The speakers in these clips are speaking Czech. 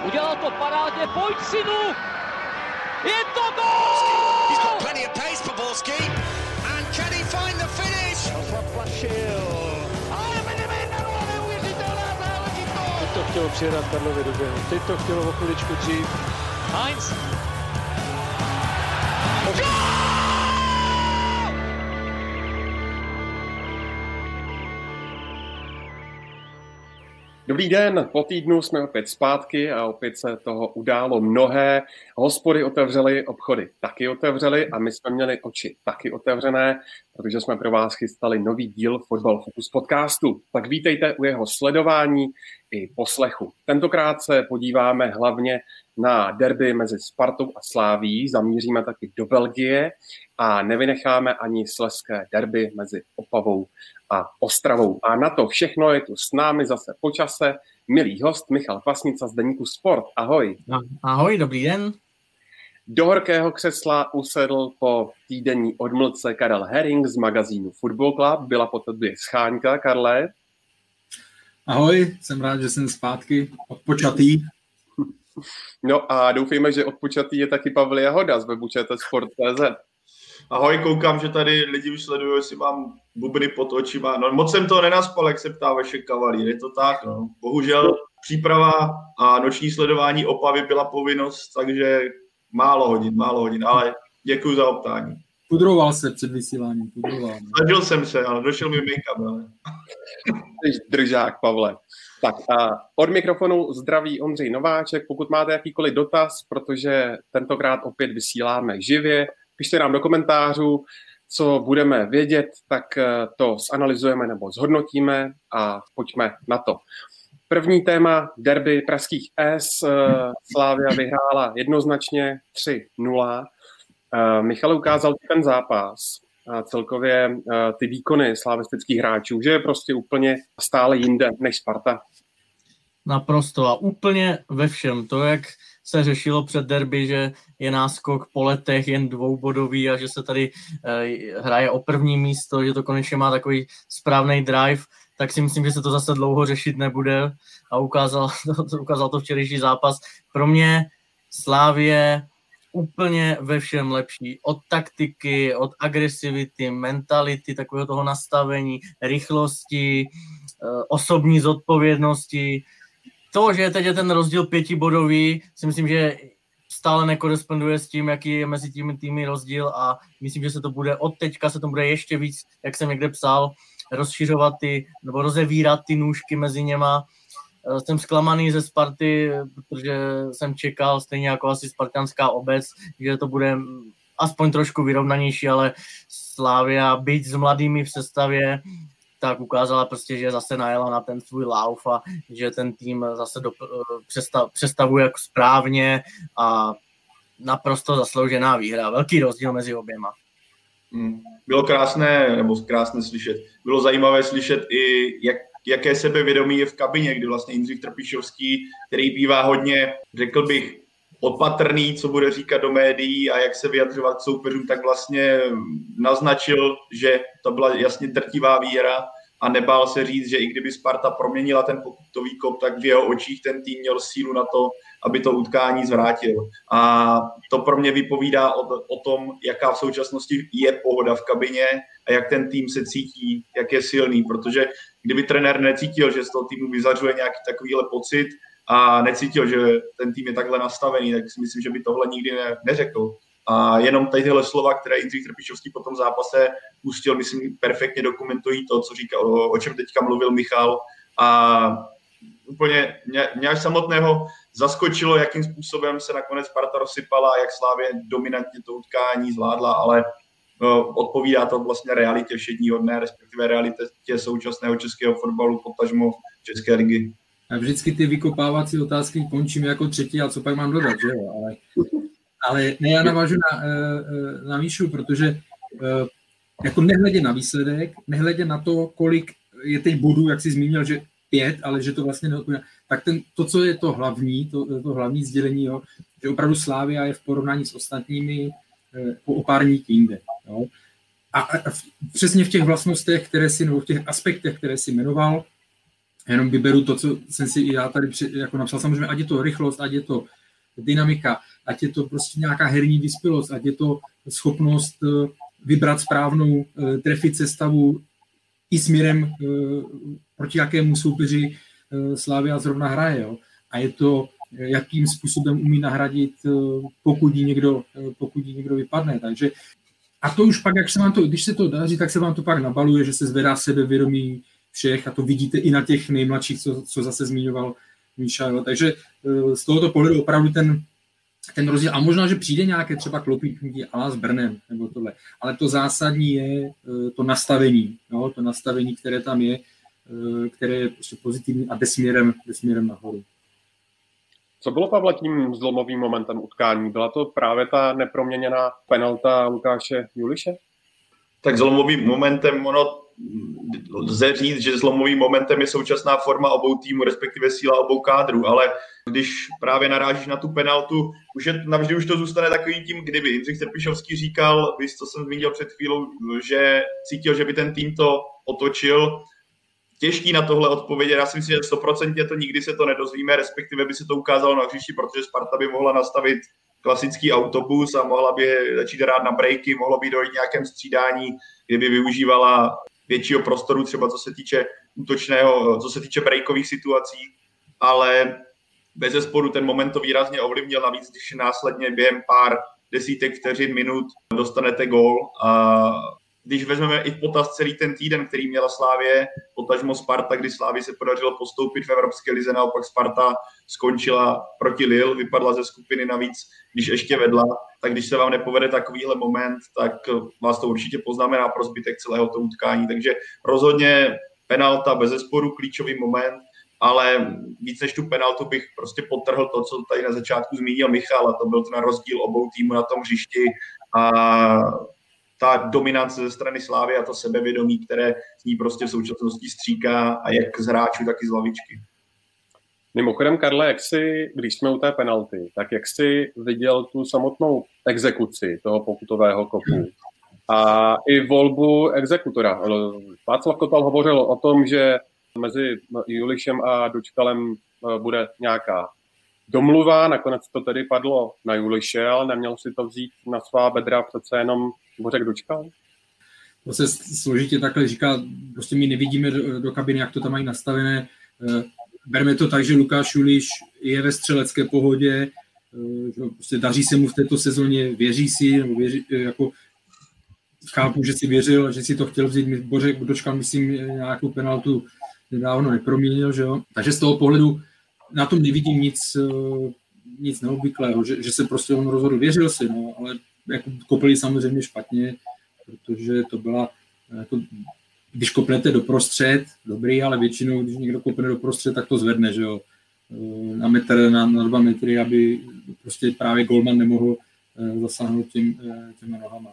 Udělal to parádně, pojď synu! Je to gól! He's got plenty of pace for Borski. And can he find the finish? Ale vedeme 1-0, neuvěřitelná záležitost! Teď to chtělo přijedat Karlově do běhu, teď to chtělo o chviličku dřív. Heinz! Dobrý den, po týdnu jsme opět zpátky a opět se toho událo mnohé. Hospody otevřely, obchody taky otevřely a my jsme měli oči taky otevřené, protože jsme pro vás chystali nový díl Fotbal Focus podcastu. Tak vítejte u jeho sledování i poslechu. Tentokrát se podíváme hlavně na derby mezi Spartou a Slavií, zamíříme taky do Belgie a nevynecháme ani slezské derby mezi Opavou a Ostravou. A na to všechno je tu s námi zase po čase milý host Michal Kvasnica z deníku Sport. Ahoj. Ahoj, dobrý den. Do horkého křesla usedl po týdenní odmlce Karel Herring z magazínu Football Club. Byla po tobě scháňka, Karle. Ahoj, jsem rád, že jsem zpátky odpočatý. No a doufejme, že odpočatý je taky Pavel Jahoda z webu ČT-sport.cz. Ahoj, koukám, že tady lidi už sledují, jestli mám bubny pod očima. No moc jsem to nenaspal, jak se ptá Vašek Kavalír, je to tak, no. Bohužel příprava a noční sledování Opavy byla povinnost, takže málo hodin, ale děkuji za optání. Pudroval se před vysíláním, Snažil jsem se, ale došel mi make-up. Jsi držák, Pavle. Tak a od mikrofonu zdraví Ondřej Nováček. Pokud máte jakýkoliv dotaz, protože tentokrát opět vysíláme živě, pište nám do komentářů, co budeme vědět, tak to zanalyzujeme nebo zhodnotíme a pojďme na to. První téma derby pražských S. Slavia vyhrála jednoznačně 3-0. Michal ukázal ten zápas a celkově ty výkony slavistických hráčů, že je prostě úplně stále jinde než Sparta. Naprosto a úplně ve všem. To, jak se řešilo před derby, že je náskok po letech jen dvoubodový a že se tady hraje o první místo, že to konečně má takový správný drive, tak si myslím, že se to zase dlouho řešit nebude a ukázal to včerejší zápas. Pro mě Slavie úplně ve všem lepší. Od taktiky, od agresivity, mentality, takového toho nastavení, rychlosti, osobní zodpovědnosti. To, že teď je ten rozdíl 5bodový, si myslím, že stále nekoresponduje s tím, jaký je mezi těmi týmy rozdíl a myslím, že se to bude od teďka se to bude ještě víc, jak jsem někde psal, rozšiřovat nebo rozevírat ty nůžky mezi něma. Jsem zklamaný ze Sparty, protože jsem čekal, stejně jako asi spartanská obec, že to bude aspoň trošku vyrovnanější, ale Slavia, byť s mladými v sestavě, tak ukázala prostě, že zase najela na ten svůj lauf a že ten tým zase přestavuje jako správně a naprosto zasloužená výhra. Velký rozdíl mezi oběma. Bylo krásné slyšet. Bylo zajímavé slyšet i, jaké sebevědomí je v kabině, kdy vlastně Jindřich Trpišovský, který bývá hodně, řekl bych, opatrný, co bude říkat do médií a jak se vyjadřovat k soupeřům, tak vlastně naznačil, že to byla jasně drtivá výhra a nebál se říct, že i kdyby Sparta proměnila ten pokutový kop, tak v jeho očích ten tým měl sílu na to, aby to utkání zvrátil. A to pro mě vypovídá o tom, jaká v současnosti je pohoda v kabině a jak ten tým se cítí, jak je silný, protože kdyby trenér necítil, že z toho týmu vyzařuje nějaký takovýhle pocit a necítil, že ten tým je takhle nastavený, tak si myslím, že by tohle nikdy neřekl. A jenom tyhle slova, které Jindřich Trpišovský po tom zápase pustil, myslím, perfektně dokumentují to, co říkal, o čem teďka mluvil Michal. A úplně mě až samotného zaskočilo, jakým způsobem se nakonec Sparta rozsypala, jak Slavie dominantně to utkání zvládla, ale odpovídá to vlastně realitě všedního dne, respektive realitě současného českého fotbalu, potažmo České ligy. A vždycky ty vykopávací otázky končím jako třetí a co pak mám dodat, že jo? Ale ne, já navážu na Míšu, protože jako nehledě na výsledek, nehledě na to, kolik je teď bodů, jak jsi zmínil, že 5, ale že to vlastně neodpovídá, tak to, co je to hlavní sdělení, jo, že opravdu Slavia je v porovnání s ostatními o pár ník jinde. Jo. A přesně v těch vlastnostech, nebo v těch aspektech, které si jmenoval, Jenom vyberu to, co jsem si i já tady jako napsal. Samozřejmě, ať je to rychlost, ať je to dynamika, ať je to prostě nějaká herní vyspělost, ať je to schopnost vybrat správnou, trefit sestavu i směrem proti jakému soupeři Slavia zrovna hraje. Jo. A je to, jakým způsobem umí nahradit, pokud jí někdo vypadne. Takže, a to už pak, jak se vám to, když se to daří, tak se vám to pak nabaluje, že se zvedá sebevědomí všech a to vidíte i na těch nejmladších, co zase zmiňoval Míša. Jo. Takže z tohoto pohledu opravdu ten rozdíl, a možná, že přijde nějaké třeba klopítnutí ala s Brnem, nebo tohle, ale to zásadní je to nastavení, jo, to nastavení, které tam je, které je prostě pozitivní a jde směrem nahoru. Co bylo, Pavle, tím zlomovým momentem utkání? Byla to právě ta neproměněná penalta Lukáše Juliše? Tak zlomovým momentem, lze říct, že zlomovým momentem je současná forma obou týmů, respektive síla obou kádrů, ale když právě narážíš na tu penaltu, navždy už to zůstane takovým tím, kdyby. Jindřich Trpišovský říkal, víš, co jsem zmínil před chvílou, že cítil, že by ten tým to otočil. Těžký na tohle odpovědět, já si myslím, že 100% to nikdy se to nedozvíme, respektive by se to ukázalo na hřišti, protože Sparta by mohla nastavit klasický autobus a mohla by začít hrát na breaky, mohlo by dojít nějakém střídání, kdyby využívala většího prostoru, třeba co se týče útočného, co se týče breakových situací, ale bezesporu ten moment to výrazně ovlivnil, navíc když následně během pár desítek vteřin, minut dostanete gól a když vezmeme i v potaz celý ten týden, který měla Slavie, potažmo Sparta, kdy Slavii se podařilo postoupit v Evropské lize, naopak Sparta skončila proti Lille, vypadla ze skupiny navíc, když ještě vedla, tak když se vám nepovede takovýhle moment, tak vás to určitě poznamená pro zbytek celého toho utkání. Takže rozhodně penalta bezesporu klíčový moment, ale víc než tu penaltu bych prostě podtrhl to, co tady na začátku zmínil Michal, a to byl ten rozdíl obou týmů na tom hřišti a ta dominance ze strany Slavie a to sebevědomí, které z ní prostě v současnosti stříká a jak z hráčů, tak i z lavičky. Mimochodem, Karle, když jsme u té penalty, tak jak jsi viděl tu samotnou exekuci toho pokutového kopu a i volbu exekutora? Václav Kotal hovořil o tom, že mezi Julišem a Dočkalem bude nějaká domluva, nakonec to tedy padlo na Juliše, ale neměl si to vzít na svá bedra přece jenom Bořek Dočkal? To se složitě takhle říká, prostě my nevidíme do kabiny, jak to tam mají nastavené. Berme to tak, že Lukáš Juliš je ve střelecké pohodě, prostě daří se mu v této sezóně, věří si, nebo jako chápu, že si věřil, že si to chtěl vzít. Bořek Dočkal, myslím, nějakou penaltu nedávno neproměnil, že jo. Takže z toho pohledu na tom nevidím nic neobvyklého, že se prostě on rozhodl, věřil si, no, ale jako kopli samozřejmě špatně, protože to byla, jako, když kopnete doprostřed, dobrý, ale většinou, když někdo kopne doprostřed, tak to zvedne, že jo, na metr, na 2 metry, aby prostě právě golman nemohl zasáhnout těma nohama.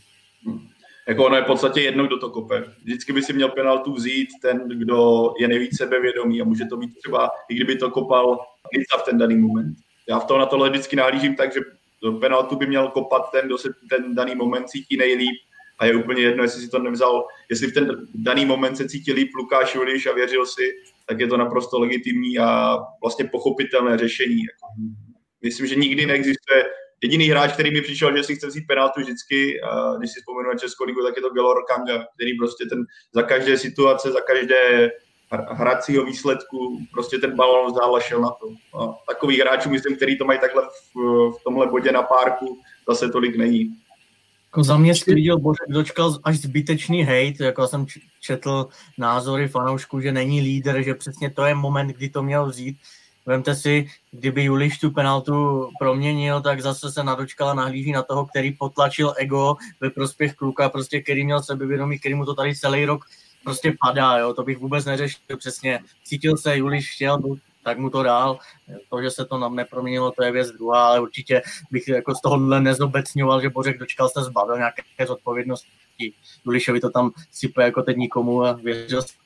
Jako ono je v podstatě jedno, kdo to kope. Vždycky by si měl penaltu vzít ten, kdo je nejvíc sebevědomý a může to být třeba, i kdyby to kopal Nica v ten daný moment. Já na tohle vždycky nahlížím tak, že penaltu by měl kopat ten, kdo se ten daný moment cítí nejlíp a je úplně jedno, jestli si to nevzal, jestli v ten daný moment se cítí líp Lukáš Juliš a věřil si, tak je to naprosto legitimní a vlastně pochopitelné řešení. Myslím, že nikdy neexistuje jediný hráč, který mi přišel, že si chce vzít penaltu vždycky, a když si vzpomenu na Českou ligu, tak je to Gelor Kanga, který prostě ten za každé situace, za každé hracího výsledku prostě ten balón vzdál a šel na to. A takových hráčů, myslím, který to mají takhle v tomhle bodě na párku, zase tolik není. Jako za mě viděl Bořek Dočkal až zbytečný hejt, jako jsem četl názory fanoušků, že není lídr, že přesně to je moment, kdy to měl vzít. Vemte si, kdyby Juliš tu penaltu proměnil, tak zase se na Dočkala nahlíží na toho, který potlačil ego ve prospěch kluka, prostě, který měl sebevědomí, který mu to tady celý rok prostě padá, jo, to bych vůbec neřešil přesně. Cítil se, Juliš chtěl, tak mu to dál. To, že se to nám neproměnilo, to je věc druhá, ale určitě bych jako z tohohle nezobecňoval, že Bořek Dočkal se zbavil nějaké zodpovědnosti. Julišovi to tam sype jako teď nikomu a věřil si.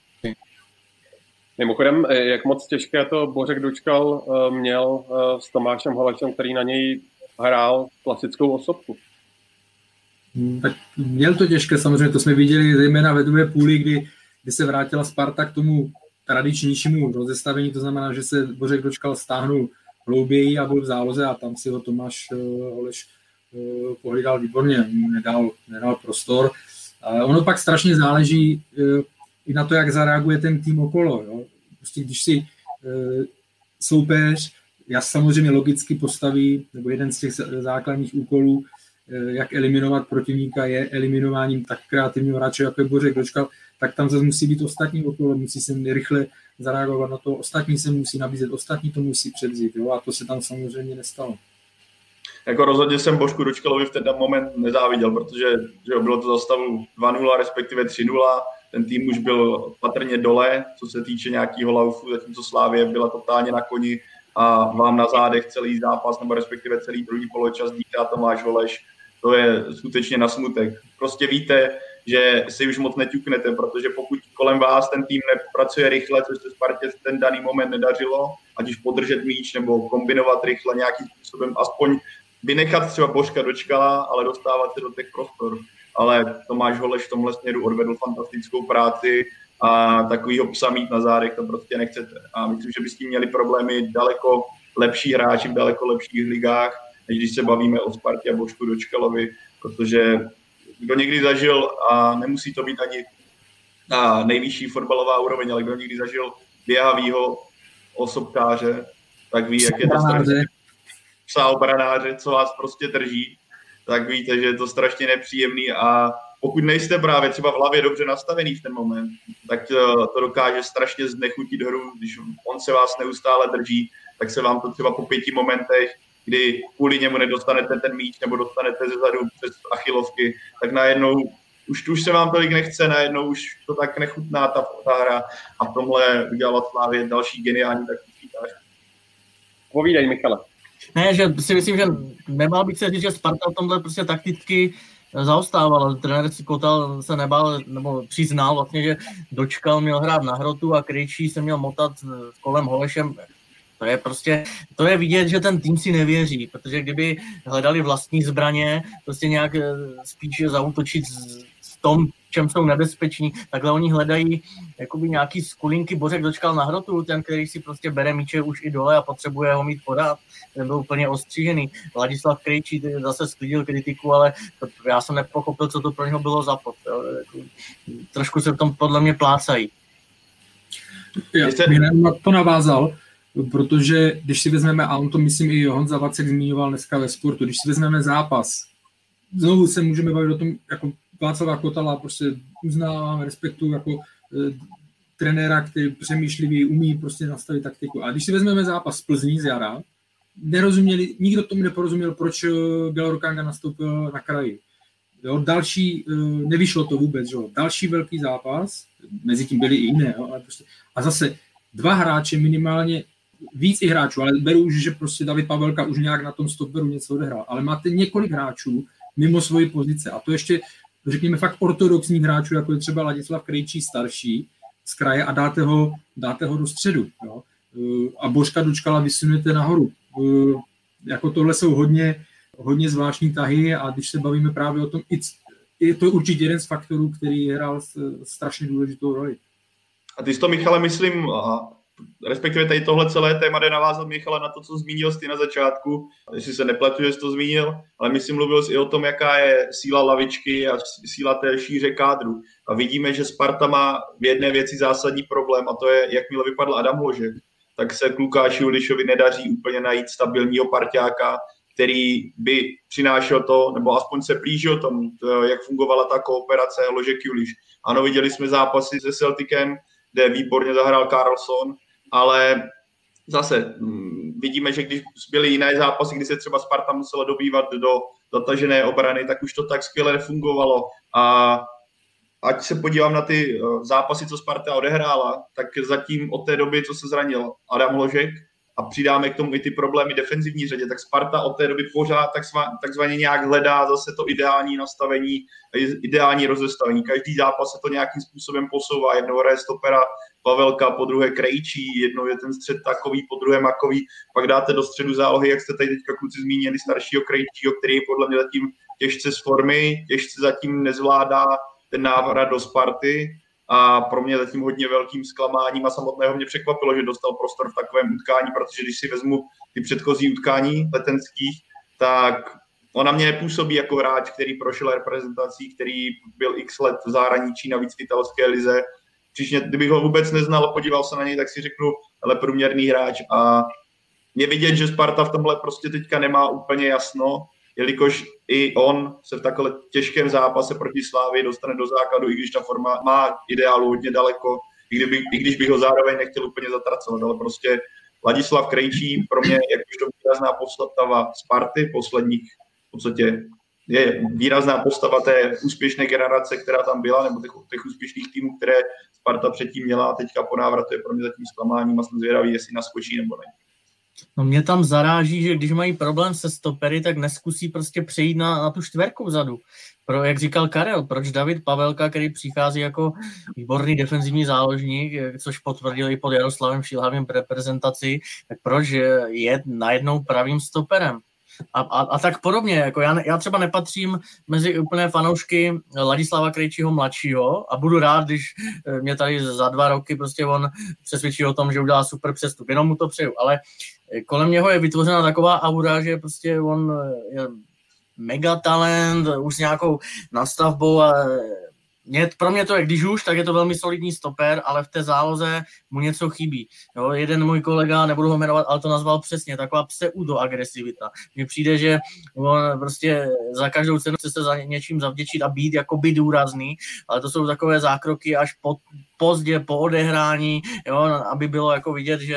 Mimochodem, jak moc těžké to Bořek Dočkal měl s Tomášem Holešem, který na něj hrál klasickou osobku? Tak měl to těžké, samozřejmě, to jsme viděli zejména ve druhé půli, kdy se vrátila Sparta k tomu tradičnějšímu rozestavení, to znamená, že se Bořek Dočkal stáhnul hlouběji a byl v záloze a tam si ho Tomáš Holeš pohlídal výborně, nedal prostor. Ono pak strašně záleží i na to, jak zareaguje ten tým okolo. Jo? Prostě když si soupeř, já samozřejmě logicky postaví, nebo jeden z těch základních úkolů, jak eliminovat protivníka, je eliminováním tak kreativního hráče, jako je Bořek Dočkal, tak tam zase musí být ostatní okolo, musí se rychle zareagovat na to, ostatní se musí nabízet, ostatní to musí převzít, jo? A to se tam samozřejmě nestalo. Jako rozhodně jsem Božku Dočkalovi v ten moment nezáviděl, protože že bylo to za stavu 2-0, respektive 3-0, ten tým už byl patrně dole, co se týče nějakého laufu, zatímco Slavie byla totálně na koni a vám na zádech celý zápas, nebo respektive celý druhý poločas dýchá Tomáš Holeš, to je skutečně na smutek. Prostě víte, že si už moc neťuknete, protože pokud kolem vás ten tým nepracuje rychle, což se Spartě v ten daný moment nedařilo, ať už podržet míč nebo kombinovat rychle nějakým způsobem, aspoň vynechat třeba Božka Dočkala, ale dostávat se do těch prostor. Ale Tomáš Holeš v tomhle směru odvedl fantastickou práci a takovýho psa mít na zádech to prostě nechcete. A myslím, že by s tím měli problémy daleko lepší hráči v daleko lepších ligách, než když se bavíme o Spartě a Božku Dočkalovi, protože kdo někdy zažil, a nemusí to být ani na nejvyšší fotbalová úroveň, ale kdo někdy zažil běhavýho osobkáře, tak ví, jak je to strašně psa obranáře, co vás prostě drží, tak víte, že je to strašně nepříjemný a pokud nejste právě třeba v hlavě dobře nastavený v ten moment, tak to dokáže strašně znechutit hru, když on se vás neustále drží, tak se vám to třeba po 5 momentech, kdy kvůli němu nedostanete ten míč nebo dostanete zezadu přes achilovky, tak najednou už se vám tolik nechce, najednou už to tak nechutná ta hra a v tomhle udělala Slavie další geniální taktický táž. Povídej, Michale. Ne, že si myslím, že nemal bych se říct, že Sparta v tomhle prostě takticky zaostával. Trenér Kotal se nebál, nebo přiznal vlastně, že Dočkal měl hrát na hrotu a Krejčí se měl motat kolem Holešem. To je vidět, že ten tým si nevěří, protože kdyby hledali vlastní zbraně, prostě nějak spíš zaútočit v tom, čem jsou nebezpeční, takhle oni hledají jakoby nějaký skulinky. Bořek Dočkal na hrotu, ten, který si prostě bere míče už i dole a potřebuje ho mít podat, ten byl úplně ostřížený. Vladislav Krejčí zase sklidil kritiku, ale já jsem nepochopil, co to pro něho bylo za pod. Trošku se v tom podle mě plácají. Já to navázal, protože když si vezmeme, a on to myslím i Honza Vacek zmiňoval dneska ve Sportu, když si vezmeme zápas, znovu se můžeme bavit o tom, jako Václava Kotala, prostě uznávám, respektuju jako trenéra, který přemýšlivý, umí prostě nastavit taktiku. A když si vezmeme zápas Plzní z jara, nikdo tomu neporozuměl, proč Bělorukanga nastoupil na kraji. Jo, další, nevyšlo to vůbec, jo. Další velký zápas, mezi tím byly i jiné, jo, ale prostě, a zase 2 hráče minimálně, víc i hráčů, ale beru už, že prostě David Pavelka už nějak na tom stopperu něco odehrál, ale máte několik hráčů mimo svoji pozice a to ještě, řekněme, fakt ortodoxních hráčů, jako je třeba Ladislav Krejčí starší z kraje a dáte ho do středu, jo. A Božka Dočkala vysunujete nahoru. Jako tohle jsou hodně zvláštní tahy a když se bavíme právě o tom, je to určitě jeden z faktorů, který hrál strašně důležitou roli. A ty jsi to, Michale, myslím, respektive tady tohle celé téma jde navázat, Michale, na to, co zmínil jsi ty na začátku, jestli se nepletu, že jsi to zmínil, ale myslím, mluvil jsi i o tom, jaká je síla lavičky a síla té šíře kádru. A vidíme, že Sparta má v jedné věci zásadní problém a to je, jakmile vypadl Adam Hložek, tak se Lukáši Julišovi nedaří úplně najít stabilního parťáka, který by přinášel to, nebo aspoň se blížil tomu, jak fungovala ta kooperace Hložek-Juliš. Ano, viděli jsme zápasy se Celticem, kde výborně zahrál Karlsson, ale zase vidíme, že když byly jiné zápasy, kdy se třeba Sparta musela dobývat do zatažené obrany, tak už to tak skvěle nefungovalo. A ať se podívám na ty zápasy, co Sparta odehrála, tak zatím od té doby, co se zranil Adam Hložek, a přidáme k tomu i ty problémy defenzivní řadě, tak Sparta od té doby pořád takzvaně nějak hledá zase to ideální nastavení, ideální rozestavení. Každý zápas se to nějakým způsobem posouvá. Jednou hraje stopera Pavelka, po druhé Krejčí, jednou je ten střed takový, po druhé makový, pak dáte do středu zálohy, jak jste tady teďka kluci zmínili, staršího Krejčího, který je podle mě zatím těžce z formy, těžce zatím nezvládá ten návrat do Sparty. a pro mě zatím hodně velkým zklamáním a samotného mě překvapilo, že dostal prostor v takovém utkání, protože když si vezmu ty předchozí utkání letenských, tak ona mě nepůsobí jako hráč, který prošel reprezentací, který byl x let v zahraničí, navíc v italské lize. Příště, kdybych ho vůbec neznal a podíval se na něj, tak si řeknu, ale průměrný hráč. A je vidět, že Sparta v tomhle prostě teďka nemá úplně jasno, jelikož i on se v takhle těžkém zápase proti Slávii dostane do základu, i když ta forma má ideálu hodně daleko, i když bych ho zároveň nechtěl úplně zatracovat, ale prostě Ladislav Krejčí pro mě jakožto výrazná postava Sparty posledních, v podstatě je výrazná postava té úspěšné generace, která tam byla, nebo těch úspěšných týmů, které Sparta předtím měla a teďka po návratu je pro mě zatím zklamáním a jsem zvědavý, jestli naskočí nebo ne. No mě tam zaráží, že když mají problém se stopery, tak neskusí prostě přejít na tu čtverku vzadu. Jak říkal Karel, proč David Pavelka, který přichází jako výborný defenzivní záložník, což potvrdil i pod Jaroslavem Šilhavým reprezentaci, tak proč je najednou pravým stoperem? A tak podobně, jako já třeba nepatřím mezi úplné fanoušky Ladislava Krejčího mladšího a budu rád, když mě tady za 2 roky prostě on přesvědčí o tom, že udělá super přestup, jenom mu to přeju, ale kolem něho je vytvořena taková aura, že prostě on je mega talent, už s nějakou nastavbou a pro mě to je, když už, tak je to velmi solidní stoper, ale v té záloze mu něco chybí. Jo, jeden můj kolega, nebudu ho jmenovat, ale to nazval přesně, taková pseudoagresivita. Mně přijde, že on prostě za každou cenu chce se za něčím zavděčit a být jakoby důrazný, ale to jsou takové zákroky až pozdě, po odehrání, jo, aby bylo jako vidět, že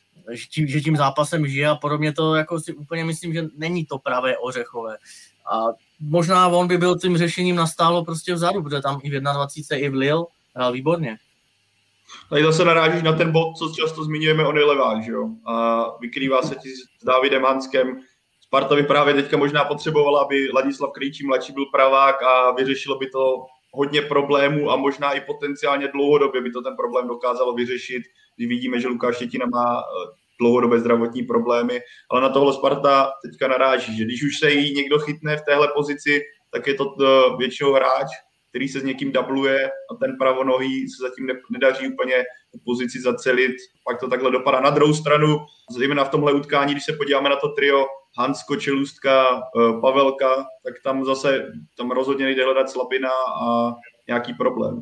tím zápasem žije a podobně to jako si úplně myslím, že není to pravé ořechové. A možná on by byl tím řešením nastálo prostě vzadu, protože tam i v 21. i v Lille hrál výborně. Tady zase narážíš na ten bod, co často zmiňujeme o Leván, že jo? A vykrývá se ti s Dávidem Hanskem. Sparta by právě teďka možná potřebovala, aby Ladislav Krejčí mladší byl pravák a vyřešilo by to hodně problémů a možná i potenciálně dlouhodobě by to ten problém dokázalo vyřešit, když vidíme, že Lukáš Štětina má dlouhodobé zdravotní problémy, ale na tohle Sparta teďka naráží, že když už se jí někdo chytne v téhle pozici, tak je to většinou hráč, který se s někým dubluje a ten pravonohý se zatím nedaří úplně tu pozici zacelit, pak to takhle dopadá. Na druhou stranu, zejména v tomhle utkání, když se podíváme na to trio Hansko, Čelůstka, Pavelka, tak tam rozhodně nejde hledat slabina a nějaký problém.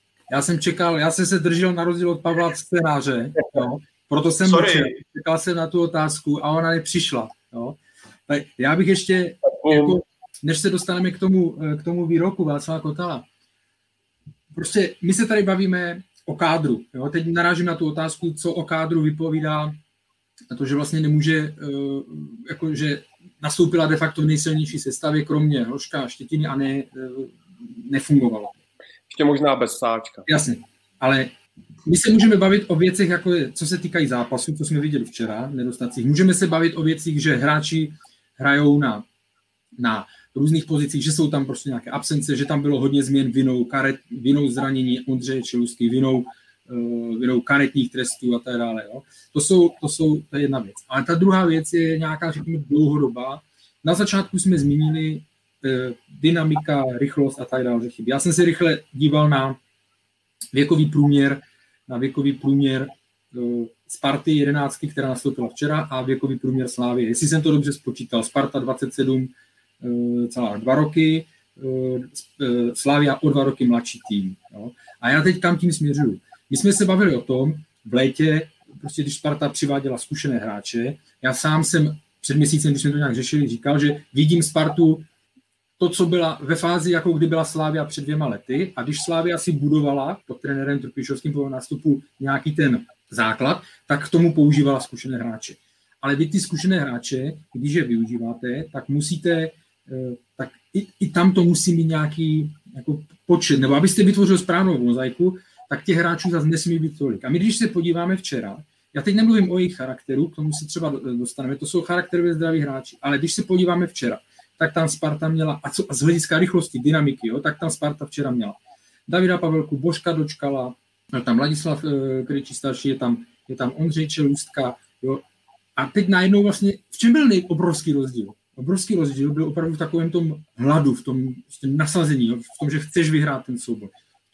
Já jsem se držel na rozdíl od Pavla scénáře, jo. Proto jsem čekal jsem na tu otázku a ona nepřišla. Jo. Tak já bych ještě, jako, než se dostaneme k tomu výroku Václava Kotala, prostě my se tady bavíme o kádru. Jo. Teď narážím na tu otázku, co o kádru vypovídá a to, že vlastně nemůže, jako, že nastoupila de facto v nejsilnější sestavě, kromě Hloška a Štětiny a nefungovalo. Ještě možná bez Sáčka. Jasně, ale my se můžeme bavit o věcech, jako co se týkají zápasu, co jsme viděli včera, nedostacích. Můžeme se bavit o věcích, že hráči hrajou na různých pozicích, že jsou tam prostě nějaké absence, že tam bylo hodně změn vinou zranění Ondřeje Čelůstky, vinou karetních trestů a tak dále. Jo. To je jedna věc. Ale ta druhá věc je nějaká, řekněme, dlouhodobá. Na začátku jsme zmínili dynamika, rychlost a tak dále, že chybí. Já jsem se rychle díval na věkový průměr Sparty 11, která nastoupila včera, a věkový průměr Slávie. Jestli jsem to dobře spočítal, Sparta 27,2 roky, Slavia o 2 roky mladší tým. Jo. A já teď kam tím směřuju. My jsme se bavili o tom v létě, prostě když Sparta přiváděla zkušené hráče, já sám jsem před měsícem, když jsme to nějak řešili, říkal, že vidím Spartu to, co byla ve fázi, jako kdy byla Slavia před 2 lety, a když Slavia si budovala pod trenérem Trpišovským po nástupu nějaký ten základ, tak k tomu používala zkušené hráče. Ale vy ty zkušené hráče, když je využíváte, tak musíte, tak i tam to musí mít nějaký jako počet, nebo abyste vytvořili správnou mozaiku, tak těch hráčů zase nesmí být tolik. A my, když se podíváme včera, já teď nemluvím o jejich charakteru, k tomu si třeba dostaneme, to jsou charakterově zdraví hráči, ale když se podíváme včera, tak tam Sparta měla, a z hlediska rychlosti, dynamiky, jo, tak tam Sparta včera měla Davida Pavelku, Božka Dočkala, tam Ladislav Krejčí starší, je tam Ondřej Čelůstka, jo. A teď najednou vlastně, v čem byl obrovský rozdíl? Obrovský rozdíl byl opravdu v takovém tom hladu, v tom nasazení, jo, v tom, že chceš vyhrát ten souboj.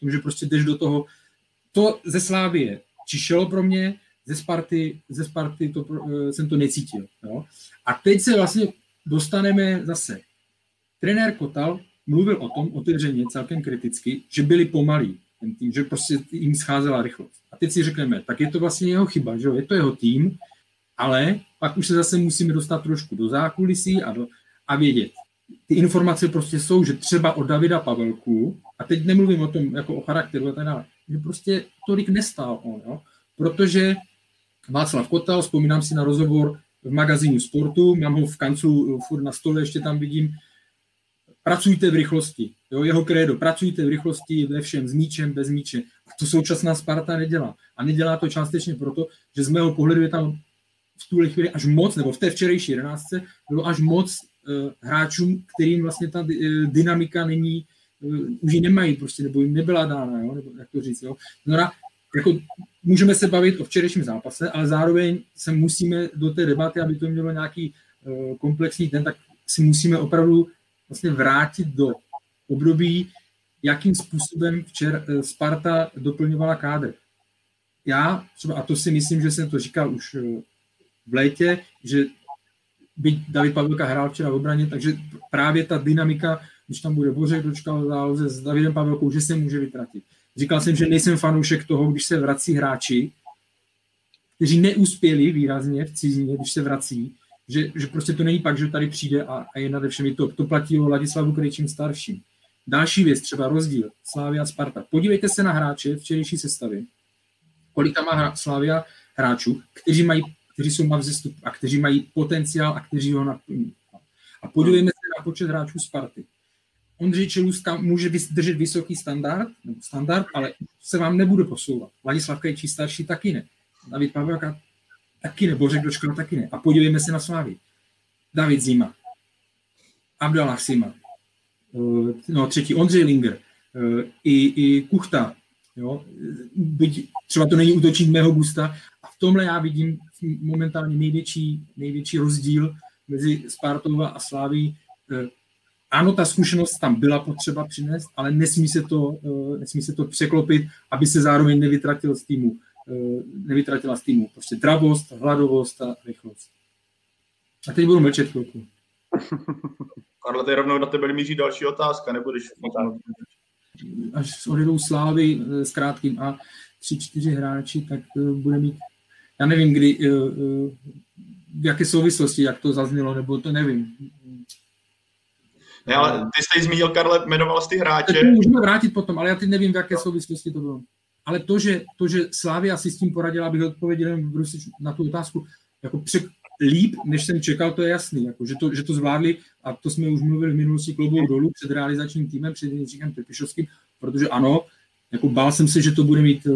v tom, že prostě jdeš do toho. To ze Slávie čišelo pro mě, ze Sparty to, jsem to necítil. Jo? A teď se vlastně dostaneme zase. Trenér Kotal mluvil o tom otevřeně celkem kriticky, že byli pomalí ten tým, že prostě jim scházela rychlost. A teď si řekneme, tak je to vlastně jeho chyba, že jo? Je to jeho tým, ale pak už se zase musíme dostat trošku do zákulisí a vědět. Ty informace prostě jsou, že třeba od Davida Pavelku, a teď nemluvím o tom jako o charakteru, že prostě tolik nestál on, jo? Protože Václav Kotal, vzpomínám si na rozhovor v magazínu Sportu, mám ho v kanclu furt na stole, ještě tam vidím, pracujte v rychlosti, jo, jeho krédo, pracujte v rychlosti ve všem, s míčem, bez míče. A to současná Sparta nedělá. A nedělá to částečně proto, že z mého pohledu je tam v tuhle chvíli až moc, nebo v té včerejší 11 bylo až moc hráčům, kterým vlastně ta dynamika není, už ji nemají prostě, nebo jim nebyla dána, jo, nebo jak to říct, jo. Znamená, jako můžeme se bavit o včerejším zápase, ale zároveň se musíme do té debaty, aby to mělo nějaký komplexní ten, tak si musíme opravdu vlastně vrátit do období, jakým způsobem Sparta doplňovala kádr. Já třeba, a to si myslím, že jsem to říkal už v létě, že byť David Pavelka hrál včera v obraně, takže právě ta dynamika, když tam bude Bořek dočkal záloze s Davidem Pavelkou, že se může vytratit. Říkal jsem, že nejsem fanoušek toho, když se vrací hráči, kteří neuspěli výrazně v cizině, když se vrací, že prostě to není pak, že tady přijde a je nade všemi to. To platí o Ladislavu Krejčím starším. Další věc, třeba rozdíl Slavia a Sparta. Podívejte se na hráče včerejší sestavy. Kolik tam má Slavia hráčů, kteří jsou na vzestupu a kteří mají potenciál a kteří ho naplní. A podívejme se na počet hráčů Sparty. Ondřej Čelůstka může držet vysoký standard, ale se vám nebude posouvat. Ladislav Krejčí starší taky ne. David Pavelka taky ne. Bořek Dočkal taky ne. A podívejme se na Slávy. David Zima. Abdallah Sima. Třetí Ondřej Linger. I Kuchta. Jo? Byť třeba to není útočník mého gusta. A v tomhle já vidím momentálně největší rozdíl mezi Spartou a Slaví. Ano, ta zkušenost tam byla potřeba přinést, ale nesmí se to překlopit, aby se zároveň nevytratila z týmu. Prostě dravost, hladovost a rychlost. A teď budu mlčet chvilku. Karle, teď rovnou na tebe míří další otázka, nebudeš? Až odjedou Slávy s krátkým a 3-4 hráči, tak bude mít, já nevím, kdy, v jaké souvislosti, jak to zaznělo, nebo to nevím. Ne, ale ty jsi zmínil, Karle, jmenoval jsi ty hráče. To můžeme vrátit potom, ale já teď nevím, v jaké souvislosti to bylo. Ale to, že Slavia si s tím poradila, abych odpověděl na tu otázku, jako líp, než jsem čekal, to je jasný. Jako, že to zvládli, a to jsme už mluvili v minulosti, klobouk dolů před realizačním týmem, před Jindřichem Trpišovským, protože ano, jako bál jsem se, že to bude mít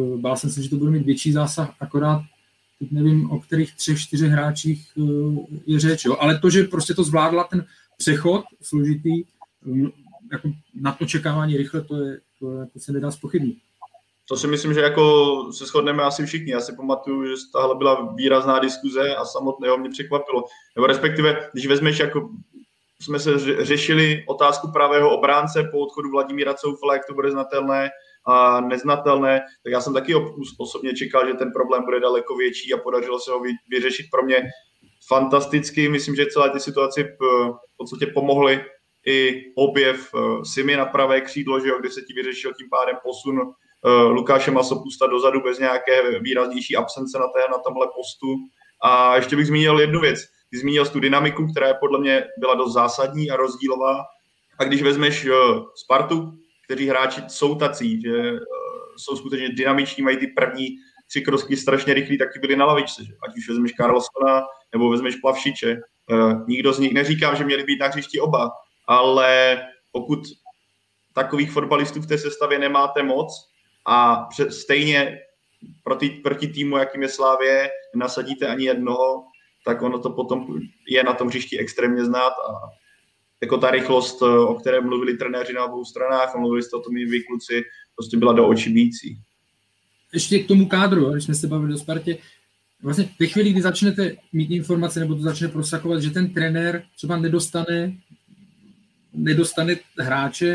větší zásah, akorát teď nevím, o kterých 3-4 hráčích je řeč. Jo? Ale to, že prostě to zvládla ten přechod složitý, jako nad očekávání rychle, to se nedá zpochybnit. To si myslím, že jako se shodneme asi všichni. Já si pamatuju, že tahle byla výrazná diskuze a samotného mě překvapilo. Nebo respektive, když vezmeš, jako jsme se řešili otázku pravého obránce po odchodu Vladimíra Coufala, jak to bude znatelné a neznatelné, tak já jsem taky osobně čekal, že ten problém bude daleko větší a podařilo se ho vyřešit pro mě fantasticky. Myslím, že celé ty situaci v podstatě pomohly i objev Simy na pravé křídlo, že jo, kde se ti vyřešil tím pádem posun Lukáše Masopusta dozadu bez nějaké výraznější absence na tomhle postu. A ještě bych zmínil jednu věc. Ty zmínil tu dynamiku, která podle mě byla dost zásadní a rozdílová. A když vezmeš Spartu, kteří hráči jsou tací, že jsou skutečně dynamiční, mají ty první 3 krosky strašně rychlí, tak ty byli na lavičce. Že? Ať už vezmeš Karlsona nebo vezmeš Plavšiče. Nikdo z nich neříkám, že měli být na hřišti oba, ale pokud takových fotbalistů v té sestavě nemáte moc a stejně proti týmu, jakým je Slavie, nenasadíte ani jednoho, tak ono to potom je na tom hřišti extrémně znát a jako ta rychlost, o které mluvili trenéři na obou stranách, a mluvili jste o tom i vy kluci, prostě byla do očí bijící. Ještě k tomu kádru, když jsme se bavili o Spartě, vlastně ve chvíli, kdy začnete mít informace, nebo to začne prosakovat, že ten trenér třeba nedostane hráče,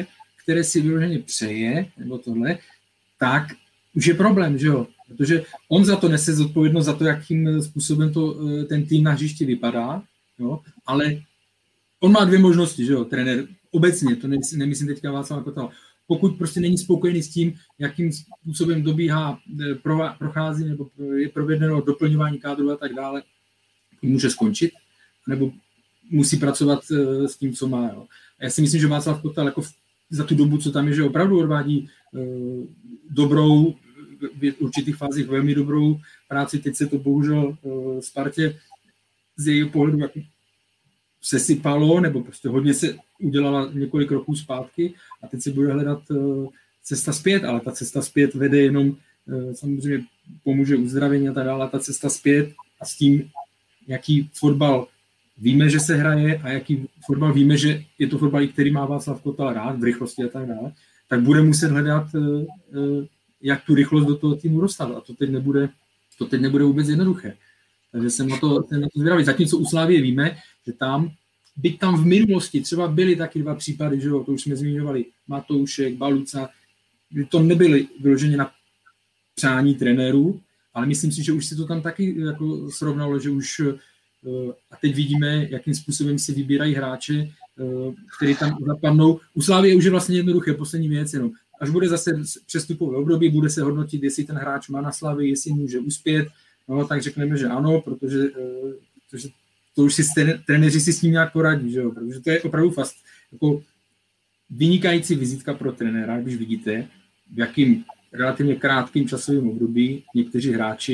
které si vyloženě přeje, nebo tohle, tak už je problém, že jo? Protože on za to nese zodpovědnost za to, jakým způsobem ten tým na hřišti vypadá, jo? Ale on má dvě možnosti, že jo, trenér, obecně, to nemyslím teďka Václava Kotala. Pokud prostě není spokojený s tím, jakým způsobem dobíhá, prochází nebo je provedeno doplňování kádru a tak dále, může skončit, nebo musí pracovat s tím, co má. Jo. A já si myslím, že Václav Kotal jako za tu dobu, co tam je, že opravdu odvádí dobrou, v určitých fázích velmi dobrou práci. Teď se to bohužel Spartě z jejího pohledu jako sesypalo, nebo prostě hodně se udělala několik roků zpátky a teď se bude hledat cesta zpět, ale ta cesta zpět vede jenom, samozřejmě pomůže uzdravení a tak dále, ta cesta zpět a s tím, jaký fotbal víme, že se hraje a jaký fotbal víme, že je to fotbal, který má Václav Kotal rád v rychlosti a tak dále, tak bude muset hledat, jak tu rychlost do toho týmu dostat a to teď nebude vůbec jednoduché. Takže jsem na to zvědavý. Zatímco u Slavie víme, že byť tam v minulosti třeba byly taky 2 případy, že jo, to už jsme zmiňovali, Matoušek, Baluca, to nebyly vyloženě na přání trenérů, ale myslím si, že už se to tam taky jako srovnalo, že už a teď vidíme, jakým způsobem si vybírají hráče, kteří tam zapadnou. U Slavie už je vlastně jednoduché, poslední věc jenom. Až bude zase přestupové období, bude se hodnotit, jestli ten hráč má na Slavii, jestli může uspět, no, tak řekneme, že ano, protože to už si trenéři si s tím nějak poradí, že jo? Protože to je opravdu fast jako vynikající vizitka pro trenéra, když vidíte, v jakým relativně krátkým časovým období někteří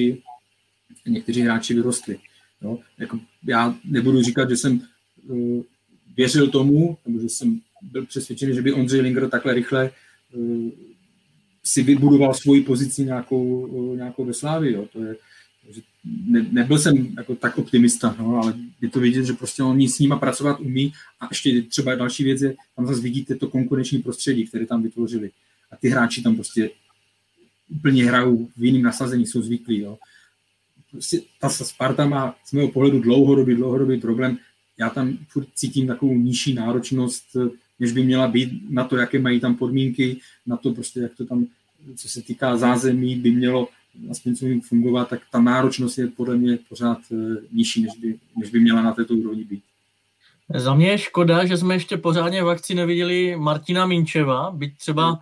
hráči vyrostli. No? Jako já nebudu říkat, že jsem věřil tomu, nebo že jsem byl přesvědčený, že by Ondřej Linger takhle rychle si vybudoval svoji pozici nějakou ve Slávii. Jo? To je, nebyl jsem jako tak optimista, no, ale je to vidět, že prostě oni s nima pracovat umí a ještě třeba další věc je, tam zase vidíte to konkurenční prostředí, které tam vytvořili. A ty hráči tam prostě úplně hrajou v jiném nasazení, jsou zvyklí. Jo. Prostě ta Sparta má z mého pohledu dlouhodobý problém. Já tam furt cítím takovou nižší náročnost, než by měla být na to, jaké mají tam podmínky, na to prostě, jak to tam, co se týká zázemí, by mělo aspoň co jim fungovat, tak ta náročnost je podle mě pořád nižší, než by měla na této úrovni být. Za mě je škoda, že jsme ještě pořádně v akci neviděli Martina Minčeva, byť třeba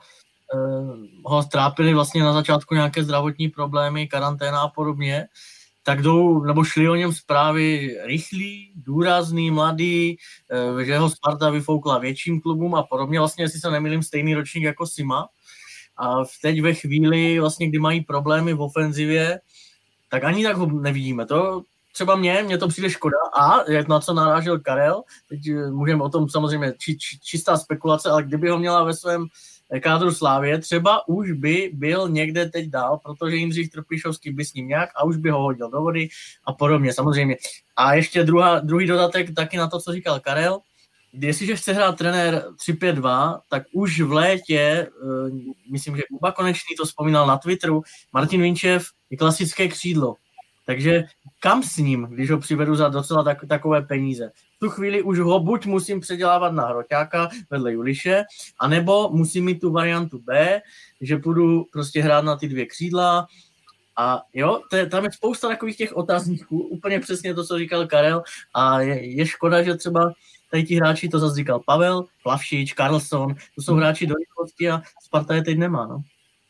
ho trápili vlastně na začátku nějaké zdravotní problémy, karanténa a podobně, tak šli o něm zprávy rychlý, důrazný, mladý, že ho Sparta vyfoukla větším klubům a podobně. Vlastně, jestli se nemýlím, stejný ročník jako Sima. A teď ve chvíli, vlastně, kdy mají problémy v ofenzivě, tak ani tak ho nevidíme. To třeba mně to přijde škoda. A jak na co narážel Karel, teď můžeme o tom samozřejmě čistá spekulace, ale kdyby ho měla ve svém kádru Slávie, třeba už by byl někde teď dál, protože Jindřich Trpišovský by s ním nějak a už by ho hodil do vody a podobně, samozřejmě. A ještě druhý dodatek taky na to, co říkal Karel. Jestliže chce hrát trenér 3-5-2, tak už v létě, myslím, že Kuba Konečný to vzpomínal na Twitteru, Martin Vinčev je klasické křídlo. Takže kam s ním, když ho přivedu za docela takové peníze? V tu chvíli už ho buď musím předělávat na Hroťáka vedle Juliše, anebo musím mít tu variantu B, že půjdu prostě hrát na ty 2 křídla. A jo, tam je spousta takových těch otázníků, úplně přesně to, co říkal Karel. A je škoda, že třeba tady ti hráči, to zase říkal Pavel, Plavšič, Karlsson, to jsou hráči do rychlosti a Sparta je teď nemá. No.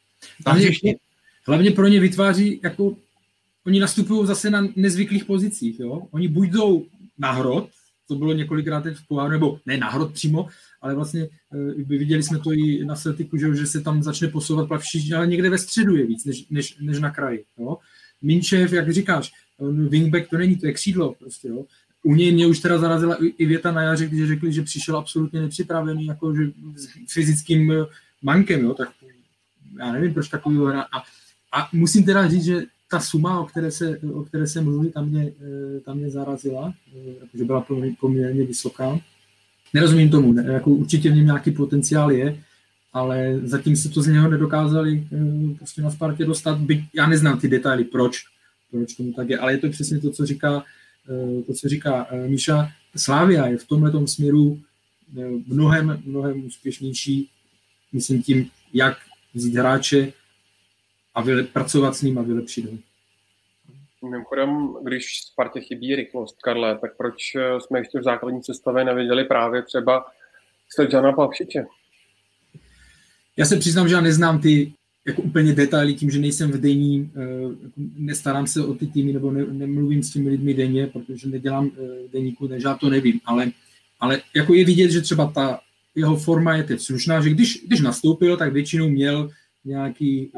Hlavně pro ně vytváří, jako oni nastupují zase na nezvyklých pozicích. Jo? Oni buď jdou na hrot, to bylo několikrát v poháru, nebo ne na hrot přímo, ale vlastně viděli jsme to i na Celticu, že se tam začne posouvat Plavšič, ale někde ve středu je víc, než na kraji. Jo? Minčev, jak říkáš, wingback to není, to je křídlo. Prostě, jo? U něj mě už teda zarazila i věta na jaře, když řekli, že přišel absolutně nepřipravený, jako že s fyzickým mankem, jo? Tak já nevím, proč takový hra. A musím teda říct, že ta suma, o které se mluví, tam mě zarazila, protože byla poměrně vysoká. Nerozumím tomu, ne? Jako určitě v něm nějaký potenciál je, ale zatím se to z něho nedokázali prostě na Spartě dostat. Byť já neznám ty detaily, proč tomu tak je, ale je to přesně to, co říká Míša. Slavia je v tomhletom směru mnohem úspěšnější myslím tím, jak vzít hráče a pracovat s ním a vylepšit ho. Mimochodem, když Spartě chybí rychlost, Karle, tak proč jsme ještě v základní sestavě neviděli právě třeba Srdjana Plavšiče? Já se přiznám, že já neznám ty jako úplně detaily, tím, že nejsem v denní, nestarám se o ty týmy, nebo nemluvím s těmi lidmi denně, protože nedělám deníku, takže já to nevím, ale jako je vidět, že třeba ta jeho forma je teď slušná, že když nastoupil, tak většinou měl nějaký,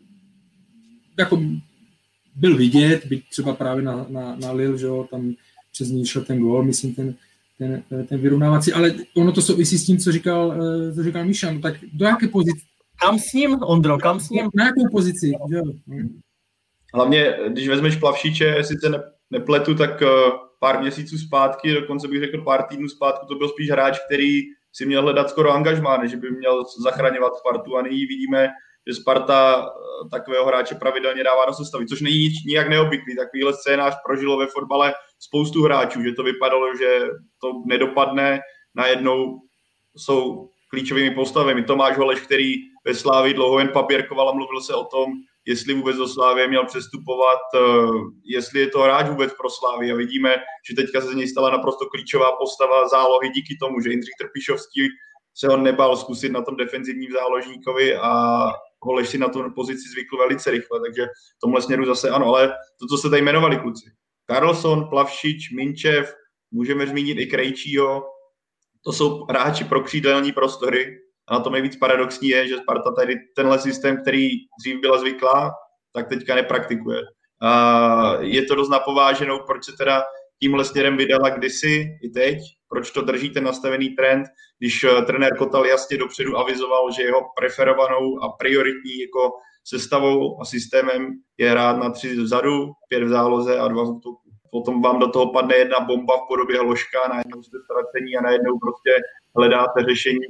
jako byl vidět, byť třeba právě na Lille, že jo, tam přes ní šel ten gól, myslím ten vyrovnávací, ale ono to souvisí s tím, co říkal Míša, no tak do jaké pozice? Kam s ním, Ondro, kam s ním? Na jakou pozici? Jo. Hlavně, když vezmeš Plavšiče, sice nepletu, tak pár měsíců zpátky, dokonce bych řekl pár týdnů zpátky, to byl spíš hráč, který si měl hledat skoro angažmá, než by měl zachraňovat Spartu, a nyní vidíme, že Sparta takového hráče pravidelně dává do sestavy, což není nijak neobvyklý. Takovýhle scénář prožilo ve fotbale spoustu hráčů, že to vypadalo, že to nedopadne, najednou jsou klíčovými postavami. Tomáš Holeš, který ve Slávii dlouho jen papírkoval a mluvil se o tom, jestli vůbec do Slávie měl přestupovat, jestli je to hráč vůbec pro Slávii. A vidíme, že teďka se z něj stala naprosto klíčová postava zálohy díky tomu, že Jindřich Trpišovský se ho nebál zkusit na tom defenzivním záložníkovi a Holeš si na tu pozici zvykl velice rychle, takže v tomhle směru zase ano, ale to, co se tady jmenovali kluci. Karlsson, Plavšič, Minčev, můžeme zmínit i Krejčího, to jsou hráči pro křídelní prostory a na tom nejvíc paradoxní je, že Sparta tady tenhle systém, který dřív byla zvyklá, tak teďka nepraktikuje. Je to dost napováženou, proč se teda tímhle směrem vydala kdysi i teď, proč to drží ten nastavený trend, když trenér Kotal jasně dopředu avizoval, že jeho preferovanou a prioritní jako sestavou a systémem je hrát na 3 vzadu, 5 v záloze a 2 v útoku. Potom vám do toho padne jedna bomba v podobě Hložka, najednou jste ztracení a najednou prostě hledáte řešení,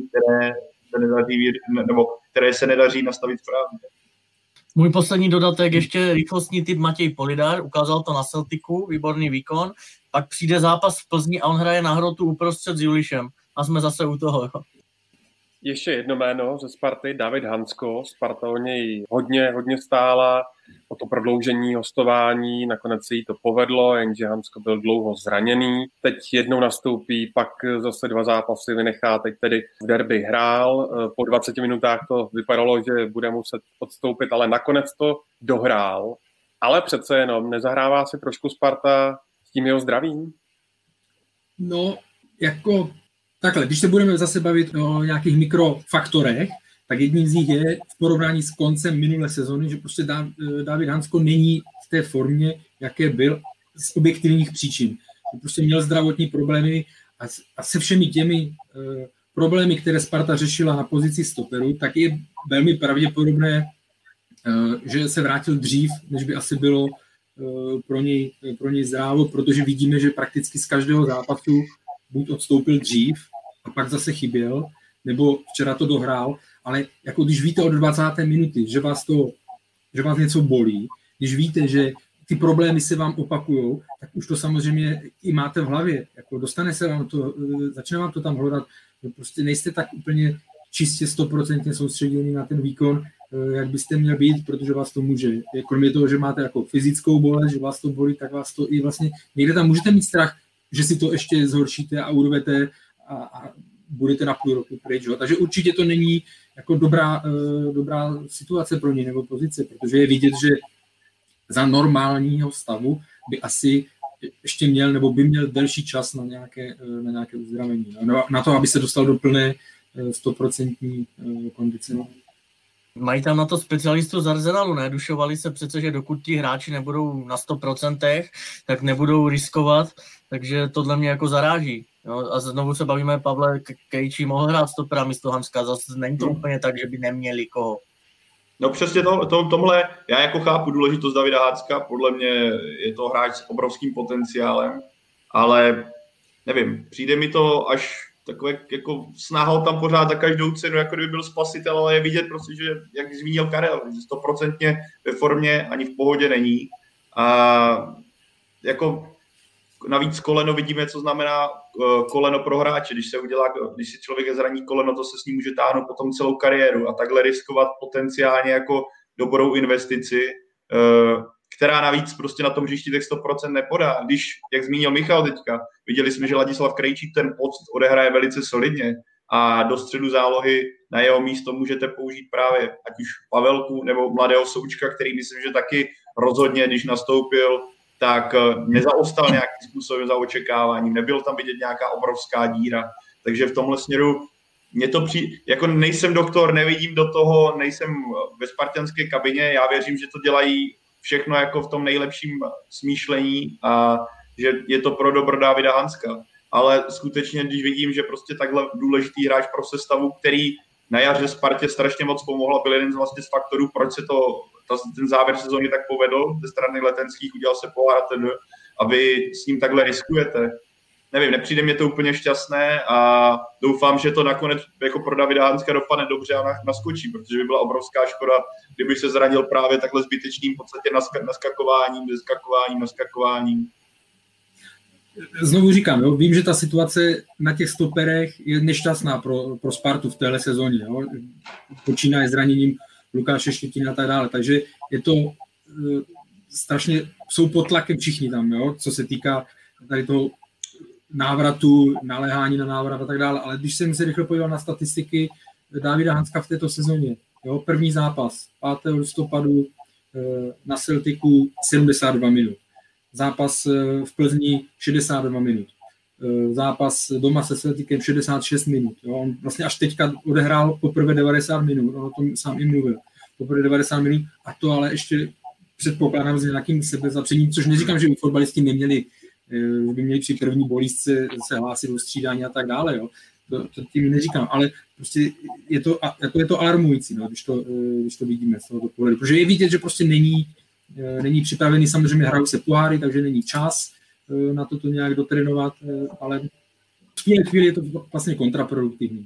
které se nedaří nastavit správně. Můj poslední dodatek, ještě rychlostní typ Matěj Polidar, ukázal to na Celticu, výborný výkon, pak přijde zápas v Plzni a on hraje na hrotu uprostřed s Julišem a jsme zase u toho. Ještě jedno jméno ze Sparty, David Hansko. Sparta o něj hodně stála, o to prodloužení hostování, nakonec se jí to povedlo, jenže Hansko byl dlouho zraněný. Teď jednou nastoupí, pak zase 2 zápasy vynechá, teď tedy v derby hrál. Po 20 minutách to vypadalo, že bude muset odstoupit, ale nakonec to dohrál. Ale přece jenom nezahrává si trošku Sparta s tím jeho zdravím? No, jako takhle, když se budeme zase bavit o nějakých mikrofaktorech, tak jedním z nich je v porovnání s koncem minulé sezony, že prostě David Hansko není v té formě, jaké byl z objektivních příčin. Prostě měl zdravotní problémy a se všemi těmi problémy, které Sparta řešila na pozici stoperu, tak je velmi pravděpodobné, že se vrátil dřív, než by asi bylo pro něj zdrávo, protože vidíme, že prakticky z každého zápasu buď odstoupil dřív a pak zase chyběl, nebo včera to dohrál, ale jako když víte od 20. minuty, že vás něco bolí, když víte, že ty problémy se vám opakujou, tak už to samozřejmě i máte v hlavě. Jako dostane se vám to, začne vám to tam hledat, prostě nejste tak úplně čistě 100% soustředění na ten výkon, jak byste měl být, protože vás to může. Kromě toho, že máte jako fyzickou bolest, že vás to bolí, tak vás to i vlastně, někde tam můžete mít strach, že si to ještě zhoršíte a urvete a budete na půl roku pryč. Takže určitě to není jako dobrá situace pro něj nebo pozice, protože je vidět, že za normálního stavu by asi ještě měl nebo by měl delší čas na nějaké uzdravení. Na to, aby se dostal do plné 100% kondice. Mají tam na to specialistu z Arsenalu, ne? Dušovali se přece, že dokud ti hráči nebudou na 100%, tak nebudou riskovat, takže tohle mě jako zaráží. Jo? A znovu se bavíme, Pavle, Krejčí mohl hrát stopera místo Hanska, zase není to úplně tak, že by neměli koho. No přesně tomhle, já jako chápu důležitost Davida Hanska, podle mě je to hráč s obrovským potenciálem, ale nevím, přijde mi to až takové jako snaha tam pořád za každou cenu, jako kdyby byl spasitel, ale je vidět prostě, že jak zmínil Karel, že 100% ve formě ani v pohodě není. A jako navíc koleno vidíme, co znamená koleno pro hráče. Když si člověk zraní koleno, to se s ním může táhnout potom celou kariéru a takhle riskovat potenciálně jako dobrou investici, která navíc prostě na tom hřišti těch 100% nepodá. Když, jak zmínil Michal teďka, viděli jsme, že Ladislav Krejčík ten pocit odehraje velice solidně a do středu zálohy na jeho místo můžete použít právě ať už Pavelku nebo mladého Součka, který myslím, že taky rozhodně, když nastoupil, tak nezaostal nějakým způsobem za očekáváním, nebyl tam vidět nějaká obrovská díra. Takže v tomhle směru mě to jako nejsem doktor, nevidím do toho, nejsem ve spartanské kabině, já věřím, že to dělají všechno jako v tom nejlepším smýšlení a že je to pro dobro Davida Hanska. Ale skutečně, když vidím, že prostě takhle důležitý hráč pro sestavu, který na jaře Spartě strašně moc pomohl, byl jeden vlastně z faktorů, proč se ten závěr sezóny tak povedl ze strany Letenských, udělal se pohár a vy s ním takhle riskujete. Nevím, nepřijde mě to úplně šťastné a doufám, že to nakonec jako pro Davida Hanska dopadne dobře a naskočí, protože by byla obrovská škoda, kdyby se zranil právě takhle zbytečným v podstatě naskakováním. Znovu říkám, jo, vím, že ta situace na těch stoperech je nešťastná pro Spartu v téhle sezóně. Jo. Počínaje zraněním Lukáše Štětiny a tak dále. Takže je to strašně, jsou pod tlakem všichni tam, jo, co se týká tady toho návratu, naléhání na návrat a tak dále. Ale když jsem se rychle podíval na statistiky Davida Hanska v této sezóně, jo, první zápas 5. listopadu na Celticu 72 minut. Zápas v Plzni 62 minut. Zápas doma se Celticem 66 minut. Jo. On vlastně až teďka odehrál poprvé 90 minut, on o tom sám i mluvil. Poprvé 90 minut a to ale ještě předpokládám s nějakým sebezapřením, což neříkám, že by fotbalisti neměli, by měli při první bolístce se hlásit do střídání a tak dále. Jo. To tím neříkám, ale prostě je to alarmující, no, když to vidíme z tohoto pohledu. Protože je vidět, že prostě není připravený, samozřejmě hrajou se poháry, takže není čas na to nějak dotrénovat, ale v chvíli je to vlastně kontraproduktivní.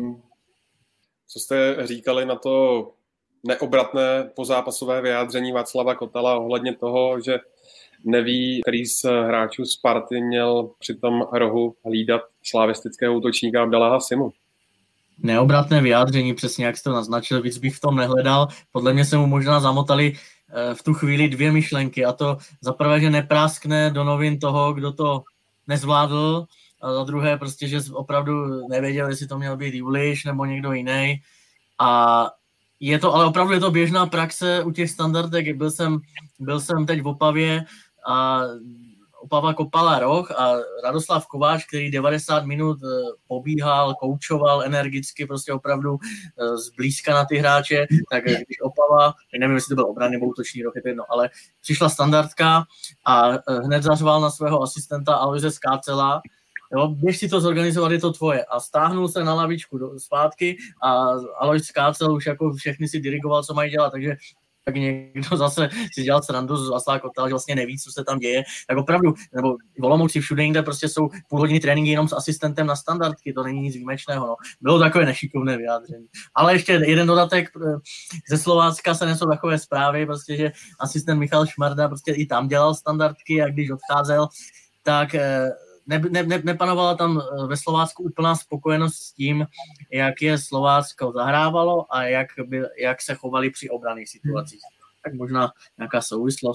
Co jste říkali na to neobratné pozápasové vyjádření Václava Kotala ohledně toho, že neví, který z hráčů Sparty měl při tom rohu hlídat slavistického útočníka Abdelaha Simu? Neobratné vyjádření, přesně jak jste to naznačil, víc bych v tom nehledal. Podle mě se mu možná zamotali v tu chvíli dvě myšlenky, a to za prvé, že nepráskne do novin toho, kdo to nezvládl, a za druhé prostě, že opravdu nevěděl, jestli to měl být Juliš nebo někdo jiný. A ale opravdu je to běžná praxe u těch standardek. Byl jsem teď v Opavě a Opava kopala roh a Radoslav Kováč, který 90 minut pobíhal, koučoval energicky, prostě opravdu zblízka na ty hráče, tak když Opava, nevím, jestli to byl obranný nebo útočný roh, je to jedno, ale přišla standardka a hned zařval na svého asistenta Aloise Skácela, jo, běž si to zorganizovat, je to tvoje. A stáhnul se na lavičku zpátky a Alois Skácel už jako všechny si dirigoval, co mají dělat, takže tak někdo zase si dělal srandu z Václava Kotala, že vlastně neví, co se tam děje, tak opravdu, nebo v Olomouci všude jinde prostě jsou půl hodiny tréninky jenom s asistentem na standardky, to není nic výjimečného, no. Bylo takové nešikovné vyjádření. Ale ještě jeden dodatek, ze Slovácka se nesou takové zprávy, prostě, že asistent Michal Šmarda prostě i tam dělal standardky a když odcházel, tak nepanovala tam ve Slovácku úplná spokojenost s tím, jak je Slovácko zahrávalo a jak se chovali při obranných situacích. Tak možná nějaká souvislost.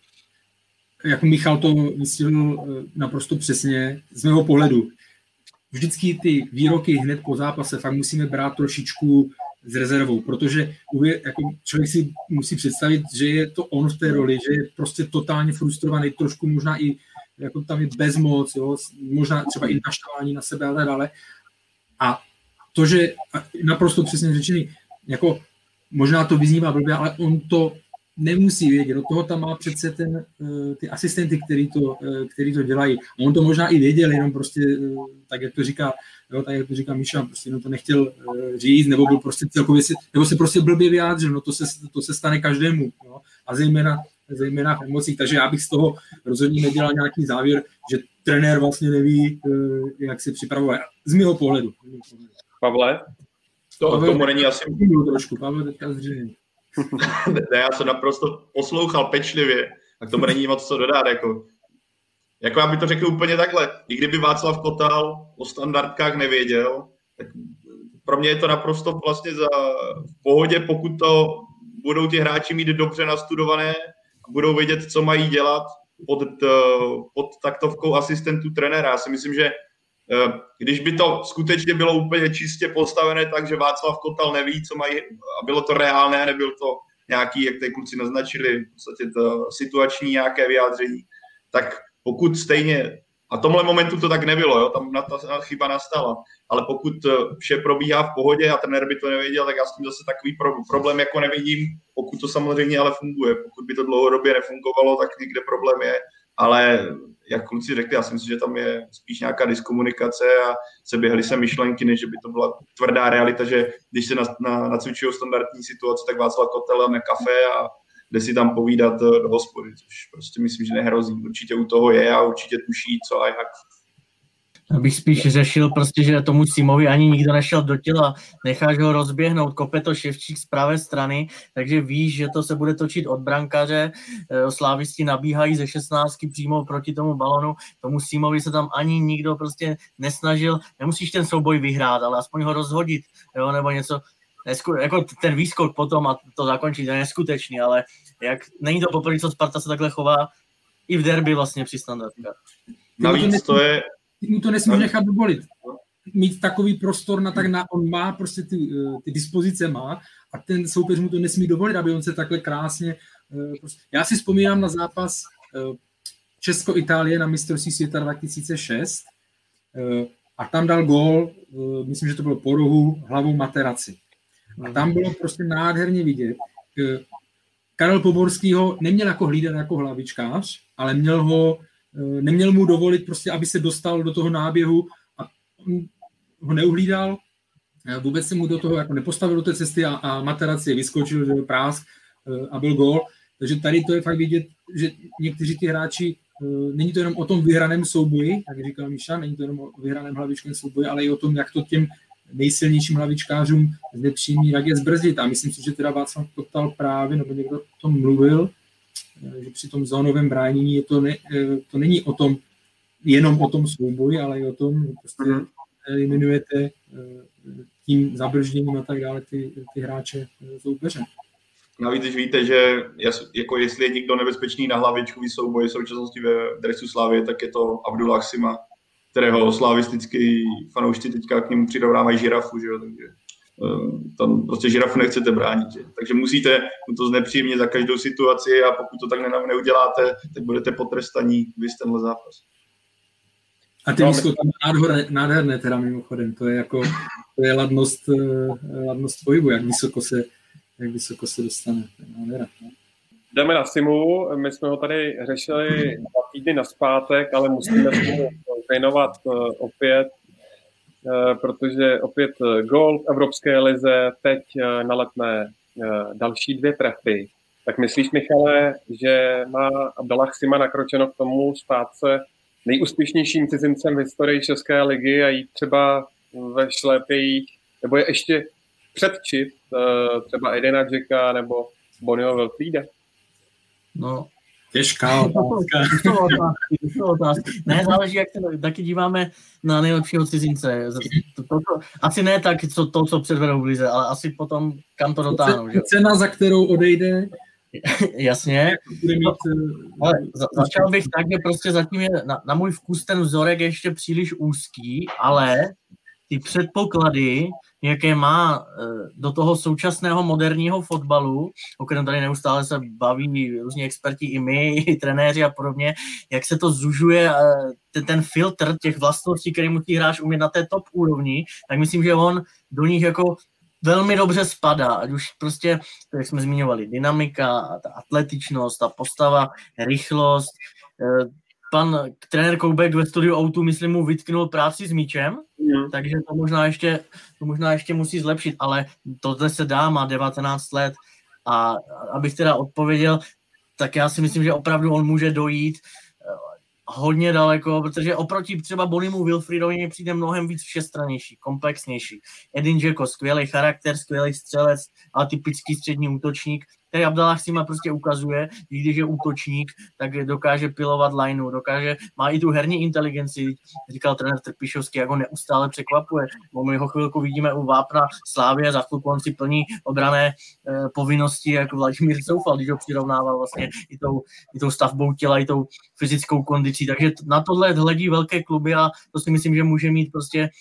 Jako Michal to vystihl naprosto přesně z mého pohledu. Vždycky ty výroky hned po zápase fakt musíme brát trošičku s rezervou, protože jako člověk si musí představit, že je to on v té roli, že je prostě totálně frustrovaný, trošku možná i jako tam je bezmoc, jo, možná třeba i naštvání na sebe a tak dále. A to, že naprosto přesně řečený, jako možná to vyznívá blbě, ale on to nemusí vědět. Do toho tam má přece ty asistenty, který to dělají. A on to možná i věděl, jenom prostě tak, jak to říká, jo, tak, jak to říká Míša, prostě to nechtěl říct, nebo byl prostě celkově nebo se prostě blbě vyjádřil, no to se stane každému, jo, a zejména v emocích, takže já bych z toho rozhodně nedělal nějaký závěr, že trenér vlastně neví, jak se připravuje. Z mého pohledu. Pavle? Tomu není asi... Trošku, Pavle teďka zřejmě. Ne, já jsem naprosto poslouchal pečlivě, a k tomu není moc co dodat. Jako. Jako já bych to řekl úplně takhle. I kdyby Václav Kotal o standardkách nevěděl, tak pro mě je to naprosto vlastně v pohodě, pokud to budou ti hráči mít dobře nastudované a budou vědět, co mají dělat pod taktovkou asistentů trenéra. Já si myslím, že když by to skutečně bylo úplně čistě postavené tak, že Václav Kotal neví, co mají, a bylo to reálné, nebyl to nějaký, jak ty kluci naznačili, v podstatě to situační nějaké vyjádření, tak pokud stejně, a v tomhle momentu to tak nebylo, jo, tam ta chyba nastala, ale pokud vše probíhá v pohodě a trenér by to nevěděl, tak já s tím zase takový problém jako nevidím, pokud to samozřejmě ale funguje. Pokud by to dlouhodobě nefungovalo, tak někde problém je, ale jak kluci řekli, já si myslím, že tam je spíš nějaká diskomunikace a seběhly se myšlenky, než že by to byla tvrdá realita, že když se nacvičují standardní situace, tak Václav Kotel dáme kafe a jde si tam povídat do hospody, což prostě myslím, že nehrozí. Určitě u toho je a určitě tuší, co a jak. Abych spíš řešil prostě, že tomu Simovi ani nikdo nešel do těla, necháš ho rozběhnout, kope to Ševčík z pravé strany, takže víš, že to se bude točit od brankaře, slávisti nabíhají ze 16 přímo proti tomu balonu, tomu Simovi se tam ani nikdo prostě nesnažil, nemusíš ten souboj vyhrát, ale aspoň ho rozhodit, jo, nebo něco, jako ten výskok potom a to zakončit, to je neskutečný, ale jak není to poprvé, co Sparta se takhle chová i v derby vlastně při standardkách. Navíc to je... Mu to nesmí nechat dovolit. Mít takový prostor on má prostě ty dispozice má a ten soupeř mu to nesmí dovolit, aby on se takhle krásně... Já si vzpomínám na zápas Česko-Itálie na mistrovství světa 2006 a tam dal gól, myslím, že to bylo po rohu, hlavou Materazzi. A tam bylo prostě nádherně vidět. Karel Poborský ho neměl jako hlídat jako hlavičkář, ale neměl mu dovolit prostě, aby se dostal do toho náběhu a on ho neuhlídal, vůbec se mu do toho jako nepostavil do té cesty a Materazzi vyskočil, že byl prásk a byl gól. Takže tady to je fakt vidět, že někteří ty hráči, není to jenom o tom vyhraném souboji, jak říkal Míša, není to jenom o vyhraném hlavičkém souboji, ale i o tom, jak to těm nejsilnějším hlavičkářům nepřímý jak je zbrzdit. A myslím si, že teda Václav Kotal právě, nebo někdo o tom mluvil, že při tom zónovém bránění to není jenom o tom souboji, ale i o tom, že prostě eliminujete tím zabržděním a tak dále ty hráče soupeře. Navíc, když víte, že jako jestli je někdo nebezpečný na hlavičkový souboj v současnosti ve dresu Slávie, tak je to Abdullah Sima, kterého slavistický fanoušci teďka k němu přidávají žirafu, že jo, takže tam prostě žirafu nechcete bránit, že? Takže musíte mu to znepříjemnit za každou situaci a pokud to tak neuděláte, tak budete potrestaní vys tenhle zápas. A ty výskok tam nádherné teda mimochodem, to je ladnost pohybu, jak vysoko se dostane. Jdeme na Simu, my jsme ho tady řešili 2 týdny nazpátek, ale musíme se mu věnovat opět, protože opět gól v Evropské lize, teď na Letné další 2 trefy. Tak myslíš, Michale, že má Abdallah Sima nakročeno k tomu stát se nejúspěšnějším cizincem v historii České ligy a jít třeba ve šlépějích, nebo je ještě předčit třeba Edena Džeka nebo Bonio Wilfrieda? No, těžká otázka. Ne, záleží, jak se taky díváme na nejlepšího cizince. Asi ne tak, co předvedou v lize, ale asi potom, kam to dotáhnou. Cena, za kterou odejde. Jasně. Ale začal bych tak, že prostě zatím je na můj vkus ten vzorek ještě příliš úzký, ale ty předpoklady, jaké má do toho současného moderního fotbalu, o kterém tady neustále se baví různí experti i my, i trenéři a podobně, jak se to zužuje, ten filtr těch vlastností, který musí hráč umět na té top úrovni, tak myslím, že on do nich jako velmi dobře spadá, ať už prostě, jak jsme zmiňovali, dynamika, ta atletičnost, ta postava, rychlost. Pan trenér Koubek ve studiu O2, myslím, mu vytknul práci s míčem, takže to možná ještě musí zlepšit, ale tohle se dá, má 19 let a abych teda odpověděl, tak já si myslím, že opravdu on může dojít hodně daleko, protože oproti třeba Bonimu Wilfriedovi mi přijde mnohem víc všestrannější, komplexnější. Edin Dzeko, skvělý charakter, skvělý střelec, atypický střední útočník, který Abdallah Sima prostě ukazuje, i když je útočník, tak dokáže pilovat lineu, má i tu herní inteligenci, říkal trenér Trpišovský, jak ho neustále překvapuje. My ho chvilku vidíme u vápna Slávie, za chvilku on si plní obranné povinnosti, jako Vladimír Coufal, když ho přirovnával vlastně i tou stavbou těla, i tou fyzickou kondicí. Takže na tohle hledí velké kluby a to si myslím, že může mít prostě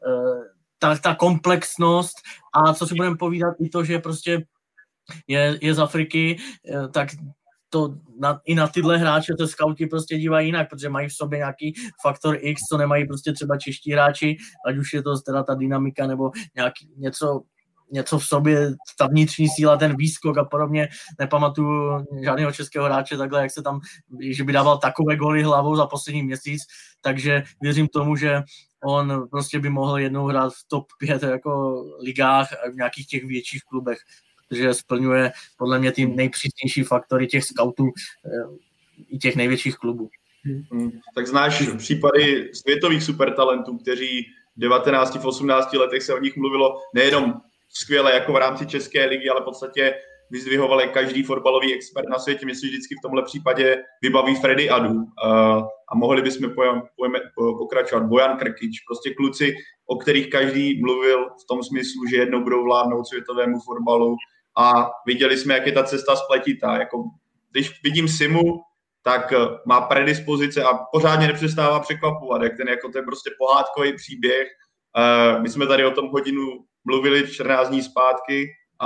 ta komplexnost a co si budeme povídat i to, že prostě je z Afriky, tak to i na tyhle hráče to skauti prostě dívají jinak, protože mají v sobě nějaký faktor X, co nemají prostě třeba čeští hráči, ať už je to teda ta dynamika nebo nějaký něco v sobě, ta vnitřní síla, ten výskok a podobně. Nepamatuju žádného českého hráče takhle, jak se tam, že by dával takové góly hlavou za poslední měsíc, takže věřím tomu, že on prostě by mohl jednou hrát v top 5 jako ligách a v nějakých těch větších klubech, protože splňuje podle mě ty nejpřísnější faktory těch scoutů i těch největších klubů. Tak znáš případy světových supertalentů, kteří v 19, v 18 letech se o nich mluvilo nejenom skvěle jako v rámci České ligy, ale v podstatě vyzdvihoval každý fotbalový expert na světě. Myslím, že vždycky v tomhle případě vybaví Freddy Adu a mohli bychom pokračovat. Bojan Krkič, prostě kluci, o kterých každý mluvil v tom smyslu, že jednou budou vládnout světovému fotbalu a viděli jsme, jak je ta cesta spletitá. Jako, když vidím Simu, tak má predispozice a pořádně nepřestává překvapovat, jak ten je prostě pohádkový příběh. My jsme tady o tom hodinu mluvili 14 dní zpátky,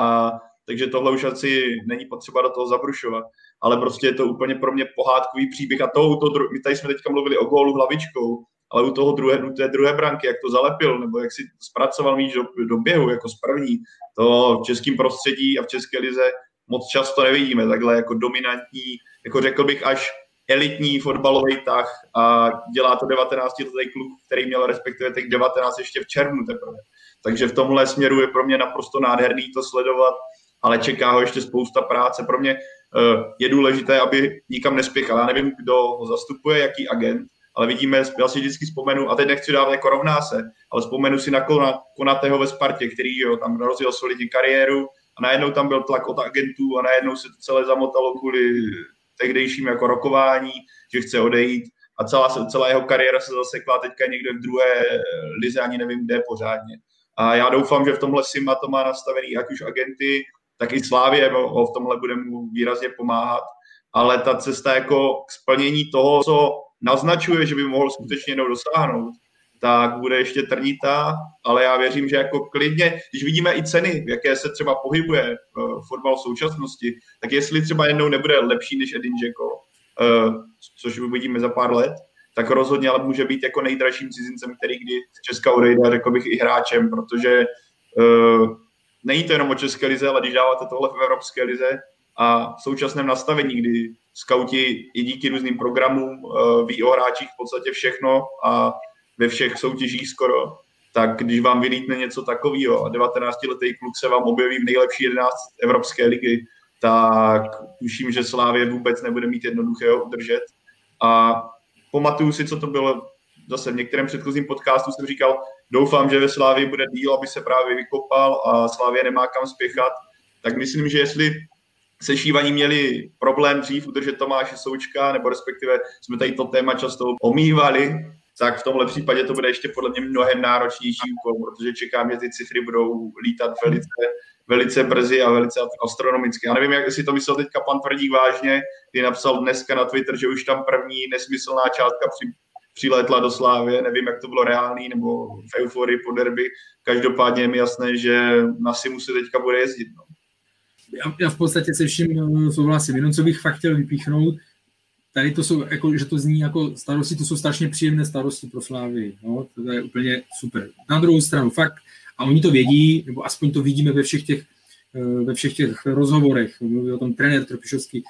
takže tohle už asi není potřeba do toho zabrušovat. Ale prostě je to úplně pro mě pohádkový příběh a my tady jsme teďka mluvili o gólu hlavičkou, ale u té druhé branky, jak to zalepil, nebo jak si zpracoval míč do běhu, jako z první, to v českém prostředí a v české lize moc často nevidíme, takhle jako dominantní, jako řekl bych až elitní fotbalový tah a dělá to 19letý kluk, který měl respektive těch 19 ještě v červnu teprve. Takže v tomhle směru je pro mě naprosto nádherný to sledovat, ale čeká ho ještě spousta práce. Pro mě je důležité, aby nikam nespěchal. Já nevím, kdo ho zastupuje, jaký agent, ale vidíme, já si vždycky vzpomenu, a teď nechci dávat jako rovná se, ale vzpomenu si na Konatého ve Spartě, který tam rozjel solidní kariéru a najednou tam byl tlak od agentů a najednou se to celé zamotalo kvůli tehdejším jako rokování, že chce odejít a celá jeho kariéra se zasekla teďka někde v druhé lize, ani nevím kde pořádně. A já doufám, že v tomhle Sima to má nastavený jak už agenty, tak i Slávě ho v tomhle bude mu výrazně pomáhat, ale ta cesta jako k splnění toho, co naznačuje, že by mohl skutečně jednou dosáhnout, tak bude ještě trnitá, ale já věřím, že jako klidně, když vidíme i ceny, v jaké se třeba pohybuje fotbal v současnosti, tak jestli třeba jednou nebude lepší než Edin Dzeko, což uvidíme za pár let, tak rozhodně ale může být jako nejdražším cizincem, který kdy z Česka odejde, řekl bych i hráčem, protože není to jenom o České lize, ale když dáváte tohle v Evropské lize a v současném nastavení, kdy skauti i díky různým programům ví o hráčích v podstatě všechno a ve všech soutěžích skoro, tak když vám vylítne něco takového a 19letý kluk se vám objeví v nejlepší 11 Evropské ligy, tak tuším, že Slávě vůbec nebude mít jednoduché ho udržet. A pamatuju si, co to bylo zase v některém předchozím podcastu jsem říkal, doufám, že ve Slávii bude díl, aby se právě vykopal a Slávě nemá kam spěchat. Tak myslím, že jestli se Šívaní měli problém dřív udržet Tomáše Součka, nebo respektive jsme tady to téma často omývali, tak v tomhle případě to bude ještě podle mě mnohem náročnější úkol, protože čekám, že ty cifry budou lítat velice brzy a velice astronomicky. Já nevím, jak si to myslel teďka pan Tvrdík vážně, kdy napsal dneska na Twitter, že už tam první nesmyslná částka přilétla do Slávie, nevím, jak to bylo reálný, nebo v euforii po derby. Každopádně je mi jasné, že na Simu se teďka bude jezdit. No. Já v podstatě se vším souhlasím, jenom co bych fakt chtěl vypíchnout, tady to jsou, jako, že to zní jako starosti, to jsou strašně příjemné starosti pro Slávii, no, to je úplně super. Na druhou stranu fakt, a oni to vědí, nebo aspoň to vidíme ve všech těch rozhovorech, mluví o tom trenér Trpišovský,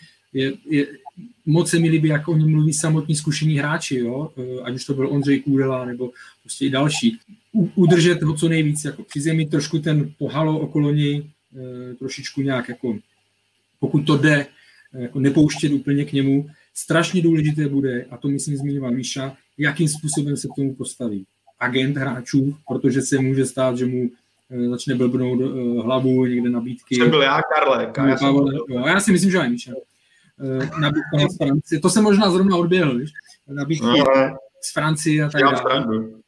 moc se mi líbí, jak o něm mluví samotní zkušení hráči, jo? Ať už to byl Ondřej Kůdela, nebo prostě i další. Udržet ho co nejvíc, jako přizemit trošku to halo okolo něj, trošičku nějak, jako, pokud to jde, jako nepouštět úplně k němu. Strašně důležité bude, a to myslím zmiňoval Míša, jakým způsobem se k tomu postaví agent hráčů, protože se může stát, že mu začne blbnout hlavu někde nabídky. Jsem byl já, Karle. Já si myslím, že aj Míša. Nabídka z Francie. To jsem možná zrovna odběhl, víš? Nabídky z Francie a tak dále.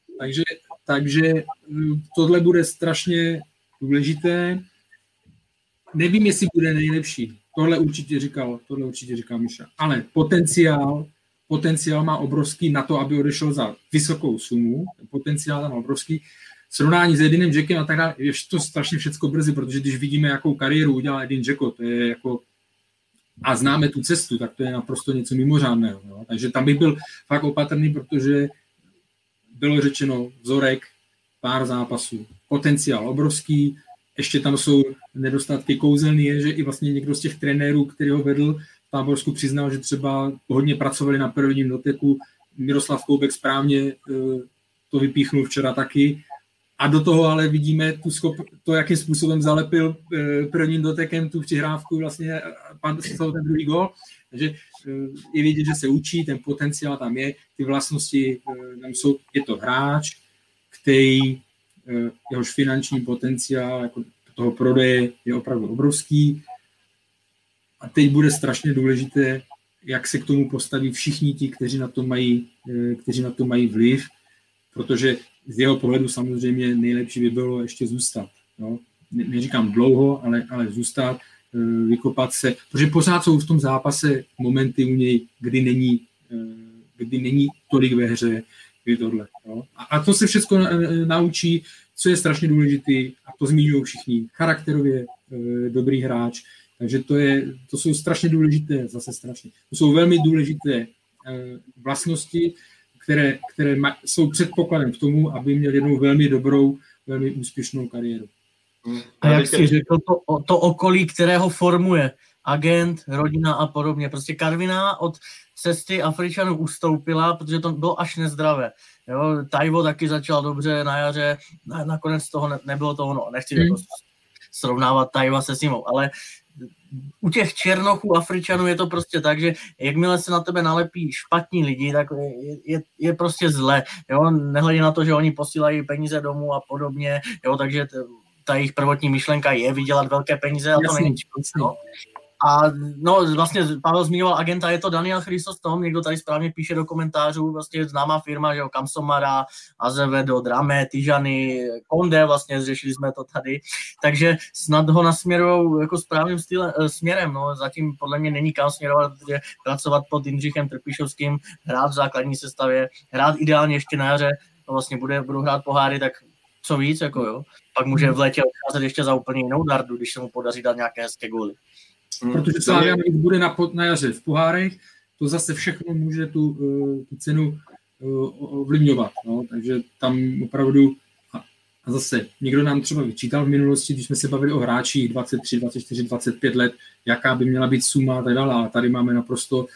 Takže tohle bude strašně důležité. Nevím, jestli bude nejlepší. Tohle určitě říkal Míša. Ale potenciál má obrovský na to, aby odešel za vysokou sumu. Potenciál tam má obrovský. Srovnání s Edinem Džekem a tak dále, je to strašně všecko brzy, protože když vidíme, jakou kariéru udělal Edin Džeko, to je jako a známe tu cestu, tak to je naprosto něco mimořádného. Jo? Takže tam bych byl fakt opatrný, protože bylo řečeno vzorek, pár zápasů, potenciál obrovský, ještě tam jsou nedostatky kouzelný, je, že i vlastně někdo z těch trenérů, který ho vedl v Táborsku, přiznal, že třeba hodně pracovali na prvním doteku, Miroslav Koubek správně to vypíchnul včera taky, a do toho ale vidíme to, jakým způsobem zalepil prvním dotekem tu přihrávku, vlastně pan ten druhý gól. Takže je vidět, že se učí, ten potenciál tam je, ty vlastnosti tam jsou. Je to hráč, který jehož finanční potenciál jako toho prodeje je opravdu obrovský. A teď bude strašně důležité, jak se k tomu postaví všichni ti, kteří na to mají vliv, protože z jeho pohledu samozřejmě nejlepší by bylo ještě zůstat. No? Neříkám dlouho, ale zůstat, vykopat se, protože pořád jsou v tom zápase momenty u něj, kdy není tolik ve hře, je tohle. No? A to se všechno naučí, co je strašně důležité, a to zmiňují všichni, charakterově dobrý hráč, takže to jsou strašně důležité, to jsou velmi důležité vlastnosti, které jsou předpokladem k tomu, aby měl jednou velmi dobrou, velmi úspěšnou kariéru. A jak jsi řekl, to okolí, kterého formuje agent, rodina a podobně. Prostě Karviná od cesty Afričanů ustoupila, protože to bylo až nezdravé. Jo, Taiwo taky začal dobře na jaře, nakonec toho nebylo to ono. Nechci jako srovnávat Taiwa se Simou, ale u těch černochů Afričanů je to prostě tak, že jakmile se na tebe nalepí špatní lidi, tak je prostě zle. Jo? Nehledě na to, že oni posílají peníze domů a podobně, jo? Takže ta jejich prvotní myšlenka je vydělat velké peníze a to není no. A no, vlastně Pavel zmiňoval agenta, je to Daniel Chrysostom, někdo tady správně píše do komentářů, vlastně známá firma, že jo, Kamsomara, Azevedo, Drame, Tijany, Konde, vlastně zřešili jsme to tady, takže snad ho nasměrujou jako správným směrem, no, zatím podle mě není kam směrovat, protože pracovat pod Jindřichem Trpišovským, hrát v základní sestavě, hrát ideálně ještě na jaře, no, vlastně budou hrát poháry, tak co víc, jako jo, pak může v létě odcházet ještě za úplně jinou dardu, když se mu podaří dát nějaké hezké góly. Protože Slavia bude na jaře v pohárech, to zase všechno může tu cenu ovlivňovat. No? Takže tam opravdu, a zase někdo nám třeba vyčítal v minulosti, když jsme se bavili o hráčích 23, 24, 25 let, jaká by měla být suma a tak dále. A tady máme naprosto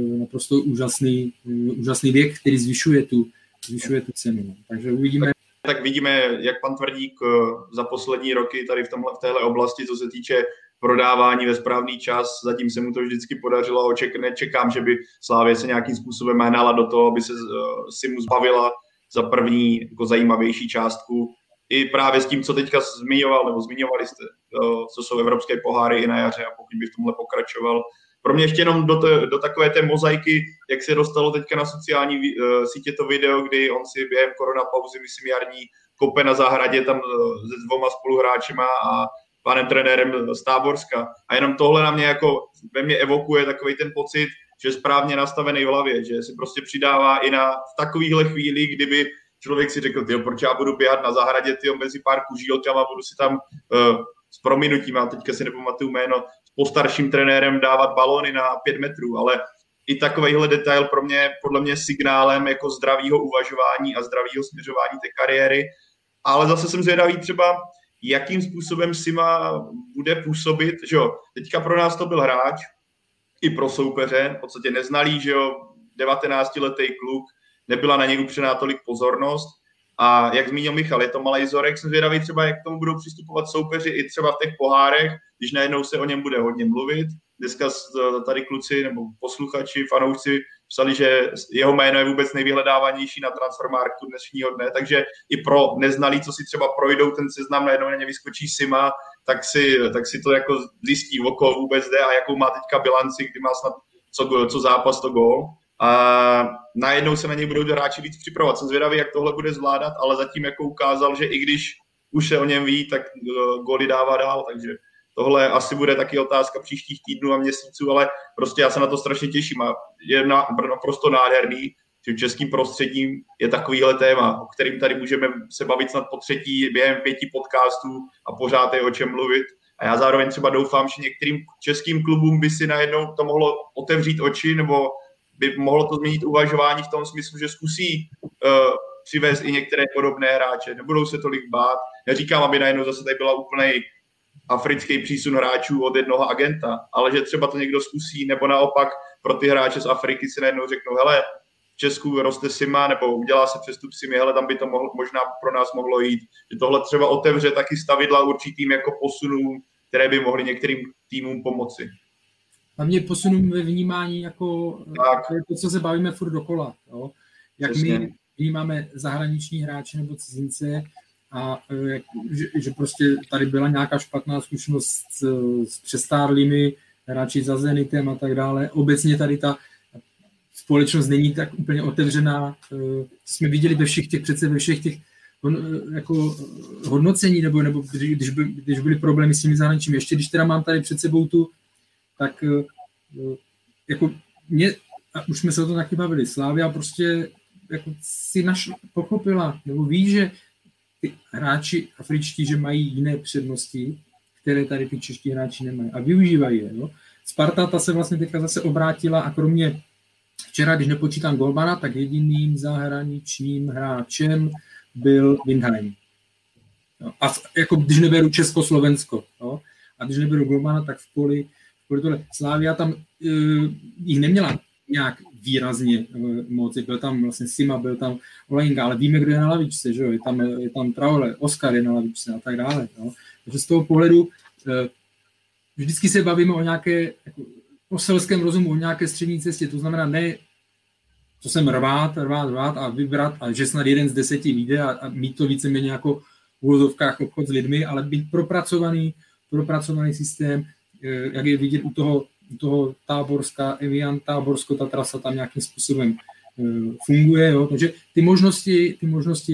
úžasný věk, který zvyšuje tu cenu. Takže uvidíme. Tak vidíme, jak pan Tvrdík za poslední roky tady v téhle oblasti, co se týče prodávání ve správný čas, zatím se mu to vždycky podařilo, nečekám, že by Slavia se nějakým způsobem hnala do toho, aby se si mu zbavila za první jako zajímavější částku. I právě s tím, co teďka zmiňovali jste, co jsou evropské poháry i na jaře, a pokud by v tomhle pokračoval. Pro mě ještě jenom do takové té mozaiky, jak se dostalo teďka na sociální sítě to video, kdy on si během koronapauzy, myslím jarní, kope na zahradě tam se 2 spoluhráčima a panem trenérem z Táborska. A jenom tohle na mě jako ve mně evokuje takový ten pocit, že je správně nastavený v hlavě, že si prostě přidává i na takovýchhle chvíli, kdyby člověk si řekl, proč já budu běhat na zahradě, mezi pár kužílkama, budu si tam s prominutím, a teďka si nepamatuju jméno, s postarším trenérem dávat balóny na 5 metrů, ale i takovýhle detail podle mě signálem jako zdravého uvažování a zdravého směřování té kariéry. Ale zase jsem zvědavý třeba, jakým způsobem Sima bude působit, že jo, teďka pro nás to byl hráč, i pro soupeře, v podstatě neznalý, že jo, 19letý kluk, nebyla na něj upřená tolik pozornost a jak zmínil Michal, je to malej vzorek, jsem zvědavý třeba, jak k tomu budou přistupovat soupeři i třeba v těch pohárech, když najednou se o něm bude hodně mluvit. Dneska tady kluci nebo posluchači, fanoušci psali, že jeho jméno je vůbec nejvyhledávanější na Transfermarktu dnešního dne, takže i pro neznalí, co si třeba projdou ten seznam, najednou na ně vyskočí Sima, tak si to jako zjistí, o koho vůbec jde a jakou má teďka bilanci, kdy má snad co zápas, to gól. A najednou se na něj budou hráči víc připravovat. Jsem zvědavý, jak tohle bude zvládat, ale zatím jako ukázal, že i když už se o něm ví, tak góly dává dál, takže tohle asi bude taky otázka příštích týdnů a měsíců, ale prostě já se na to strašně těším a je naprosto nádherný, že v českým prostředím je takovýhle téma, o kterým tady můžeme se bavit snad po třetí během 5 podcastů a pořád je o čem mluvit. A já zároveň třeba doufám, že některým českým klubům by si najednou to mohlo otevřít oči, nebo by mohlo to změnit uvažování v tom smyslu, že zkusí přivést i některé podobné hráče. Nebudou se tolik bát. Neříkám, aby najednou zase tady byla úplnej africký přísun hráčů od jednoho agenta, ale že třeba to někdo zkusí, nebo naopak pro ty hráče z Afriky si najednou řeknou, hele, v Česku roste Sima, nebo udělá se přestup Simy, hele, tam by to možná pro nás mohlo jít. Že tohle třeba otevře taky stavidla určitým jako posunům, které by mohly některým týmům pomoci. A mě posunům ve vnímání jako to, co se bavíme furt dokola. Jo? Jak přesně. My vnímáme zahraniční hráče nebo cizince a že prostě tady byla nějaká špatná zkušenost s přestárlými hráči za Zenitem a tak dále. Obecně tady ta společnost není tak úplně otevřená. Jsme viděli ve všech těch jako hodnocení, nebo když byly problémy s těmi zahraničními. Ještě když teda mám tady před sebou tak jako mě, a už jsme se o tom taky bavili, Slavia prostě jako si pochopila, nebo ví, že ty hráči afričtí, že mají jiné přednosti, které tady ty čeští hráči nemají a využívají je. Jo? Sparta ta se vlastně teďka zase obrátila a kromě včera, když nepočítám Golmana, tak jediným zahraničním hráčem byl Windheim. Jo? A jako když neberu Československo, jo? A když neberu Golmana, tak v poli tohle. Slavia tam jich neměla nějak výrazně moc. Byl tam vlastně Sima, byl tam Olejnka, ale víme, kdo je na lavičce, že jo? Je tam Traore, Oscar je na lavičce a tak dále. Jo? Takže z toho pohledu vždycky se bavíme o nějaké, jako, o selském rozumu, o nějaké střední cestě. To znamená ne, to jsem rvát a vybrat a že snad 1 z 10 vyjde a mít to víceméně jako v úvozovkách obchod s lidmi, ale být propracovaný systém, jak je vidět u toho Táborska, Evian Táborsko, ta trasa tam nějakým způsobem funguje, jo? Takže ty možnosti,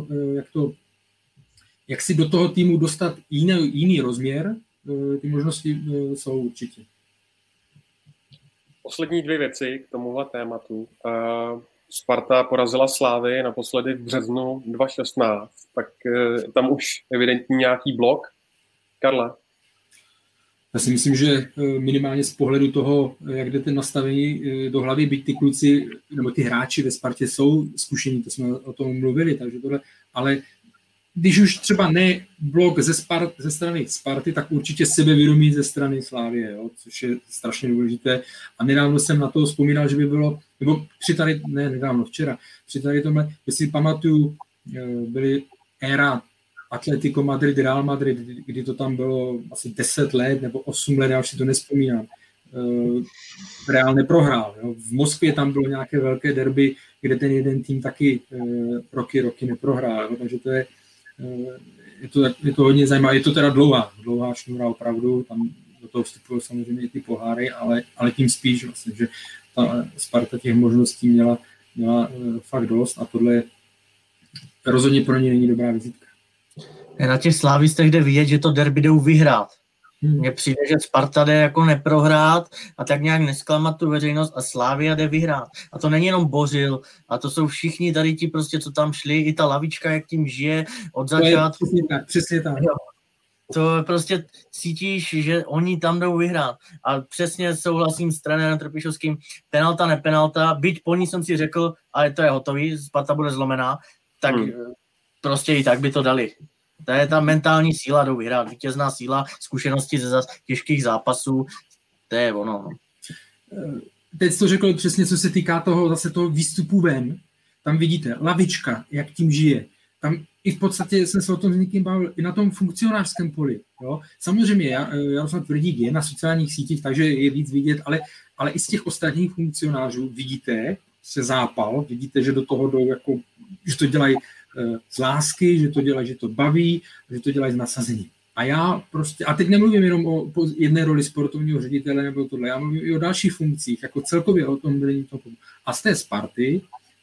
jak si do toho týmu dostat jiný rozměr, ty možnosti jsou určitě. Poslední 2 věci k tomuhle tématu. Sparta porazila Slávy naposledy v březnu 2016, tak tam už evidentní nějaký blok. Karle? Já si myslím, že minimálně z pohledu toho, jak jdete nastavení do hlavy, byť ty kluci nebo ty hráči ve Spartě jsou zkušení, to jsme o tom mluvili, takže tohle, ale když už třeba ne blok ze strany Sparty, tak určitě sebevědomí ze strany Slávie, jo, což je strašně důležité. A nedávno jsem na to vzpomínal, že by bylo, nebo včera, při tady tomhle, jestli pamatuju, byly éra Atletico Madrid, Real Madrid, kdy to tam bylo asi 10 let nebo 8 let, já už si to nespomínám. Real neprohrál. Jo. V Moskvě tam bylo nějaké velké derby, kde ten jeden tým taky roky neprohrál. Jo. Takže to je to hodně zajímavé. Je to teda dlouhá šňůra opravdu, tam do toho vstupují samozřejmě i ty poháry, ale tím spíš vlastně, že ta Sparta těch možností měla fakt dost a tohle rozhodně pro ně není dobrá vizitka. Na těch slávistech jde vidět, že to derby jdou vyhrát. Mně přijde, že Sparta jde jako neprohrát a tak nějak nesklamat tu veřejnost a Slavia jde vyhrát. A to není jenom Bořil, a to jsou všichni tady ti prostě, co tam šli, i ta lavička, jak tím žije od začátku. Přesně tak. To prostě cítíš, že oni tam jdou vyhrát. A přesně souhlasím s trenérem Trpišovským, penalta, nepenalta, byť po ní jsem si řekl, ale to je hotový, Sparta bude zlomená, tak prostě i tak by to dali. To je ta mentální síla, jdou vyhrát, vítězná síla, zkušenosti ze těžkých zápasů, to je ono. Teď to řekl přesně, co se týká toho výstupu ven, tam vidíte, lavička, jak tím žije, tam i v podstatě jsem se o tom s někým bavil, i na tom funkcionářském poli. Jo? Samozřejmě, Jaroslav Tvrdík je na sociálních sítích, takže je víc vidět, ale ale i z těch ostatních funkcionářů vidíte se zápal, vidíte, že do toho jdou jako, že to dělají z lásky, že to dělají, že to baví, že to dělají z nasazení. A já prostě, a teď nemluvím jenom o jedné roli sportovního ředitele nebo tohle, já mluvím i o dalších funkcích, jako celkově o tom vedení toho. A z té Sparty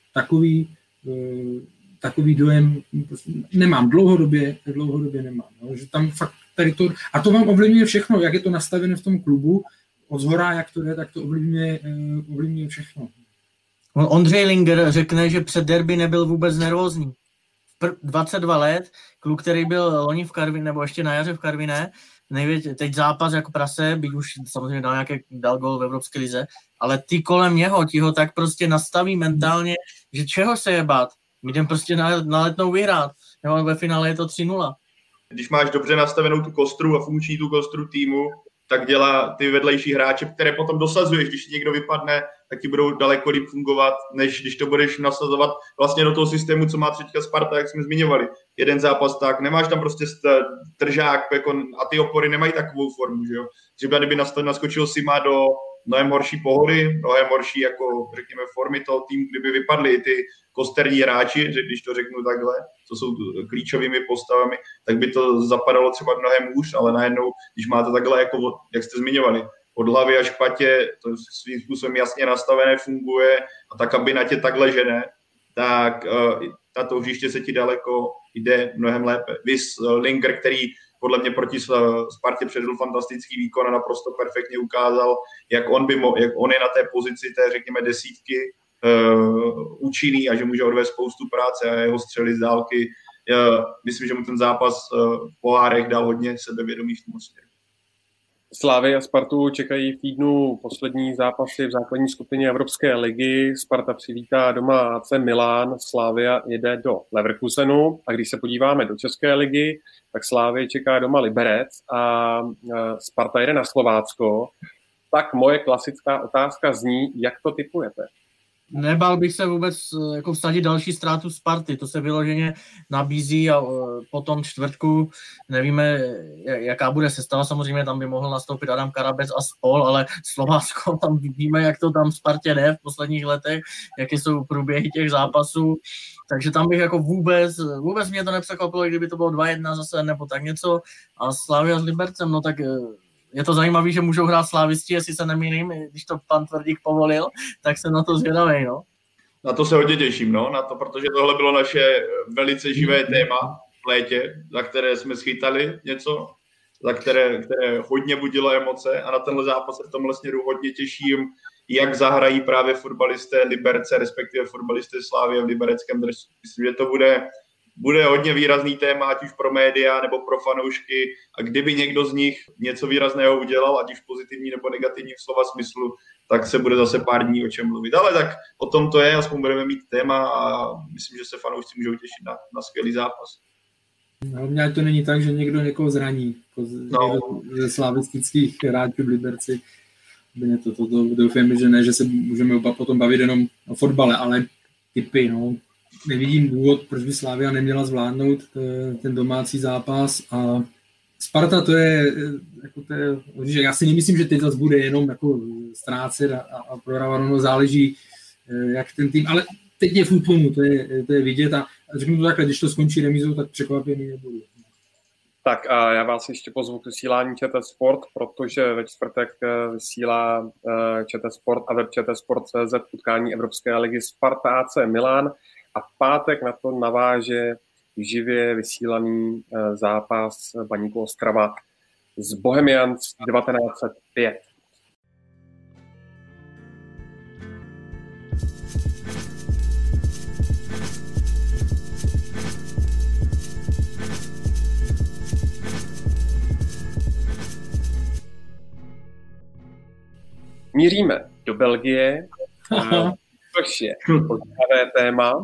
takový dojem prostě nemám, dlouhodobě nemám. No, že tam fakt tady to, a to vám ovlivňuje všechno, jak je to nastavené v tom klubu, odzhora, jak to je, tak to ovlivňuje všechno. Ondřej Linger řekne, že před derby nebyl vůbec nervózní. 22 let, kluk, který byl loni v Karviné, nebo ještě na jaře v Karviné, teď zápas jako prase, byť už samozřejmě dal gól v Evropské lize, ale ty kolem něho, ti ho tak prostě nastaví mentálně, že čeho se je bát? Jdem prostě na Letnou vyhrát, nebo ve finále je to 3-0. Když máš dobře nastavenou tu kostru a funkční tu kostru týmu, tak dělá ty vedlejší hráče, které potom dosazuješ. Když někdo vypadne, tak ti budou daleko líp fungovat, než když to budeš nasazovat vlastně do toho systému, co má teďka Sparta, jak jsme zmiňovali. Jeden zápas tak, nemáš tam prostě tržák jako, a ty opory nemají takovou formu, že jo. Třeba kdyby naskočil Sima do mnohem horší pohody, mnohem horší jako, řekněme, formy toho týmu, kdyby vypadly ty kosterní hráči, když to řeknu takhle, co jsou klíčovými postavami, tak by to zapadalo třeba mnohem hůř, ale najednou, když máte takhle, jako, jak jste zmiňovali, od hlavy až k patě, to svým způsobem jasně nastavené, funguje a ta kabina tě takhle žene, tak na to hřiště se ti daleko jde mnohem lépe. Vys Linger, který podle mě proti Spartě předvedl fantastický výkon a naprosto perfektně ukázal, jak on je na té pozici té, řekněme, desítky účinný a že může odvést spoustu práce a jeho střely z dálky. Myslím, že mu ten zápas v pohárech dal hodně sebevědomí v tom směru. Slávy a Spartu čekají v týdnu poslední zápasy v základní skupině Evropské ligy. Sparta přivítá doma AC Milan, Slavia jede do Leverkusenu a když se podíváme do České ligy, tak Slavii čeká doma Liberec a Sparta jede na Slovácko. Tak moje klasická otázka zní, jak to tipujete? Nebál bych se vůbec jako vsadit další ztrátu Sparty, to se vyloženě nabízí a potom čtvrtku nevíme, jaká bude sestava, samozřejmě tam by mohl nastoupit Adam Karabec a spol, ale Slovácko, tam víme, jak to tam Spartě jde v posledních letech, jaké jsou průběhy těch zápasů, takže tam bych jako vůbec mě to nepřekvapilo, kdyby to bylo 2-1 zase nebo tak něco a Slavia s Libercem, no tak je to zajímavé, že můžou hrát slávisti, jestli se nemýlím, když to pan Tvrdík povolil, tak jsem na to zvědavej, no. Na to se hodně těším, no, na to, protože tohle bylo naše velice živé téma v létě, za které jsme schytali něco, za které hodně budilo emoce a na tenhle zápas se v tomhle směru hodně těším, jak zahrají právě fotbalisté Liberce, respektive fotbalisté Slavie v libereckém dresu. Myslím, že to bude hodně výrazný téma, ať už pro média nebo pro fanoušky a kdyby někdo z nich něco výrazného udělal, ať už pozitivní nebo negativní v slova smyslu, tak se bude zase pár dní o čem mluvit. Ale tak o tom to je, aspoň budeme mít téma a myslím, že se fanoušci můžou těšit na skvělý zápas. No, mě to není tak, že někdo někoho zraní, ze slavistických hráčů v Liberci. To doufám, že ne, že se můžeme oba potom bavit jenom o fotbale, ale typy, no. Nevidím důvod, proč by Slavia neměla zvládnout ten domácí zápas a Sparta to je já si nemyslím, že teď zase bude jenom jako ztrácet a prohrávat, ono záleží, jak ten tým, ale teď je furt tomu, to je vidět a řeknu to takhle, když to skončí remízou, tak překvapený nebudu. Tak a já vás ještě pozvu k vysílání ČT Sport, protože ve čtvrtek vysílá ČT Sport a web čtsport.cz utkání Evropské ligy Sparta AC Milan a v pátek na to naváže živě vysílaný zápas Baníku Ostrava z Bohemians 1905. Míříme do Belgie, což je zajímavé téma.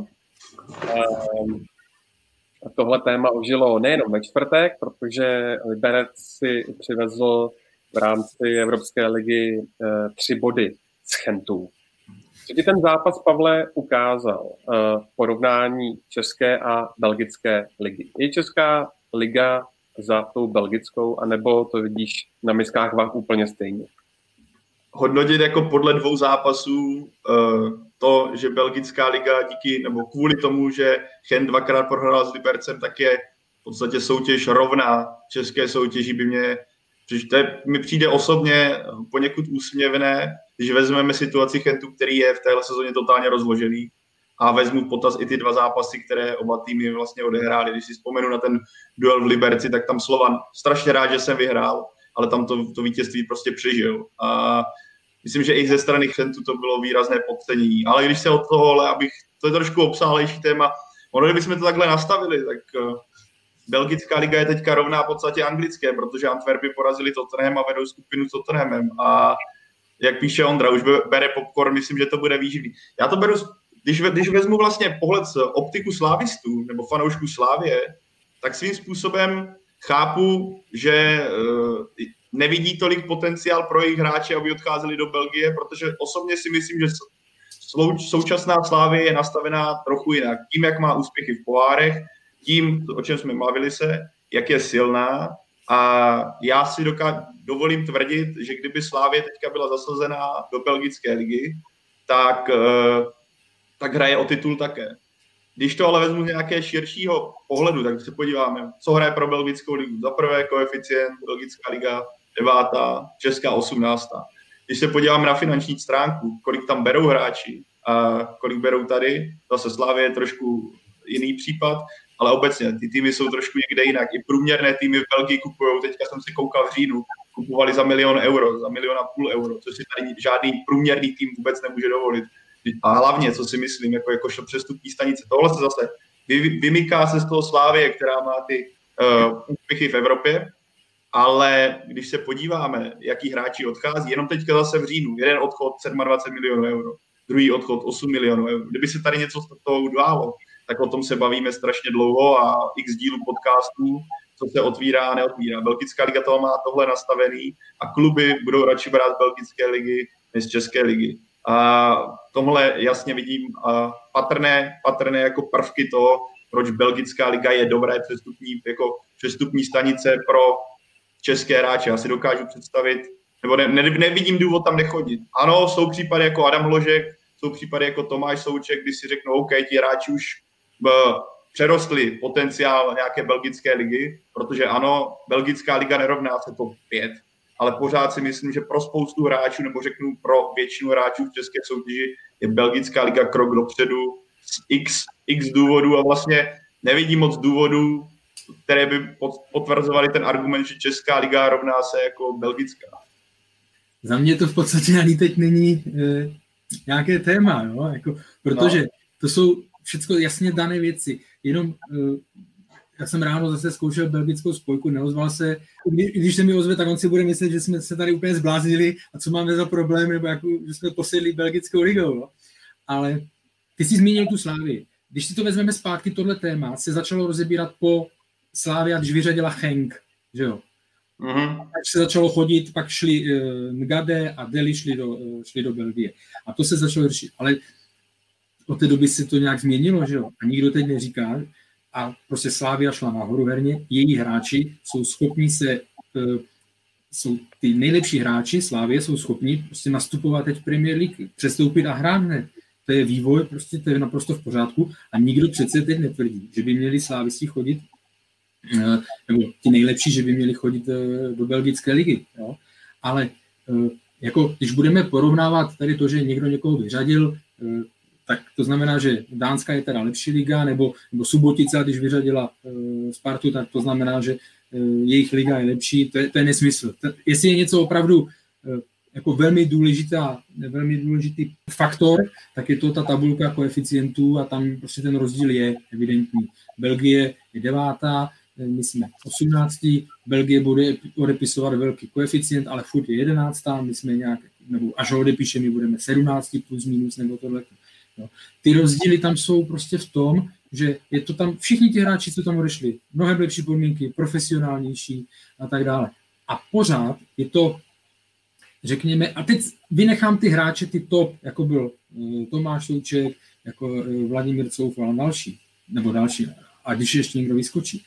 Tohle téma ožilo nejenom ve čtvrtek, protože Liberec si přivezl v rámci Evropské ligy 3 body z Chentů. Co ti ten zápas, Pavle, ukázal v porovnání české a belgické ligy? Je česká liga za tou belgickou, anebo to vidíš na miskách vah úplně stejně? hodnotit jako podle 2 zápasů to, že belgická liga díky, nebo kvůli tomu, že Gent 2krát prohrál s Libercem, tak je v podstatě soutěž rovná české soutěži, mi přijde osobně poněkud úsměvné, když vezmeme situaci Gentu, který je v téhle sezóně totálně rozložený, a vezmu v potaz i ty 2 zápasy, které oba týmy vlastně odehrály. Když si vzpomenu na ten duel v Liberci, tak tam Slovan strašně rád, že jsem vyhrál, ale tam to vítězství prostě přežil. A myslím, že i ze strany Gentu to bylo výrazné podcenění. Ale když se od tohohle, to je trošku obsáhlejší téma, kdybychom to takhle nastavili, tak belgická liga je teďka rovná v podstatě anglické, protože Antwerpy porazili Tottenham a vedou skupinu s Tottenhamem. A jak píše Ondra, už bere popcorn, myslím, že to bude výživný. Já to beru, když vezmu vlastně pohled z optiku slávistů nebo fanoušků Slávie, tak svým způsobem chápu, že nevidí tolik potenciál pro jejich hráče, aby odcházeli do Belgie, protože osobně si myslím, že současná Slávie je nastavená trochu jinak. Tím, jak má úspěchy v pohárech, tím, o čem jsme bavili se, jak je silná, a já si dovolím tvrdit, že kdyby Slávie teďka byla zasazená do belgické ligy, tak hraje o titul také. Když to ale vezmu z nějakého širšího pohledu, tak se podíváme, co hraje pro belgickou ligu. Za prvé koeficient, belgická liga 9., česká 18. Když se podíváme na finanční stránku, kolik tam berou hráči a kolik berou tady, zase Slavie je trošku jiný případ, ale obecně ty týmy jsou trošku někde jinak. I průměrné týmy v Belgii kupují, teďka jsem si koukal v říjnu, kupovali za 1 000 000 euro, za 1,5 milionu euro, což si tady žádný průměrný tým vůbec nemůže dovolit. A hlavně, co si myslím, jako přestupní stanice, tohle se zase vymyká se z toho Slávie, která má ty úspěchy v Evropě, ale když se podíváme, jaký hráči odchází, jenom teďka zase v říjnu, jeden odchod 27 milionů euro, druhý odchod 8 milionů euro. Kdyby se tady něco z toho událo, tak o tom se bavíme strašně dlouho a x dílů podcastů, co se otvírá a neotvírá. Belgická liga toho má tohle nastavený a kluby budou radši brát z belgické ligy než z české ligy. A tomhle jasně vidím patrné jako prvky toho, proč belgická liga je dobré přestupní stanice pro české hráče. Já si dokážu představit, nebo nevidím důvod tam nechodit. Ano, jsou případy jako Adam Hložek, jsou případy jako Tomáš Souček, kdy si řeknou, OK, ti hráči už přerostli potenciál nějaké belgické ligy, protože ano, belgická liga nerovná se top 5, ale pořád si myslím, že pro spoustu hráčů, nebo řeknu pro většinu hráčů v české soutěži, je belgická liga krok dopředu z x důvodů a vlastně nevidím moc důvodů, které by potvrzovaly ten argument, že česká liga rovná se jako belgická. Za mě to v podstatě ani teď není nějaké téma, no? Protože to jsou všechno jasně dané věci. Jenom já jsem ráno zase zkoušel belgickou spojku, neozval se. Když se mi ozve, tak on si bude myslet, že jsme se tady úplně zbláznili a co máme za problém, nebo že jsme posedli belgickou ligou. No? Ale ty jsi zmínil tu Slávii. Když si to vezmeme zpátky, tohle téma se začalo rozebírat po Slavia, když vyřadila Genk, že jo? Mm-hmm. Tak se začalo chodit, pak šli Ngade a Deli šli do Belgie. A to se začalo řešit. Ale od té doby se to nějak změnilo, že jo? A nikdo teď neříká, a prostě Slavia šla nahoru herně, její hráči jsou schopni jsou ty nejlepší hráči Slavie jsou schopni prostě nastupovat teď v Premier League, přestoupit a hrát hned. To je vývoj, prostě to je naprosto v pořádku a nikdo přece teď netvrdí, že by měli slávisti chodit, nebo ti nejlepší, že by měli chodit do belgické ligy. Jo? Ale jako, když budeme porovnávat tady to, že někdo někoho vyřadil, tak to znamená, že Dánska je teda lepší liga, nebo Subotica, když vyřadila Spartu, tak to znamená, že jejich liga je lepší. To je nesmysl. Jestli je něco opravdu jako velmi důležitý faktor, tak je to ta tabulka koeficientů a tam prostě ten rozdíl je evidentní. Belgie je 9., my jsme 18. Belgie bude odepisovat velký koeficient, ale furt je 11. My jsme nějak, nebo až ho odepíše, my budeme 17 plus minus, nebo tohle. No. Ty rozdíly tam jsou prostě v tom, že je to tam, všichni ti hráči, co tam odešli, mnohem lepší podmínky, profesionálnější a tak dále. A pořád je to, řekněme, a teď vynechám ty hráče, ty top, jako byl Tomáš Souček, jako Vladimír Coufal a další, a když ještě někdo vyskočí.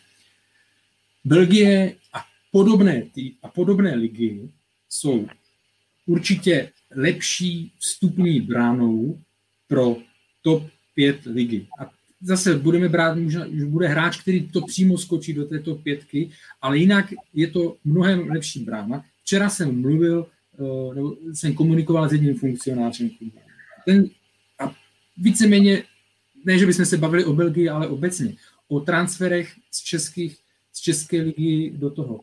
Belgie a podobné ligy jsou určitě lepší vstupní bránou pro top 5 ligy. A zase budeme brát, možná, že bude hráč, který to přímo skočí do této 5, ale jinak je to mnohem lepší brána. Včera jsem mluvil, nebo jsem komunikoval s jedním funkcionářem. A víceméně, ne, že bychom se bavili o Belgii, ale obecně, o transferech z české ligy do toho.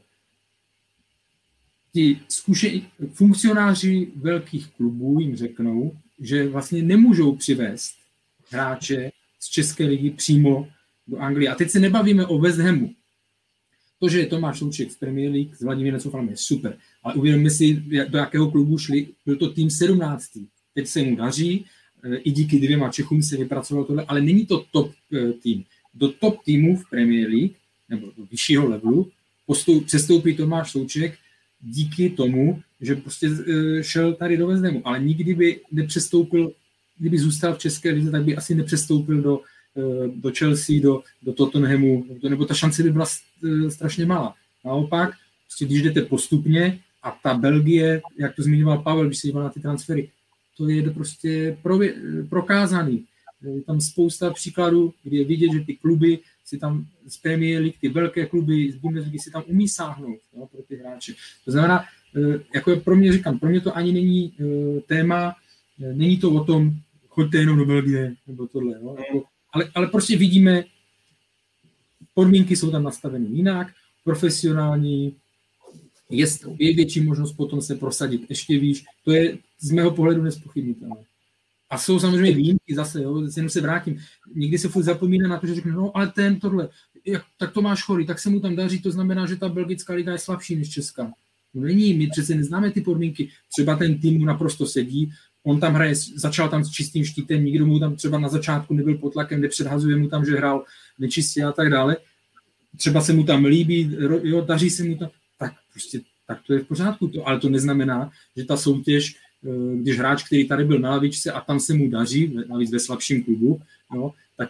Ti funkcionáři velkých klubů jim řeknou, že vlastně nemůžou přivést hráče z české ligy přímo do Anglie. A teď se nebavíme o West Hamu. To, že Tomáš Souček z Premier League s Vladimírem Soufalem je super, ale uvědomme si, do jakého klubu šli. Byl to tým 17. Teď se mu daří, i díky 2 Čechům se vypracoval tohle, ale není to top tým. Do top týmů v Premier League, nebo do vyššího levelu, přestoupí Tomáš Souček díky tomu, že prostě šel tady do West Hamu, ale nikdy by nepřestoupil, kdyby zůstal v české lize, tak by asi nepřestoupil do Chelsea, do Tottenhamu, nebo ta šance by byla strašně malá. Naopak, prostě, když jdete postupně a ta Belgie, jak to zmiňoval Pavel, když se díval na ty transfery, to je prostě prokázaný. Je tam spousta příkladů, kdy je vidět, že ty kluby si tam z Premier League, ty velké kluby z Bundesligy si tam umí sáhnout, no, pro ty hráče. To znamená, jako pro mě to ani není téma, není to o tom, choďte jenom do Belgie, nebo tohle, no, jako, ale prostě vidíme, podmínky jsou tam nastaveny jinak, profesionální, je větší možnost potom se prosadit ještě výš, to je z mého pohledu nezpochybnitelné. A jsou samozřejmě výjimky zase, jenom se vrátím. Někdy se furt zapomíná na to, že řekne, no ale tohle, tak to máš chorý, tak se mu tam daří, to znamená, že ta belgická liga je slabší než česká. No není, my přece neznáme ty podmínky. Třeba ten tým mu naprosto sedí, on tam hraje, začal tam s čistým štítem, nikdo mu tam třeba na začátku nebyl pod tlakem, nepředhazuje mu tam, že hrál nečistě a tak dále. Třeba se mu tam líbí, daří se mu tam, tak prostě tak to je v pořádku. Ale to neznamená, že ta soutěž, když hráč, který tady byl na lavičce a tam se mu daří, navíc ve slabším klubu, jo, tak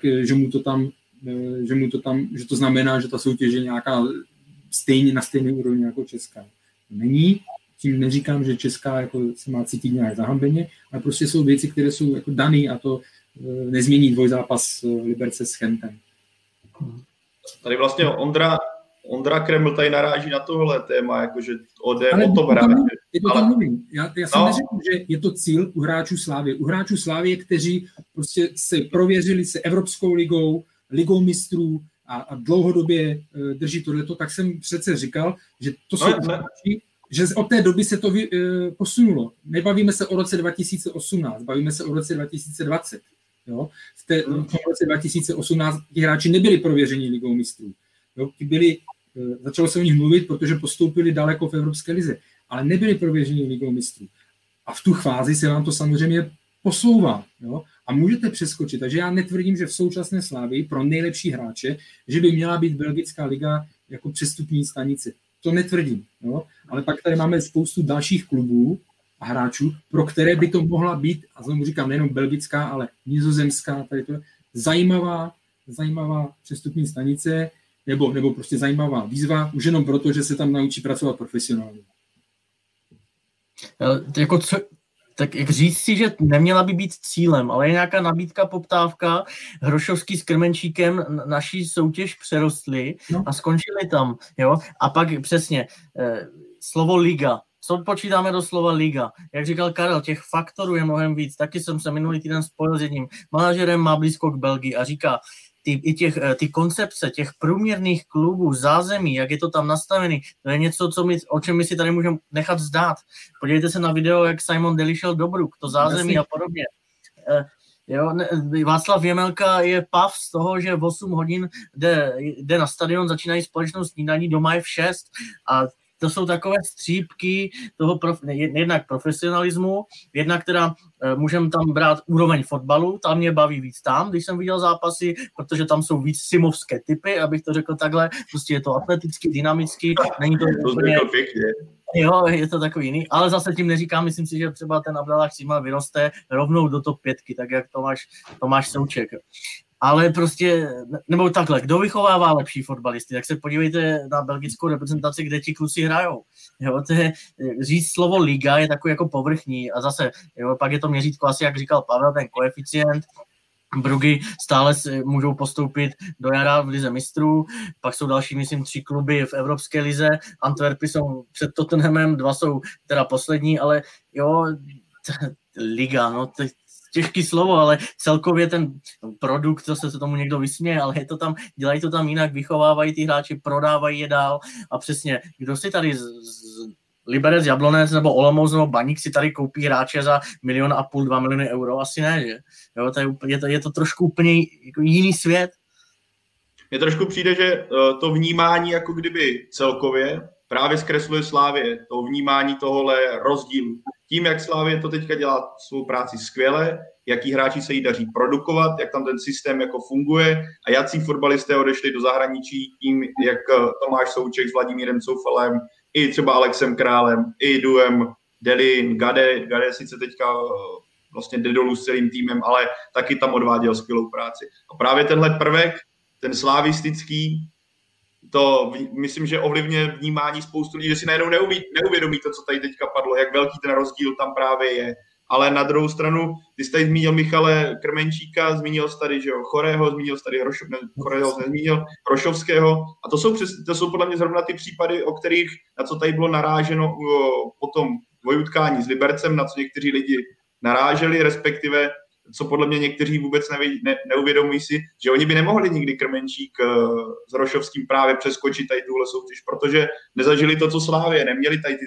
že to znamená, že ta soutěž je nějaká na stejné úrovni jako česká. Není, tím neříkám, že česká jako se má cítit nějak zahambeně, ale prostě jsou věci, které jsou jako daný a to nezmění dvojzápas Liberce s Chentem. Tady vlastně Ondra Kreml tady naráží na tohle téma, jakože jde o to hráče. To tam mluvím. Já jsem neřekl, že je to cíl u hráčů Slavie. U hráčů Slavie, kteří prostě se prověřili se Evropskou ligou, ligou mistrů a dlouhodobě drží tohleto, tak jsem přece říkal, že to jsou hráči, že od té doby se to posunulo. Nebavíme se o roce 2018, bavíme se o roce 2020. Jo? V roce 2018 ti hráči nebyli prověřeni ligou mistrů. Jo? Začalo se o nich mluvit, protože postoupili daleko v Evropské lize, ale nebyli prověřeni ligou mistrů. A v tu fázi se vám to samozřejmě posouvá. Jo? A můžete přeskočit. Takže já netvrdím, že v současné Slavii pro nejlepší hráče, že by měla být belgická liga jako přestupní stanice. To netvrdím. Jo? Ale pak tady máme spoustu dalších klubů a hráčů, pro které by to mohla být, a znovu říkám, nejenom belgická, ale nizozemská, tady to je zajímavá přestupní stanice, nebo prostě zajímavá výzva, už jenom proto, že se tam naučí pracovat profesionálně. Tak jak říct si, že neměla by být cílem, ale je nějaká nabídka, poptávka, Hrošovský s Krmenčíkem naší soutěž přerostli a skončili tam. Jo? A pak přesně slovo liga. Co počítáme do slova liga? Jak říkal Karel, těch faktorů je mnohem víc. Taky jsem se minulý týden spojil s jedním manažerem, má blízko k Belgii a říká, ty koncepce těch průměrných klubů, zázemí, jak je to tam nastavený, to je něco, o čem my si tady můžeme nechat zdát. Podívejte se na video, jak Simon Daly šel do Bruk, to zázemí a podobně. Václav Jemelka je pav z toho, že v 8 hodin jde na stadion, začínají společnou snídaní, doma je v 6 a to jsou takové střípky toho jednak profesionalismu, jednak teda můžeme tam brát úroveň fotbalu, tam mě baví víc tam, když jsem viděl zápasy, protože tam jsou víc simovské typy, abych to řekl takhle, prostě je to atleticky, dynamicky, není to úplně... Jo, je to takový jiný, ale zase tím neříkám, myslím si, že třeba ten Abdallah Sima vyroste rovnou do top 5, tak jak Tomáš Souček. ale prostě, nebo takhle, kdo vychovává lepší fotbalisty, tak se podívejte na belgickou reprezentaci, kde ti kluci hrajou. Jo, to je, říct slovo liga je takový jako povrchní a zase, jo, pak je to měřítko asi, jak říkal Pavel, ten koeficient. Brugy stále můžou postoupit do jara v lize mistrů, pak jsou další, myslím, 3 kluby v evropské lize, Antwerpy jsou před Tottenhamem, 2 jsou teda poslední, ale jo, liga, no to je těžký slovo, ale celkově ten produkt, zase se tomu někdo vysměje, ale je to tam, dělají to tam jinak, vychovávají ty hráči, prodávají je dál a přesně, kdo si tady Liberec, Jablonec nebo Olomouc nebo Baník si tady koupí hráče za 1,5 milionu, 2 miliony euro, asi ne, že? Jo, je to trošku úplně jako jiný svět. Mně trošku přijde, že to vnímání jako kdyby celkově právě zkresluje Slavie, to vnímání tohohle rozdílu. Tím, jak Slavie to teďka dělá svou práci skvěle, jaký hráči se jí daří produkovat, jak tam ten systém jako funguje a jací fotbalisté odešli do zahraničí tím, jak Tomáš Souček s Vladimírem Coufalem, i třeba Alexem Králem, i Duem, Delin, Gade sice teďka vlastně jde dolů s celým týmem, ale taky tam odváděl skvělou práci. A právě tenhle prvek, ten slavistický, to myslím, že ovlivňuje vnímání spoustu lidí, že si najednou neuvědomí to, co tady teďka padlo, jak velký ten rozdíl tam právě je. Ale na druhou stranu, ty jsi tady zmínil Michale Krmenčíka, zmínil jsi tady, že jo, Chorého, zmínil jsi tady Chorého, nezmínil Hrošovského. A to jsou podle mě zrovna ty případy, o kterých, na co tady bylo naráženo po tom dvojutkání s Libercem, na co někteří lidi naráželi, respektive co podle mě někteří vůbec neuvědomují si, že oni by nemohli nikdy Krmenčík s Hrošovským právě přeskočit tady tuhle soutěž, protože nezažili to, co Slavie, neměli tady ty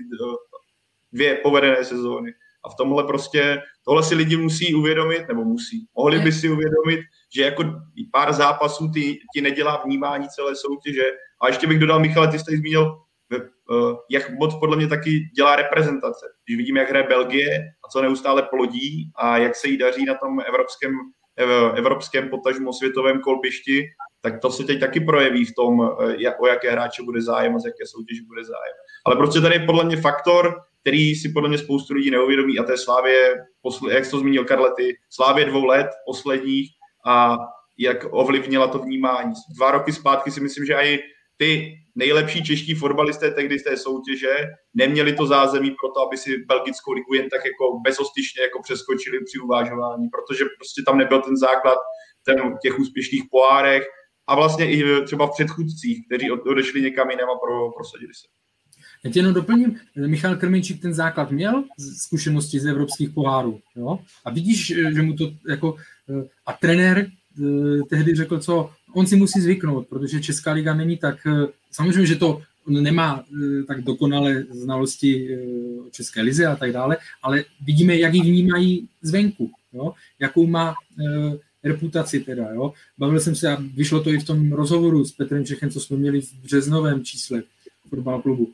2 povedené sezóny. A v tomhle prostě, tohle si lidi musí uvědomit, nebo mohli by si uvědomit, že jako pár zápasů ti nedělá vnímání celé soutěže. A ještě bych dodal, Michale, ty jsi tady zmínil, jak moc podle mě taky dělá reprezentace. Když vidíme, jak hraje Belgie a co neustále plodí a jak se jí daří na tom evropském potažmo světovém kolbišti, tak to se teď taky projeví v tom, o jaké hráče bude zájem a z jaké soutěže bude zájem. Ale prostě tady je podle mě faktor, který si podle mě spoustu lidí neuvědomí a to je Slavie, jak jsi to zmínil Karlety, Slavie 2 let posledních a jak ovlivnila to vnímání. 2 roky zpátky si myslím, že i ty nejlepší čeští fotbalisté tehdy z té soutěže neměli to zázemí pro to, aby si belgickou ligu jen tak jako bezostyšně jako přeskočili při uvážování, protože prostě tam nebyl ten základ těch úspěšných pohárech a vlastně i třeba v předchůdcích, kteří odešli někam jinam a prosadili se. Já tě jenom doplním, Michal Krmenčík ten základ měl zkušenosti z evropských pohárů, jo? A vidíš, že mu to jako a trenér tehdy řekl, co on si musí zvyknout, protože Česká liga není tak, samozřejmě, že to nemá tak dokonalé znalosti o České lize a tak dále, ale vidíme, jak ji vnímají zvenku, jo? Jakou má reputaci teda, jo? Bavil jsem se a vyšlo to i v tom rozhovoru s Petrem Čechem, co jsme měli v březnovém čísle fotbal klubu.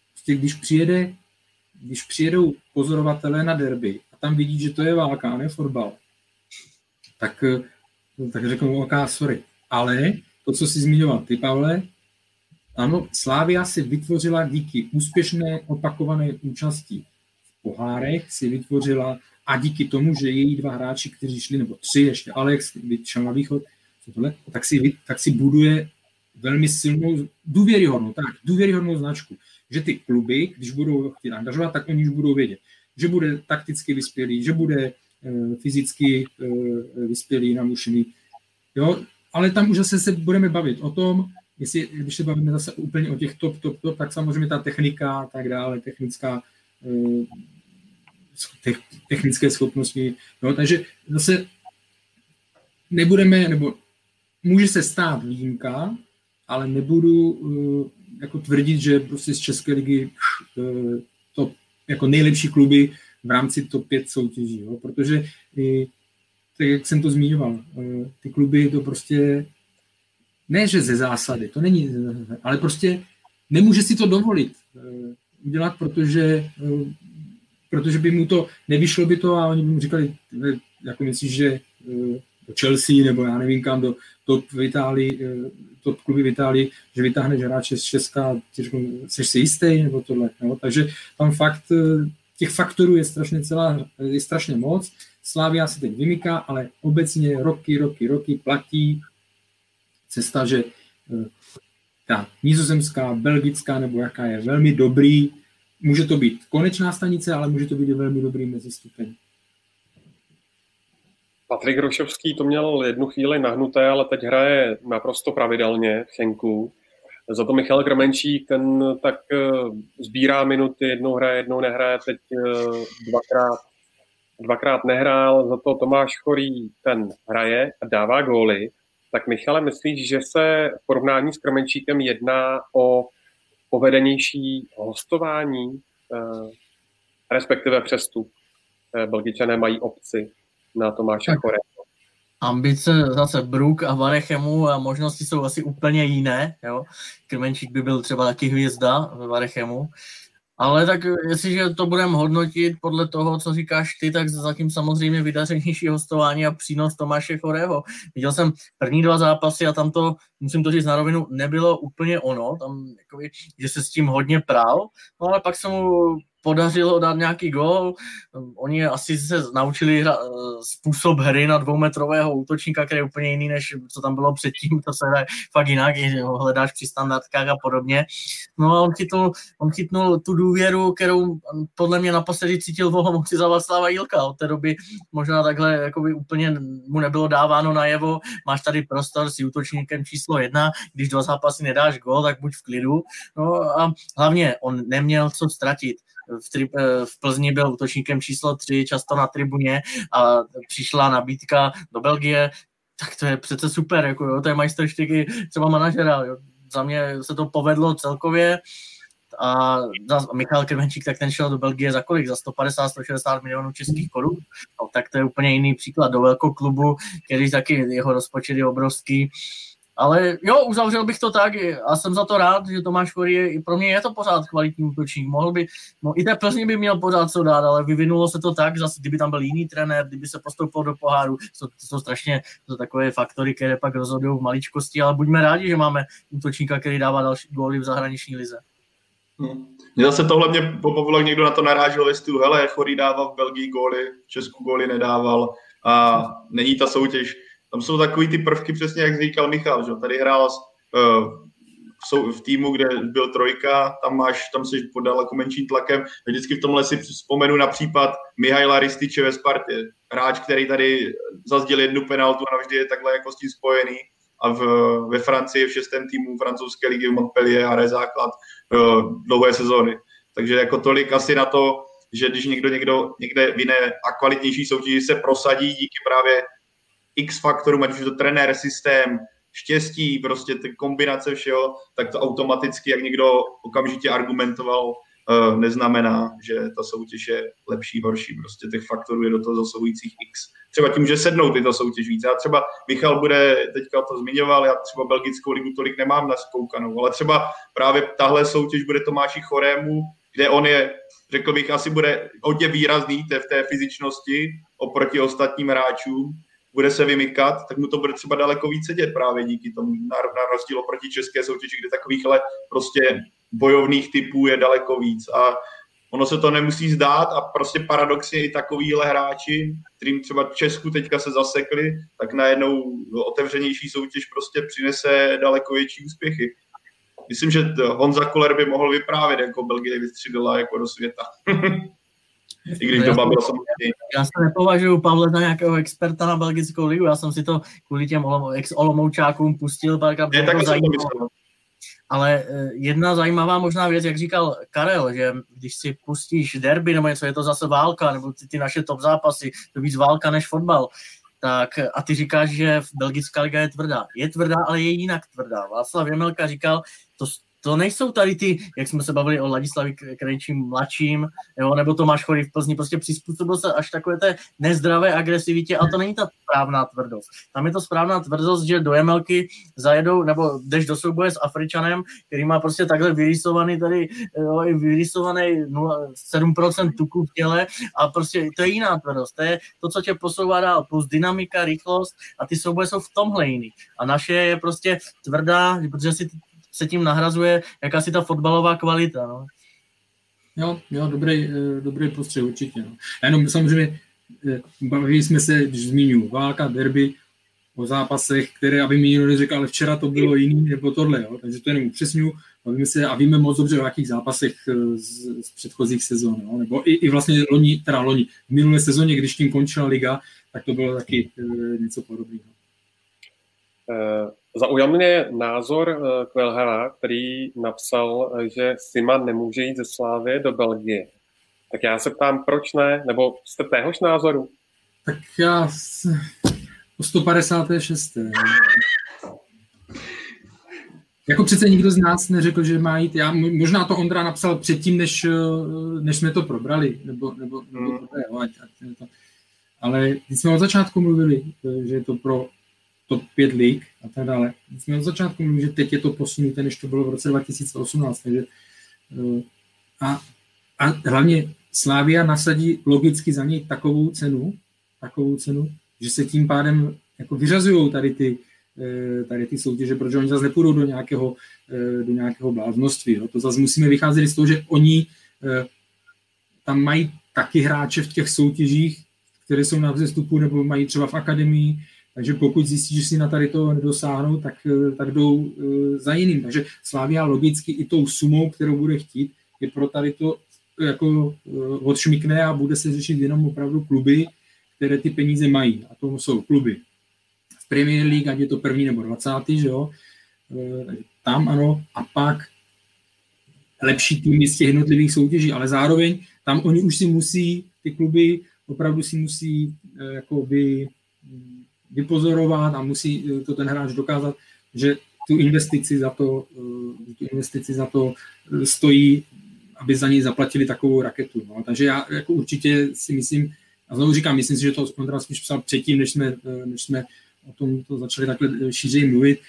Když přijedou pozorovatelé na derby a tam vidí, že to je válka a ne fotbal, tak řeknou, ok, sorry. Ale to, co jsi zmiňoval ty, Pavle, ano, Slavia si vytvořila díky úspěšné opakované účasti v pohárech, si vytvořila a díky tomu, že její 2 hráči, kteří šli, nebo 3 ještě, Alex, šel na východ, tak si buduje velmi silnou, důvěryhodnou značku. Že ty kluby, když budou chtít angažovat, tak oni už budou vědět, že bude takticky vyspělý, že bude fyzicky vyspělý, namušený. Jo? Ale tam už zase se budeme bavit o tom, když se bavíme zase úplně o těch top, tak samozřejmě ta technika a tak dále, technické schopnosti. Jo? Takže zase nebudeme, nebo může se stát výjimka, ale nebudu jako tvrdit, že prostě z České ligy to jako nejlepší kluby v rámci top 5 soutěží, jo? Protože tak jak jsem to zmiňoval, ty kluby to prostě ne, že ze zásady, to není, ale prostě nemůže si to dovolit udělat, protože by mu to, nevyšlo by to a oni by mu říkali, jako myslíš, že do Chelsea nebo já nevím kam, do top kluby v Itálii, že vytáhneš hráče z Česka, jsi si jistý nebo tohle. No? Takže tam fakt těch faktorů je strašně moc. Slavia se teď vymyká, ale obecně roky platí cesta, že ta nizozemská, belgická nebo jaká je velmi dobrý. Může to být konečná stanice, ale může to být i velmi dobrý mezistupeň. Patrik Hrošovský to měl jednu chvíli nahnuté, ale teď hraje naprosto pravidelně v Chenku. Za to Michal Krmenčík, ten tak sbírá minuty, jednou hraje, jednou nehraje, teď dvakrát nehrál, za to Tomáš Chorý, ten hraje a dává góly. Tak Michale, myslíš, že se v porovnání s Krmenčíkem jedná o povedenější hostování, respektive přestup? Belgičané mají opci na Tomáše Chorého. Ambice zase Brook a Varechemu a možnosti jsou asi úplně jiné. Jo? Krmenčík by byl třeba taky hvězda ve Varechemu. Ale tak jestliže to budeme hodnotit podle toho, co říkáš ty, tak zatím samozřejmě vydařenější hostování a přínos Tomáše Chorého. Viděl jsem první 2 zápasy a tam to, musím to říct na rovinu, nebylo úplně ono, tam jakoby, že se s tím hodně prál, no ale pak se mu podařilo dát nějaký gól. Oni asi se naučili způsob hry na 2metrového útočníka, který je úplně jiný, než co tam bylo předtím. To se hraje fakt jinak, ho hledáš při standardkách a podobně. No a on chytnul tu důvěru, kterou podle mě naposledy cítil v Olomouci za Václava Jílka. Od té doby možná takhle jakoby úplně mu nebylo dáváno najevo. Máš tady prostor s útočníkem číslo 1, když 2 zápasy nedáš gól, tak buď v klidu. No a hlavně on neměl co ztratit. V Plzni byl útočníkem číslo 3, často na tribuně a přišla nabídka do Belgie, tak to je přece super, jako jo, to je majstrštyky třeba manažera, jo. Za mě se to povedlo celkově a Michal Krmenčík, tak ten šel do Belgie za kolik? Za 150-160 milionů českých korun, no, tak to je úplně jiný příklad do velkého klubu, který taky jeho rozpočet je obrovský. Ale jo, uzavřel bych to tak a jsem za to rád, že Tomáš Chorý pro mě je to pořád kvalitní útočník. I té Plzni by měl pořád co dát, ale vyvinulo se to tak, zase kdyby tam byl jiný trenér, kdyby se postoupil do poháru, to jsou strašně takové faktory, které pak rozhodují v maličkosti, ale buďme rádi, že máme útočníka, který dává další góly v zahraniční lize. Mě zase tohle mě pobavilo, někdo na to narážel ve stylu, hele, Chorý dával v Belgii góly, v Česku góly nedával a není ta soutěž. Tam jsou takový ty prvky, přesně jak říkal Michal, že tady hrál v týmu, kde byl trojka, tam jsi pod daleko menším tlakem. Vždycky v tomhle si vzpomenu na případ Mihaila Rističe ve Spartě. Hráč, který tady zazděl 1 penaltu a navždy je takhle jako s tím spojený. A ve Francii v 6. týmu francouzské ligy v Montpellier hraje základ dlouhé sezóny. Takže jako tolik asi na to, že když někdo někde v jiné a kvalitnější soutěži se prosadí díky právě X faktorům, ať už je to trenér, systém, štěstí, prostě ty kombinace všeho, tak to automaticky, jak někdo okamžitě argumentoval, neznamená, že ta soutěž je lepší, horší. Prostě těch faktorů je do toho zasahujících X. Třeba tím, že sednou tyto soutěž víc. Já třeba, Michal bude teďka to zmiňoval, já třeba belgickou ligu tolik nemám naskoukanou, ale třeba právě tahle soutěž bude Tomáši Chorému, kde on je, řekl bych, asi bude hodně výrazný v té fyzičnosti oproti ostatním hráčům, bude se vymykat, tak mu to bude třeba daleko víc sedět právě díky tomu, na rozdíl oproti české soutěži, kde takovýchhle prostě bojovných typů je daleko víc a ono se to nemusí zdát a prostě paradoxně i takovýhle hráči, kterým třeba v Česku teďka se zasekli, tak najednou otevřenější soutěž prostě přinese daleko větší úspěchy. Myslím, že Honza Koller by mohl vyprávět, jako Belgie vystřídala jako do světa. I když doba byla samozřejmě. Já se nepovažuji, Pavle, za nějakého experta na belgickou ligu, já jsem si to kvůli těm ex-olomoučákům pustil párkrát. Ale jedna zajímavá možná věc, jak říkal Karel, že když si pustíš derby nebo něco, je to zase válka, nebo ty naše top zápasy, to víc válka než fotbal, tak a ty říkáš, že belgická liga je tvrdá. Je tvrdá, ale je jinak tvrdá. Václav Jemelka říkal, to nejsou tady ty, jak jsme se bavili o Ladislavi Krejčím mladším, jo, nebo Tomáš Chorý v Plzni, prostě přizpůsobil se až takové té nezdravé agresivitě, ale to není ta správná tvrdost. Tam je to správná tvrdost, že do Jemelky zajedou, nebo jdeš do souboje s Afričanem, který má prostě takhle vyrysovaný tady, jo, vyrysovaný 7% tuku v těle a prostě to je jiná tvrdost. To je to, co tě posouvá dál, plus dynamika, rychlost a ty souboje jsou v tomhle jiný. A naše je prostě tvrdá, protože se tím nahrazuje jakási ta fotbalová kvalita. No. Jo, dobrý postřeh určitě. No. Jenom samozřejmě bavili jsme se, když zmiňuji válka, derby, o zápasech, které, aby mi někdo neřekl, ale včera to bylo jiný, nebo tohle, jo. Takže to jenom upřesňuji. Bavíme se a víme moc dobře o jakých zápasech z předchozích sezon, jo. Nebo i vlastně loni, v minulé sezóně, když tím končila liga, tak to bylo taky něco podobného. Zaujal mě názor Kvelhara, který napsal, že Sima nemůže jít ze Slávie do Belgie. Tak já se ptám, proč ne? Nebo jste téhož názoru? Tak já o 156. Jako přece nikdo z nás neřekl, že má jít. Možná to Ondra napsal předtím, než jsme to probrali. Ale když jsme od začátku mluvili, že je to pro top 5 lig a tak dále. Když jsme od začátku mluvili, že teď je to posunuté, než to bylo v roce 2018. Takže, a hlavně Slavia nasadí logicky za něj takovou cenu, že se tím pádem jako vyřazují tady ty soutěže, protože oni zase nepůjdou do nějakého bláznoství. Jo. To zase musíme vycházet z toho, že oni tam mají taky hráče v těch soutěžích, které jsou na vzestupu nebo mají třeba v akademii, takže pokud zjistí, že si na tady to nedosáhnou, tak jdou za jiným. Takže Slavia logicky i tou sumou, kterou bude chtít, je pro tady to jako odšmikne a bude se řešit jenom opravdu kluby, které ty peníze mají. A to jsou kluby v Premier League, ať je to 1. nebo 20. Že jo? Tam ano. A pak lepší týmy z těch jednotlivých soutěží, ale zároveň tam oni už si musí, ty kluby opravdu si musí jakoby vypozorovat a musí to ten hráč dokázat, že tu investici za to stojí, aby za ní zaplatili takovou raketu. No. Takže já jako určitě si myslím, a znovu říkám, myslím si, že to Ondra spíš psal předtím, než jsme o tom to začali takhle šířeji mluvit.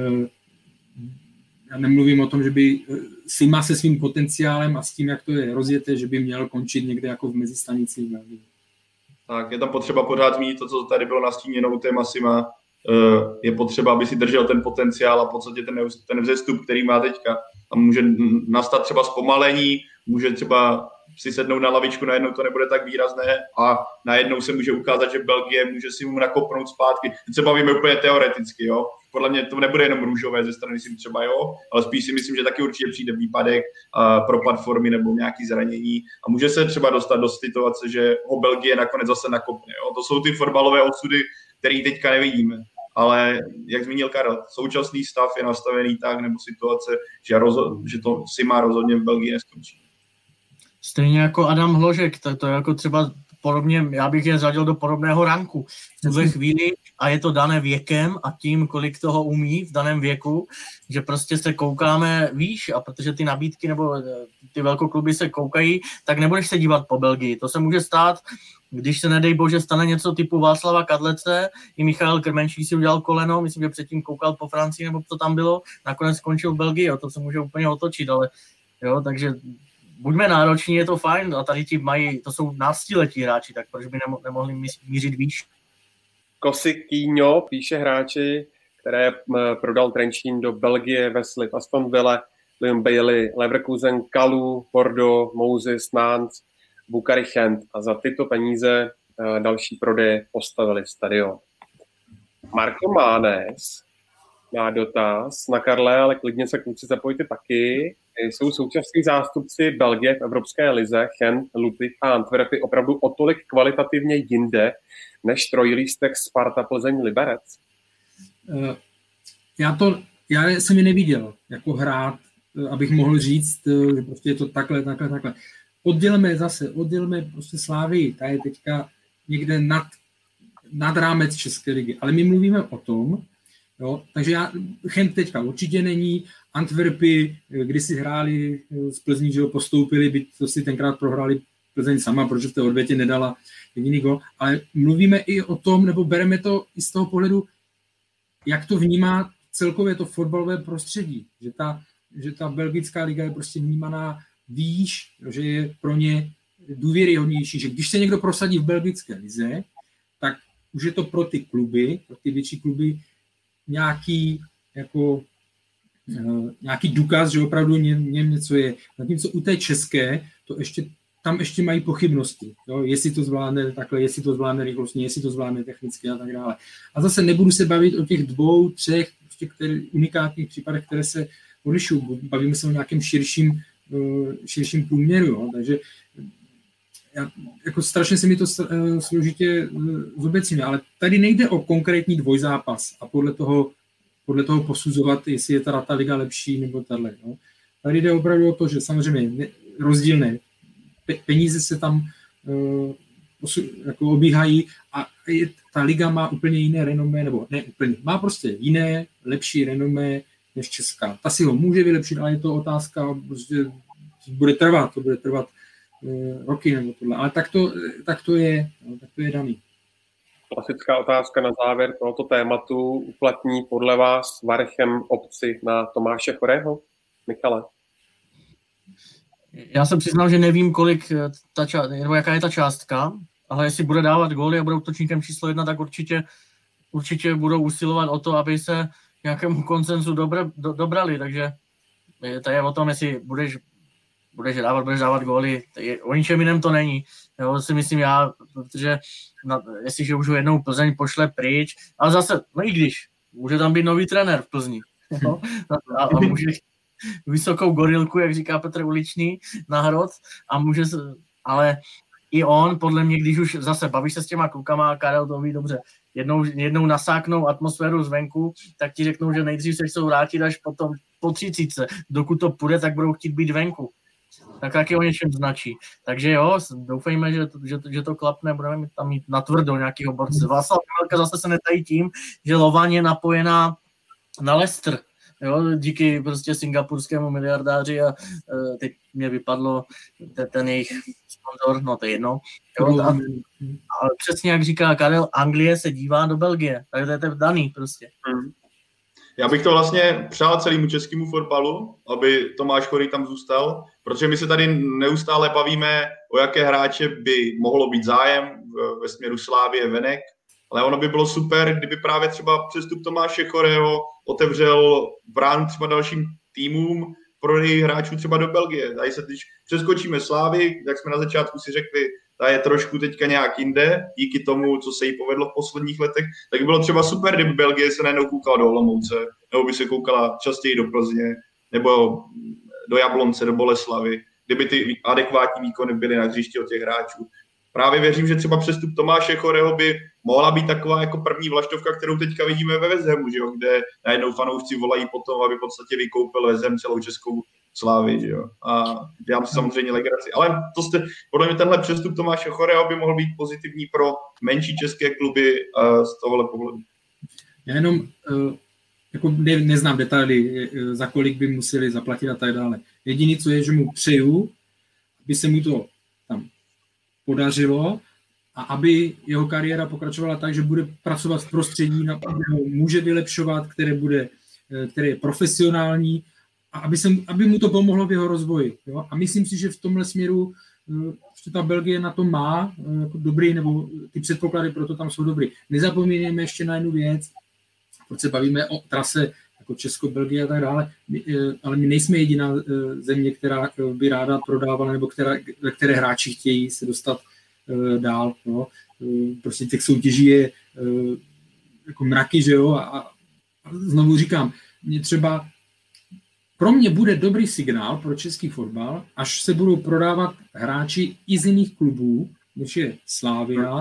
Já nemluvím o tom, že by Sima se svým potenciálem a s tím, jak to je rozjeté, že by měl končit někde jako v mezistanici. Tak je tam potřeba pořád zmínit to, co tady bylo nastíněno u téma Sima. Je potřeba, aby si držel ten potenciál a v podstatě ten vzestup, který má teďka. A může nastat třeba zpomalení, může třeba si sednout na lavičku, najednou to nebude tak výrazné a najednou se může ukázat, že Belgie může si mu nakopnout zpátky. Teď se bavíme úplně teoreticky, jo. Podle mě to nebude jenom růžové ze strany si třeba, jo, ale spíš si myslím, že taky určitě přijde výpadek, propad formy nebo nějaký zranění a může se třeba dostat do situace, že ho Belgie nakonec zase nakopne, jo. To jsou ty fotbalové osudy, který teďka nevidíme. Ale jak zmínil Karel, současný stav je nastavený tak, nebo situace, že to Sima rozhodně v Belgii neskončí. Stejně jako Adam Hložek, to je jako třeba podobně, já bych je řadil do podobného ranku. V tuhle chvíli, a je to dané věkem a tím, kolik toho umí v daném věku, že prostě se koukáme výš a protože ty nabídky nebo ty velkokluby se koukají, tak nebudeš se dívat po Belgii. To se může stát, když se nedej bože stane něco typu Václava Kadlece, i Michal Krmenčí si udělal koleno, myslím, že předtím koukal po Francii, nebo co tam bylo, nakonec skončil v Belgii, to se může úplně otočit, ale jo, takže buďme nároční, je to fajn a tady ti mají, to jsou náctiletí hráči, tak proč by nemohli mířit výš? Kosikýňo píše hráči, které prodal Trenčín do Belgie, Wesley, Aston Villa, Liam Bailey, Leverkusen, Kalu, Bordeaux, Moses, Nantes, Bukarešent a za tyto peníze další prodeje postavili stadion. Marko Mánes má dotaz na Karle, ale klidně se kluci zapojte taky. Jsou současní zástupci Belgie v Evropské lize, Gent, Lutych a Antwerpy opravdu o tolik kvalitativně jinde než trojlístek Sparta, Plzeň, Liberec? Já jsem ji neviděl jako hrát, abych mohl říct, že prostě je to takhle. Oddělme prostě Slávii, ta je teďka někde nad rámec České ligy, ale my mluvíme o tom, jo, takže Gent teďka určitě není, Antwerpy, když si hráli z Plzní, že ho postoupili, byť to si tenkrát prohráli Plzeň sama, protože v té odvětě nedala jediný gol, ale mluvíme i o tom, nebo bereme to i z toho pohledu, jak to vnímá celkově to fotbalové prostředí, že ta belgická liga je prostě vnímaná výš, že je pro ně důvěryhodnější, že když se někdo prosadí v belgické lize, tak už je to pro ty kluby, pro ty větší kluby nějaký jako nějaký důkaz, že opravdu něm něco je. Zatímco u té české, tam ještě mají pochybnosti. Jo? Jestli to zvládne takhle, jestli to zvládne rychlostně, jestli to zvládne technicky a tak dále. A zase nebudu se bavit o těch 2, 3 unikátních případech, které se odlišují. Bavíme se o nějakém širším průměru. Jo? Takže jako strašně se mi to složitě zobecíme, ale tady nejde o konkrétní dvojzápas a podle toho posuzovat, jestli je ta liga lepší nebo tahle. No. Tady jde opravdu o to, že samozřejmě rozdílné peníze se tam jako obíhají a ta liga má úplně jiné renomé, nebo ne úplně, má prostě jiné, lepší renomé než česká. Ta si ho může vylepšit, ale je to otázka, prostě to bude trvat roky nebo tohle, ale tak to je daný. Klasická otázka na závěr tohoto tématu. Uplatní podle vás Varchem obci na Tomáše Chorého? Michale? Já se přiznám, že nevím, kolik nebo jaká je ta částka, ale jestli bude dávat góly a bude útočníkem číslo 1, tak určitě budou usilovat o to, aby se nějakému konsenzu dobrali, takže to je o tom, jestli budeš dávat góly, o ničem jiném to není. Jo, si myslím já, protože jestliže už jednou Plzeň pošle pryč, ale zase, no i když, může tam být nový trenér v Plzni. Jo, a může vysokou gorilku, jak říká Petr Uličný, na hrot a může se, ale i on, podle mě, když už zase bavíš se s těma klukama, Karel to ví dobře, jednou nasáknou atmosféru zvenku, tak ti řeknou, že nejdřív se chcou vrátit až potom po 30. Dokud to půjde, tak budou chtít být venku. Tak taky o něčem značí. Takže jo, doufejme, že to klapne, budeme tam mít natvrdo nějakýho borce. Václav Pavelka zase se netají tím, že Lovaň je napojená na Leicester. Jo, díky prostě singapurskému miliardáři a teď mě vypadlo ten jejich sponzor, no to je jedno. Jo, ale přesně jak říká Karel, Anglie se dívá do Belgie, takže to je daný prostě. Já bych to vlastně přál celému českému fotbalu, aby Tomáš Chorý tam zůstal, protože my se tady neustále bavíme, o jaké hráče by mohlo být zájem ve směru Slávie venek, ale ono by bylo super, kdyby právě třeba přestup Tomáše Chorého otevřel bránu třeba dalším týmům prodej hráčů třeba do Belgie. Tady se, když přeskočíme Slávy, jak jsme na začátku si řekli, ta je trošku teďka nějak jinde, díky tomu, co se jí povedlo v posledních letech, tak by bylo třeba super, kdyby Belgie se najednou koukala do Olomouce, nebo by se koukala častěji do Plzně, nebo do Jablonce, do Boleslavy, kdyby ty adekvátní výkony byly na hřišti od těch hráčů. Právě věřím, že třeba přestup Tomáše Chorého by mohla být taková jako první vlaštovka, kterou teďka vidíme ve West Hamu, že jo, kde najednou fanoušci volají potom, aby v podstatě vykoupil West Ham celou českou Slávy, že jo. A dělám si samozřejmě legraci. Ale podle mě tenhle přestup Tomáše Chorého by mohl být pozitivní pro menší české kluby z tohohle pohledu. Já jenom jako neznám detaily, za kolik by museli zaplatit a tak dále. Jediné, co je, že mu přeju, aby se mu to tam podařilo a aby jeho kariéra pokračovala tak, že bude pracovat v prostředí, může vylepšovat, které je profesionální a aby mu to pomohlo v jeho rozvoji. Jo? A myslím si, že v tomhle směru ta Belgie na to má jako dobrý, nebo ty předpoklady pro to tam jsou dobrý. Nezapomínáme ještě na jednu věc, proč se bavíme o trase jako Česko, Belgie a tak dále, ale my nejsme jediná země, která by ráda prodávala, nebo ve které hráči chtějí se dostat dál. No. Prostě těch soutěží je jako mraky, že jo, a znovu říkám, pro mě bude dobrý signál pro český fotbal, až se budou prodávat hráči i z jiných klubů, než je Slavia,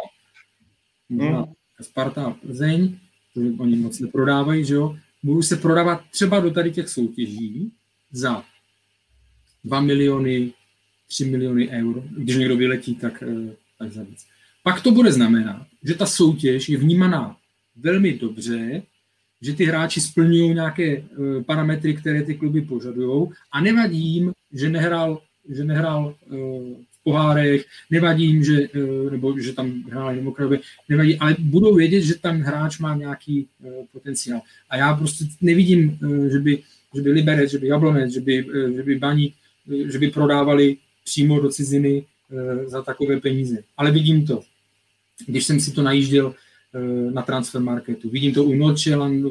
Sparta a Plzeň, protože oni moc neprodávají, že jo, budou se prodávat třeba do tady těch soutěží za 2 miliony, 3 miliony eur, když někdo vyletí, tak za víc. Pak to bude znamenat, že ta soutěž je vnímaná velmi dobře, že ty hráči splňují nějaké parametry, které ty kluby požadují a nevadí jim, že nehrál v pohárech, nevadí jim, že tam hráli demokraté, nevadí, ale budou vědět, že tam hráč má nějaký potenciál. A já prostě nevidím, že by Liberec, že by Jablonec, že by Baník, že by prodávali přímo do ciziny za takové peníze. Ale vidím to, když jsem si to najížděl na Transfermarketu, vidím to u Nordjyllandu,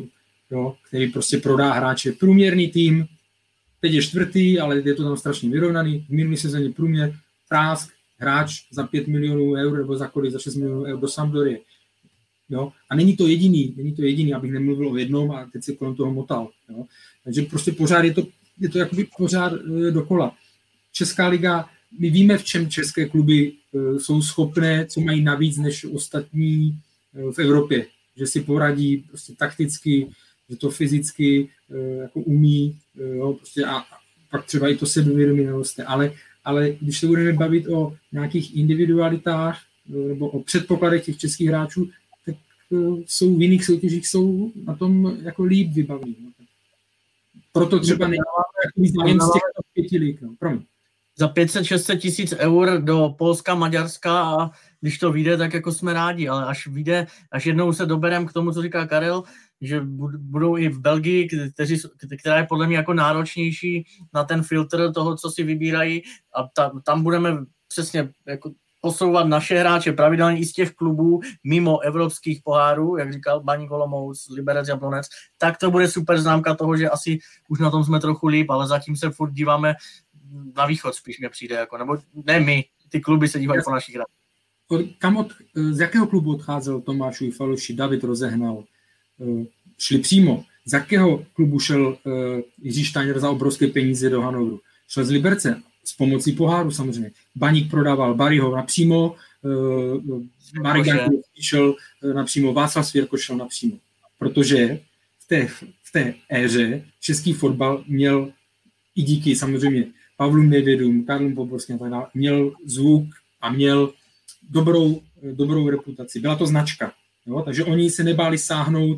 jo, který prostě prodá hráče. Průměrný tým, teď je 4., ale je to tam strašně vyrovnaný. V minulý sezóně průměr, Prásk, hráč za 5 milionů eur nebo za kolik, za 6 milionů eur do Sampdorie. Jo? A není to jediný, abych nemluvil o jednom a teď se kolem toho motal. Jo? Takže prostě pořád je to jakoby pořád dokola. Česká liga, my víme, v čem české kluby jsou schopné, co mají navíc než ostatní v Evropě. Že si poradí prostě takticky, že to fyzicky jako umí, jo? Prostě a pak třeba i to sebevědomí neroste. Ale když se budeme bavit o nějakých individualitách nebo o předpokladech těch českých hráčů, tak jsou v jiných soutěžích jsou na tom jako líp vybavení. Proto třeba nedáváme zájem z těchto 5 lig. No. Promiň. Za 500-600 tisíc eur do Polska, Maďarska a když to vyjde, tak jako jsme rádi, ale až jednou se doberem k tomu, co říká Karel, že budou i v Belgii, která je podle mě jako náročnější na ten filtr toho, co si vybírají a tam budeme přesně jako posouvat naše hráče pravidelně i z těch klubů mimo evropských pohárů, jak říkal Baník Olomouc, Liberec Jablonec, tak to bude super známka toho, že asi už na tom jsme trochu líp, ale zatím se furt díváme na východ, spíš mě přijde, jako, nebo ne my, ty kluby se dívají po našich hrách. Z jakého klubu odcházel Tomáš Ujfaloši, David Rozehnal? Šli přímo. Z jakého klubu šel Jiří Steiner za obrovské peníze do Hannoveru? Šel z Liberce, s pomocí poháru samozřejmě. Baník prodával Barryho napřímo, Marek Jankovský šel napřímo, Václav Svěrko šel napřímo. Protože v té éře český fotbal měl i díky samozřejmě Pavlu Nevědům, Karlu Poborským a tak dále, měl zvuk a měl dobrou reputaci. Byla to značka. Jo? Takže oni se nebáli sáhnout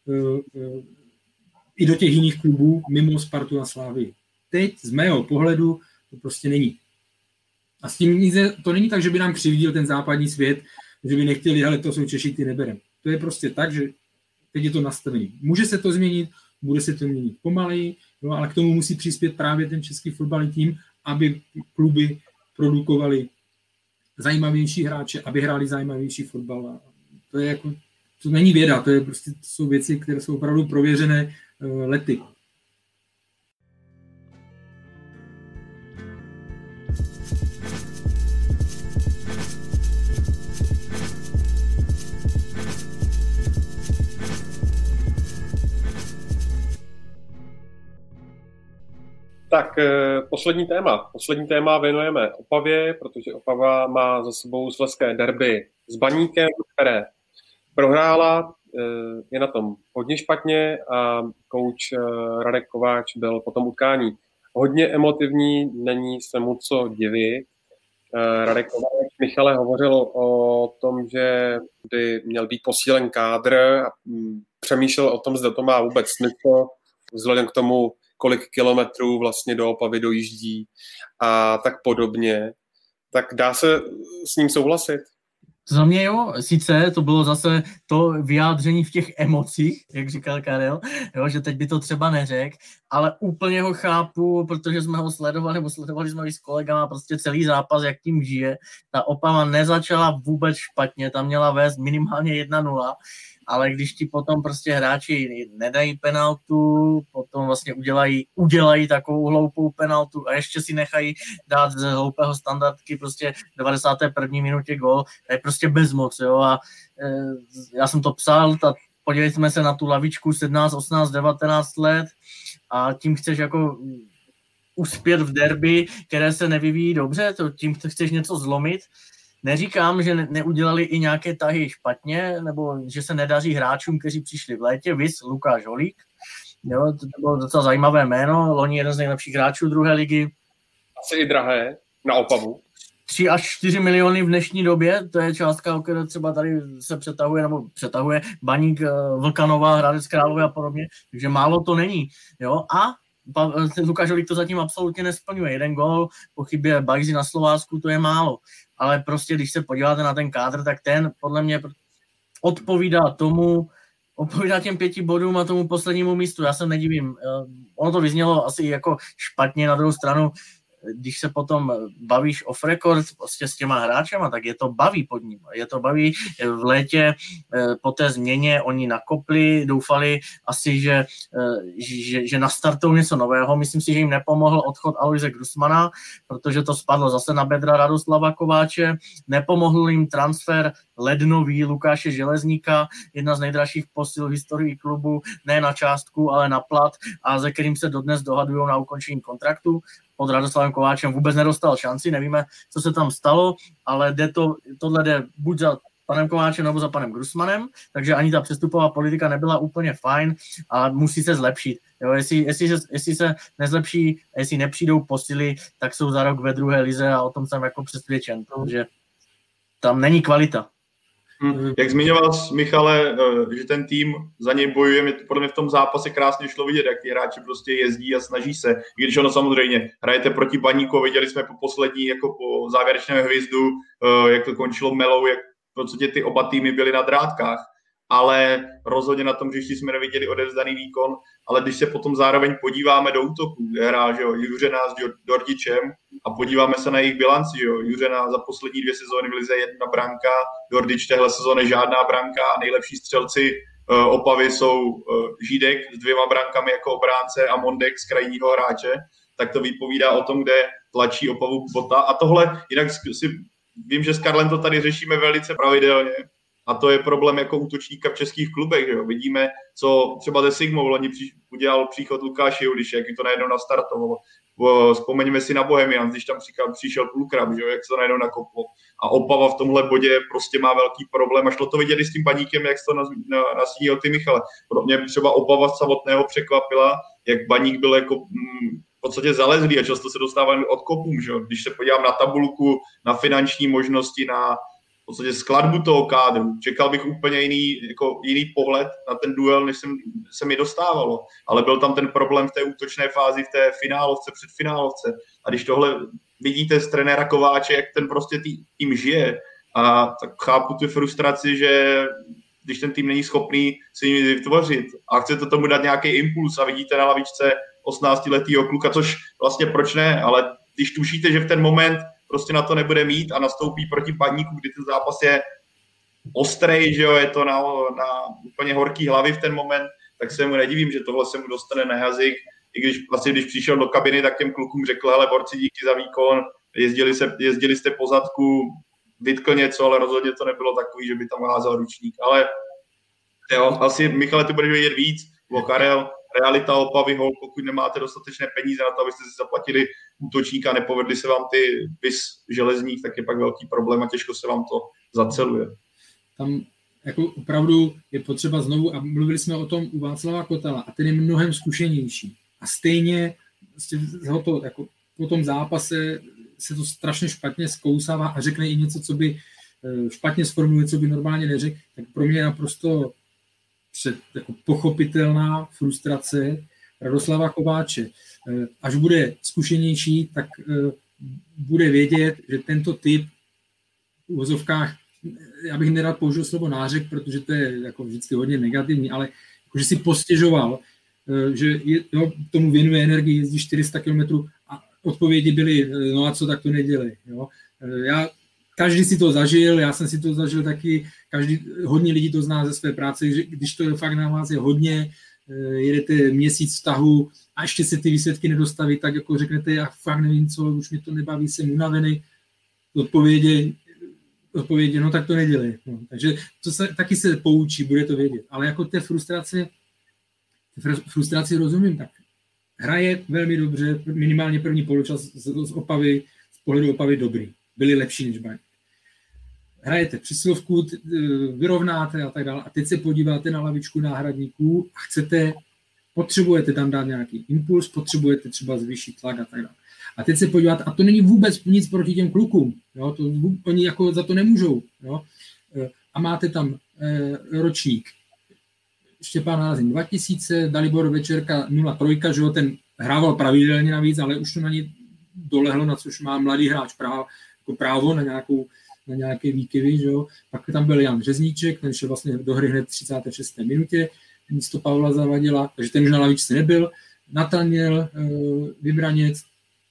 i do těch jiných klubů mimo Spartu a Slávii. Teď z mého pohledu to prostě není. A s tím to není tak, že by nám křivdil ten západní svět, že by nechtěli, hele, to jsou Češi, ty neberem. To je prostě tak, že teď je to nastavení. Může se to změnit, bude se to měnit pomaleji, no, ale k tomu musí přispět právě ten český fotbalný tým, aby kluby produkovali zajímavější hráče, aby hráli zajímavější fotbal. A to je jako, to není věda, to jsou věci, které jsou opravdu prověřené lety. Tak poslední téma věnujeme Opavě, protože Opava má za sebou slezské derby s Baníkem, které prohrála, je na tom hodně špatně a kouč Radek Kováč byl po tom utkání hodně emotivní, není se mu co divit. Radek Kováč, Michale, hovořil o tom, že by měl být posílen kádr a přemýšlel o tom, zda to má vůbec smysl, vzhledem k tomu, kolik kilometrů vlastně do Opavy dojíždí a tak podobně. Tak dá se s ním souhlasit? Za mě jo, sice to bylo zase to vyjádření v těch emocích, jak říkal Karel, jo, že teď by to třeba neřekl, ale úplně ho chápu, protože jsme ho sledovali jsme ho s kolegama prostě celý zápas, jak tím žije. Ta Opava nezačala vůbec špatně, tam měla vést minimálně 1-0, ale když ti potom prostě hráči nedají penaltu, potom vlastně udělají takovou hloupou penaltu a ještě si nechají dát z hloupého standardky prostě v 91. minutě gól, to je prostě bezmoc, jo, a já jsem to psal, podívejme se na tu lavičku 17, 18, 19 let a tím chceš jako uspět v derby, které se nevyvíjí dobře, tím chceš něco zlomit. Neříkám, že neudělali i nějaké tahy špatně, nebo že se nedaří hráčům, kteří přišli v létě, viz Lukáš Holík. Jo, to bylo docela zajímavé jméno, loni jeden z nejlepších hráčů druhé ligy. Asi i drahé na Opavu. 3 až 4 miliony v dnešní době, to je částka, o které třeba tady se přetahuje Baník, Vlkanova, Hradec Králové a podobně, takže málo to není. Jo? A Lukáš Holík to zatím absolutně nesplňuje. 1 gól po chybě Bajzy na Slovácku, to je málo. Ale prostě, když se podíváte na ten kádr, tak ten podle mě odpovídá těm 5 bodům a tomu poslednímu místu. Já se nedivím. Ono to vyznělo asi jako špatně, na druhou stranu když se potom bavíš off record prostě s těma hráčema, tak je to baví pod ním. Je to baví v létě po té změně, oni nakopli, doufali asi, že nastartou něco nového. Myslím si, že jim nepomohl odchod Aloise Grossmana, protože to spadlo zase na bedra Radoslava Kováče. Nepomohl jim transfer lednový Lukáše Železníka, jedna z nejdražších posil v historii klubu, ne na částku, ale na plat, a ze kterým se dodnes dohadují na ukončení kontraktu. Pod Radoslavem Kováčem vůbec nedostal šanci, nevíme, co se tam stalo, ale tohle jde buď za panem Kováčem nebo za panem Grossmanem, takže ani ta přestupová politika nebyla úplně fajn a musí se zlepšit. Jo, jestli se nezlepší, jestli nepřijdou posily, tak jsou za rok ve druhé lize a o tom jsem jako přesvědčen, protože tam není kvalita. Jak zmiňoval jsi, Michale, že ten tým za něj bojuje, podle mě v tom zápase krásně šlo vidět, jak ty hráči prostě jezdí a snaží se. I když ono samozřejmě, hrajete proti Baníku, viděli jsme po poslední, jako po závěrečném hvězdu, jak to končilo melou, jak v podstatě ty oba týmy byly na drátkách. Ale rozhodně na tom hřišti jsme neviděli odevzdaný výkon, ale když se potom zároveň podíváme do útoku, kde hrál Juřena s Dordičem a podíváme se na jejich bilanci, Juřena za poslední 2 sezóny v lize 1 branka, Dordič téhle sezóny žádná branka a nejlepší střelci Opavy jsou Žídek s 2 brankami jako obránce a Mondek z krajního hráče, tak to vypovídá o tom, kde tlačí Opavu Bota. A tohle, jinak si vím, že s Karlem to tady řešíme velice pravidelně, a to je problém jako útočníka v českých klubech. Že jo? Vidíme, co třeba ze Sigmou loni udělal příchod Lukáš Judiš, jak to najednou nastartovalo. Vzpomeňme si na Bohemians, když tam přišel Pulkrab, že jo? Jak se to najednou nakoplo. A Opava v tomhle bodě prostě má velký problém. A šlo to vidět i s tím Baníkem, jak to nastínil ty, Michale. Pro mě třeba Opava samotného překvapila, jak Baník byl jako v podstatě zalezlý a často se dostává od kopům. Že? Když se podívám na tabulku, na finanční možnosti, na v podstatě skladbu toho kádru, čekal bych úplně jiný pohled na ten duel, než se mi dostávalo. Ale byl tam ten problém v té útočné fázi, v té finálovce, předfinálovce. A když tohle vidíte z trenéra Kováče, jak ten prostě tým žije, a tak chápu tu frustraci, že když ten tým není schopný si nic vytvořit a chcete tomu dát nějaký impuls a vidíte na lavičce 18letýho kluka, což vlastně proč ne, ale když tušíte, že v ten moment prostě na to nebude mít a nastoupí proti Baníku, kdy ten zápas je ostrej, že jo, je to na úplně horký hlavy v ten moment, tak se mu nedivím, že tohle se mu dostane na jazyk. I když přišel do kabiny, tak těm klukům řekl, hele borci, díky za výkon, jezdili jste po zadku, vytkl něco, ale rozhodně to nebylo takový, že by tam házel ručník. Ale jo, asi, Michale, ty budeš vědět víc, o Karel, realita Opavy, pokud nemáte dostatečné peníze na to, abyste si zaplatili útočníka, nepovedli se vám ty vys Železník, tak je pak velký problém a těžko se vám to zaceluje. Tam jako opravdu je potřeba znovu, a mluvili jsme o tom u Václava Kotala, a ten je mnohem zkušenější. A stejně jako po tom zápase se to strašně špatně zkousává a řekne i něco, co by špatně sformuluje, co by normálně neřekl, tak pro mě je naprosto jako pochopitelná frustrace Radoslava Kováče. Až bude zkušenější, tak bude vědět, že tento typ v uvozovkách, já bych nerad použil slovo nářek, protože to je jako vždycky hodně negativní, ale jako, že si postěžoval, že tomu věnuje energii, jezdí 400 km a odpovědi byly, no a co, tak to nedělej. Jo? Každý si to zažil, já jsem si to zažil taky, hodně lidí to zná ze své práce, že když to fakt na vás je hodně, jedete měsíc vztahu a ještě se ty výsledky nedostaví, tak jako řeknete, já fakt nevím co, už mě to nebaví, jsem unavený, odpovědi, no tak to nedělej. No, takže taky se poučí, bude to vědět. Ale jako té frustraci rozumím, tak hraje velmi dobře, minimálně první poločas z pohledu Opavy dobrý. Byli lepší než Baník. Hrajete přesilovku, vyrovnáte a tak dále. A teď se podíváte na lavičku náhradníků a potřebujete tam dát nějaký impuls, potřebujete třeba zvýšit tlak a tak dále. A teď se podíváte, a to není vůbec nic proti těm klukům. Jo? Oni jako za to nemůžou. Jo? A máte tam ročník Štěpán Házin 2000, Dalibor Večerka 03, že jo? Ten hrával pravidelně navíc, ale už to na ní dolehlo, na což má mladý hráč právo na nějaké výkyvy, že jo. Pak tam byl Jan Řezníček, ten šel vlastně do hry hned v 36. minutě, místo Pavla Zavadila, takže ten už na lavičce nebyl. Nathaniel Vybranec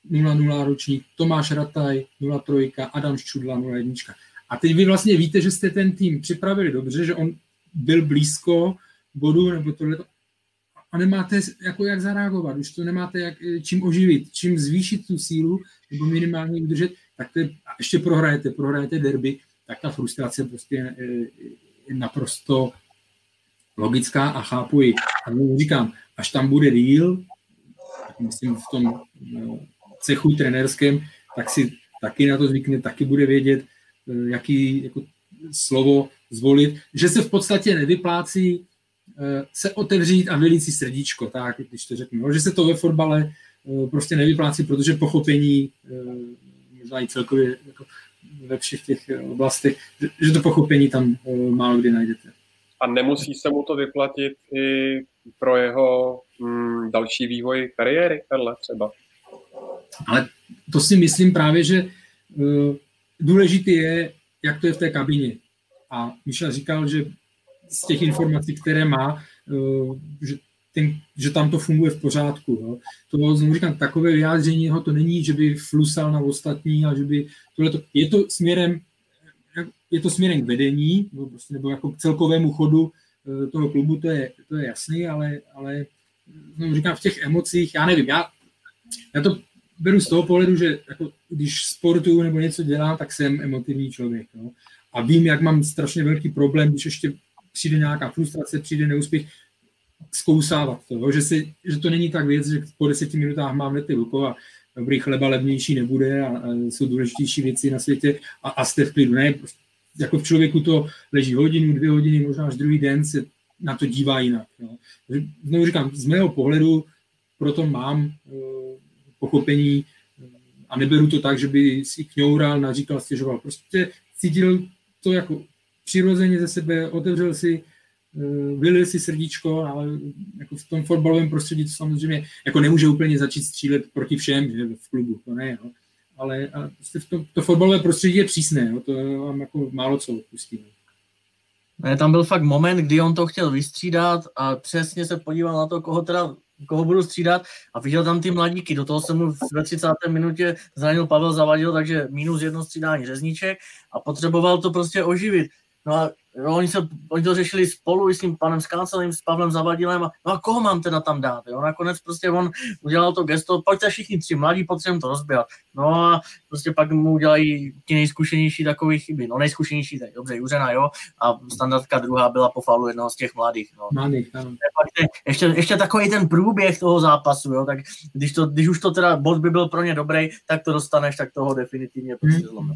0-0 ročník, Tomáš Rataj 0-3, Adam Ščudla 0-1. A teď vy vlastně víte, že jste ten tým připravili dobře, že on byl blízko bodu nebo tohleto a nemáte jako jak zareagovat, už to nemáte čím oživit, čím zvýšit tu sílu nebo minimálně udržet, tak to je, a ještě prohrajete derby, tak ta frustrace prostě je naprosto logická a chápu ji. A říkám, až tam bude deal, myslím v tom cechu trenérském, tak si taky na to zvykne, taky bude vědět, jaký jako slovo zvolit, že se v podstatě nevyplácí se otevřít a vylít si srdíčko, tak, když to řeknu. No, že se to ve fotbale prostě nevyplácí, protože pochopení, možná i celkově jako ve všech těch oblastech, že to pochopení tam málo kdy najdete. A nemusí se mu to vyplatit i pro jeho další vývoj kariéry, Karle, třeba? Ale to si myslím právě, že důležité je, jak to je v té kabině. A Michel říkal, že z těch informací, které má, že tam to funguje v pořádku. Jo. To znovu říkám, takové vyjádření to není, že by flusal na ostatní a že by tohleto, je to směrem k vedení, nebo jako k celkovému chodu toho klubu, to je jasný, ale znovu říkám, v těch emocích, já nevím, já to beru z toho pohledu, že jako, když sportuju nebo něco dělám, tak jsem emotivní člověk. No. A vím, jak mám strašně velký problém, když ještě přijde nějaká frustrace, přijde neúspěch, zkousávat to, že to není tak věc, že po 10 minutách mávnete rukou a dobrý chleba levnější nebude a jsou důležitější věci na světě a jste v klidu. Ne, jako v člověku to leží hodinu, 2 hodiny, možná až druhý den se na to dívá jinak. No. Znovu říkám, z mého pohledu proto mám pochopení a neberu to tak, že by si kňoural, naříkal, stěžoval. Prostě cítil to jako přirozeně ze sebe, otevřel si, vylil si srdíčko, ale jako v tom fotbalovém prostředí to samozřejmě jako nemůže úplně začít střílet proti všem, že v klubu, to ne, no. Ale prostě to fotbalové prostředí je přísné, no, to vám jako málo co odpustí. Ne, tam byl fakt moment, kdy on to chtěl vystřídat a přesně se podíval na to, koho budu střídat a viděl tam ty mladíky. Do toho se mu ve 30. minutě zranil Pavel Zavadil, takže -1 střídání Řezníček a potřeboval to prostě oživit. No a oni to řešili spolu i s tím panem Skácelým, s Pavlem Zavadilem a koho mám teda tam dát? Jo? Nakonec prostě on udělal to gesto, pojďte všichni 3 mladí, potřebujeme to rozběhat. No a prostě pak mu udělají ti nejzkušenější takový chyby. No nejzkušenější, tak dobře, Juřena, jo, a standardka druhá byla po faulu jednoho z těch mladých. No. Mladých, ano. Ještě takový ten průběh toho zápasu, jo, tak když už to teda bod by byl pro ně dobrý, tak to dostaneš, tak toho definitivně prostě zlomil.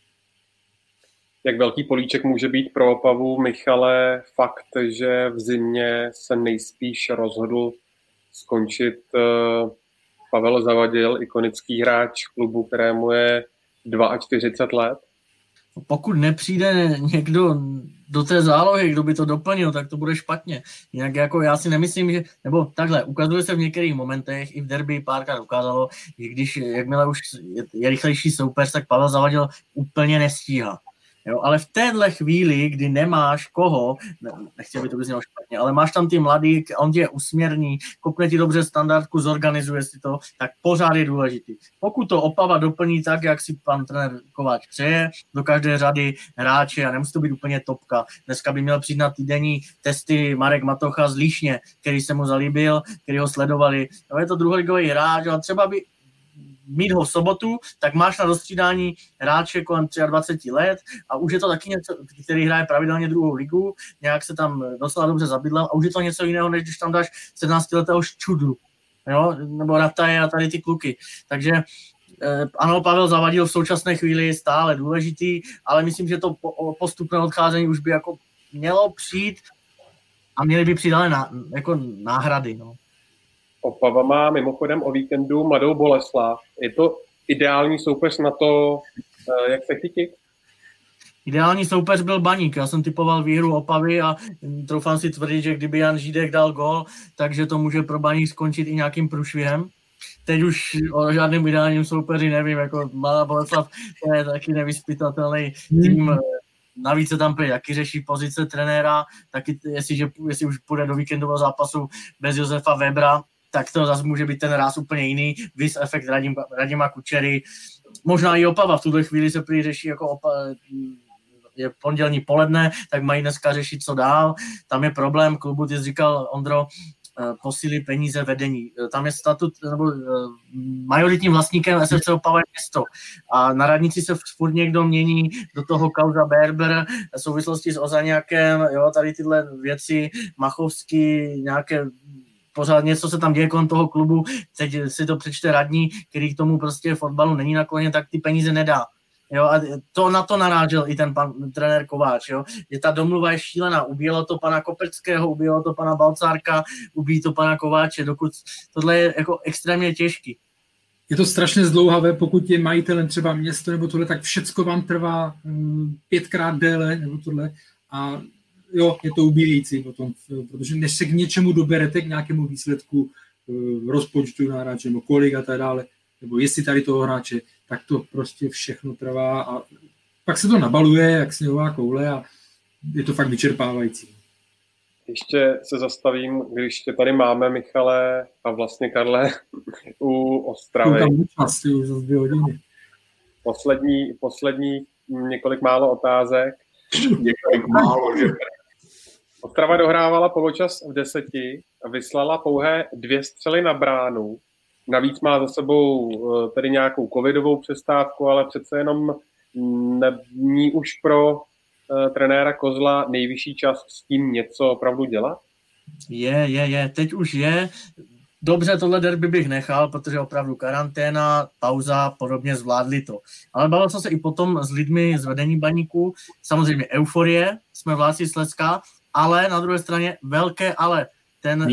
Jak velký políček může být pro Opavu, Michale, fakt, že v zimě se nejspíš rozhodl skončit Pavel Zavadil, ikonický hráč klubu, kterému je 42 let? Pokud nepřijde někdo do té zálohy, kdo by to doplnil, tak to bude špatně. Jinak jako já si nemyslím, že, nebo takhle, ukazuje se v některých momentech, i v derby párkrát ukázalo, že jakmile už je rychlejší soupeř, tak Pavel Zavadil úplně nestíhá. Jo, ale v téhle chvíli, kdy nemáš koho, nechci, by to znělo špatně, ale máš tam ty mladý, on tě je usměrní, kopne ti dobře standardku, zorganizuje si to, tak pořád je důležitý. Pokud to Opava doplní tak, jak si pan trenér Kováč přeje, do každé řady hráče a nemusí to být úplně topka. Dneska by měl přijít na týdenní testy Marek Matocha z Líšně, který se mu zalíbil, který ho sledovali. No, je to druholigový hráč, ale třeba by mít ho v sobotu, tak máš na dostřídání hráče kolem 23 let a už je to taky něco, který hraje pravidelně druhou ligu, nějak se tam docela dobře zabydlel a už je to něco jiného, než když tam dáš 17letého Ščudlu, jo, nebo Rataje a tady ty kluky. Takže ano, Pavel Zavadil v současné chvíli stále důležitý, ale myslím, že to postupné odcházení už by jako mělo přijít a měly by přijít ale jako náhrady, no. Opava má mimochodem o víkendu Mladou Boleslav. Je to ideální soupeř na to, jak se chytit? Ideální soupeř byl Baník. Já jsem typoval výhru Opavy a troufám si tvrdit, že kdyby Jan Žídek dal gól, takže to může pro Baník skončit i nějakým průšvihem. Teď už o žádným ideálním soupeři nevím, jako Mladá Boleslav je taky nevyzpytatelný tým. Navíc se tam taky řeší pozice trenéra, taky jestli už půjde do víkendového zápasu bez Josefa Webera, tak to zase může být ten ráz úplně jiný, vys efekt Radima Kučery, možná i Opava, v tuhle chvíli se prý řeší jako je pondělní poledne, tak mají dneska řešit, co dál. Tam je problém klubu, ty jsi říkal, Ondro, posílí peníze vedení. Tam je statut, nebo majoritním vlastníkem SFC Opava je město. A na radnici se furt někdo mění, do toho kauza Berber, v souvislosti s Ozaňákem, jo, tady tyhle věci, Machovský, nějaké pořád něco se tam děje kolem toho klubu, teď si to přečte radní, který k tomu prostě fotbalu není nakloněn, tak ty peníze nedá. Jo, a to na to narážel i ten pan trenér Kováč, jo, že ta domluva je šílená, ubíjelo to pana Kopeckého, ubíjelo to pana Balcárka, ubíjí to pana Kováče, dokud tohle je jako extrémně těžký. Je to strašně zdlouhavé, pokud je majitelem třeba město nebo tohle, tak všecko vám trvá 5krát déle nebo tohle a jo, je to ubíjející potom, protože než se k něčemu doberete, k nějakému výsledku rozpočtu na hráče nebo kolik a tak dále, nebo jestli tady toho hráče, tak to prostě všechno trvá a pak se to nabaluje jak sněhová koule a je to fakt vyčerpávající. Ještě se zastavím, když tě tady máme, Michale a vlastně Karle, u Ostravy. Poslední několik málo otázek. Několik málo, že? Ostrava dohrávala poločas v 10 a vyslala pouhé 2 střely na bránu. Navíc má za sebou tedy nějakou covidovou přestávku, ale přece jenom není už pro trenéra Kozla nejvyšší čas s tím něco opravdu dělat? Je. Teď už je. Dobře, tohle derby bych nechal, protože opravdu karanténa, pauza, podobně zvládli to. Ale bavil jsem se i potom s lidmi z vedení Baníku. Samozřejmě euforie, jsme vládci Slezska, ale na druhé straně velké ale. Ten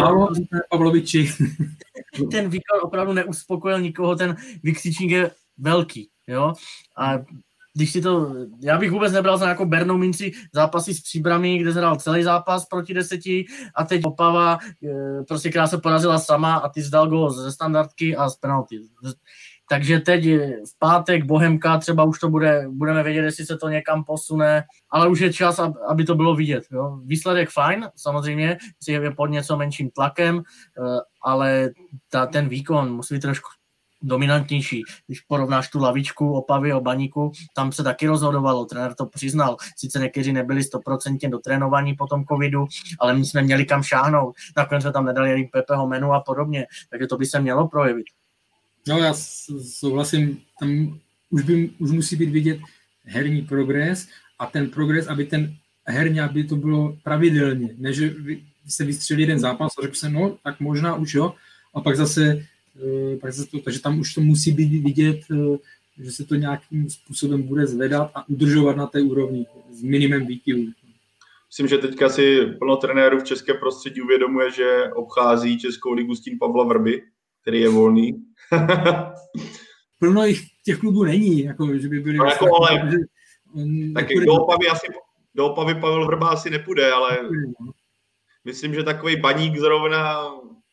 výkon opravdu neuspokojil nikoho, ten vykřičník je velký, jo. A když si to, já bych vůbec nebral za nějakou bernou minci zápasy s Příbrami, kde zhrál celý zápas proti 10 a teď Opava, prostě která se porazila sama a ty zdal gól ze standardky a z penalty. Takže teď v pátek Bohemka, třeba už to budeme vědět, jestli se to někam posune, ale už je čas, aby to bylo vidět. Jo. Výsledek fajn, samozřejmě, je pod něco menším tlakem, ale ten výkon musí být trošku dominantnější. Když porovnáš tu lavičku Opavy o Baníku, tam se taky rozhodovalo, trenér to přiznal. Sice někteří nebyli 100% dotrénovaní po tom covidu, ale my jsme měli kam šáhnout. Nakonec jsme tam nedali Pepeho menu a podobně, takže to by se mělo projevit. No já souhlasím, tam už musí být vidět herní progres a ten progres, aby ten herně, aby to bylo pravidelně, ne, že se vystřelí jeden zápas a řekl jsem, no, tak možná už jo, a pak zase to, takže tam už to musí být vidět, že se to nějakým způsobem bude zvedat a udržovat na té úrovni s minimem výkyvů. Myslím, že teďka si plno trenérů v českém prostředí uvědomuje, že obchází Českou ligu s tím Pavla Vrby, který je volný. Plno těch klubů není, jako, že by byli... No, jako, ale taky do Opavy Pavel Vrba asi nepůjde, ale myslím, že takový Baník zrovna...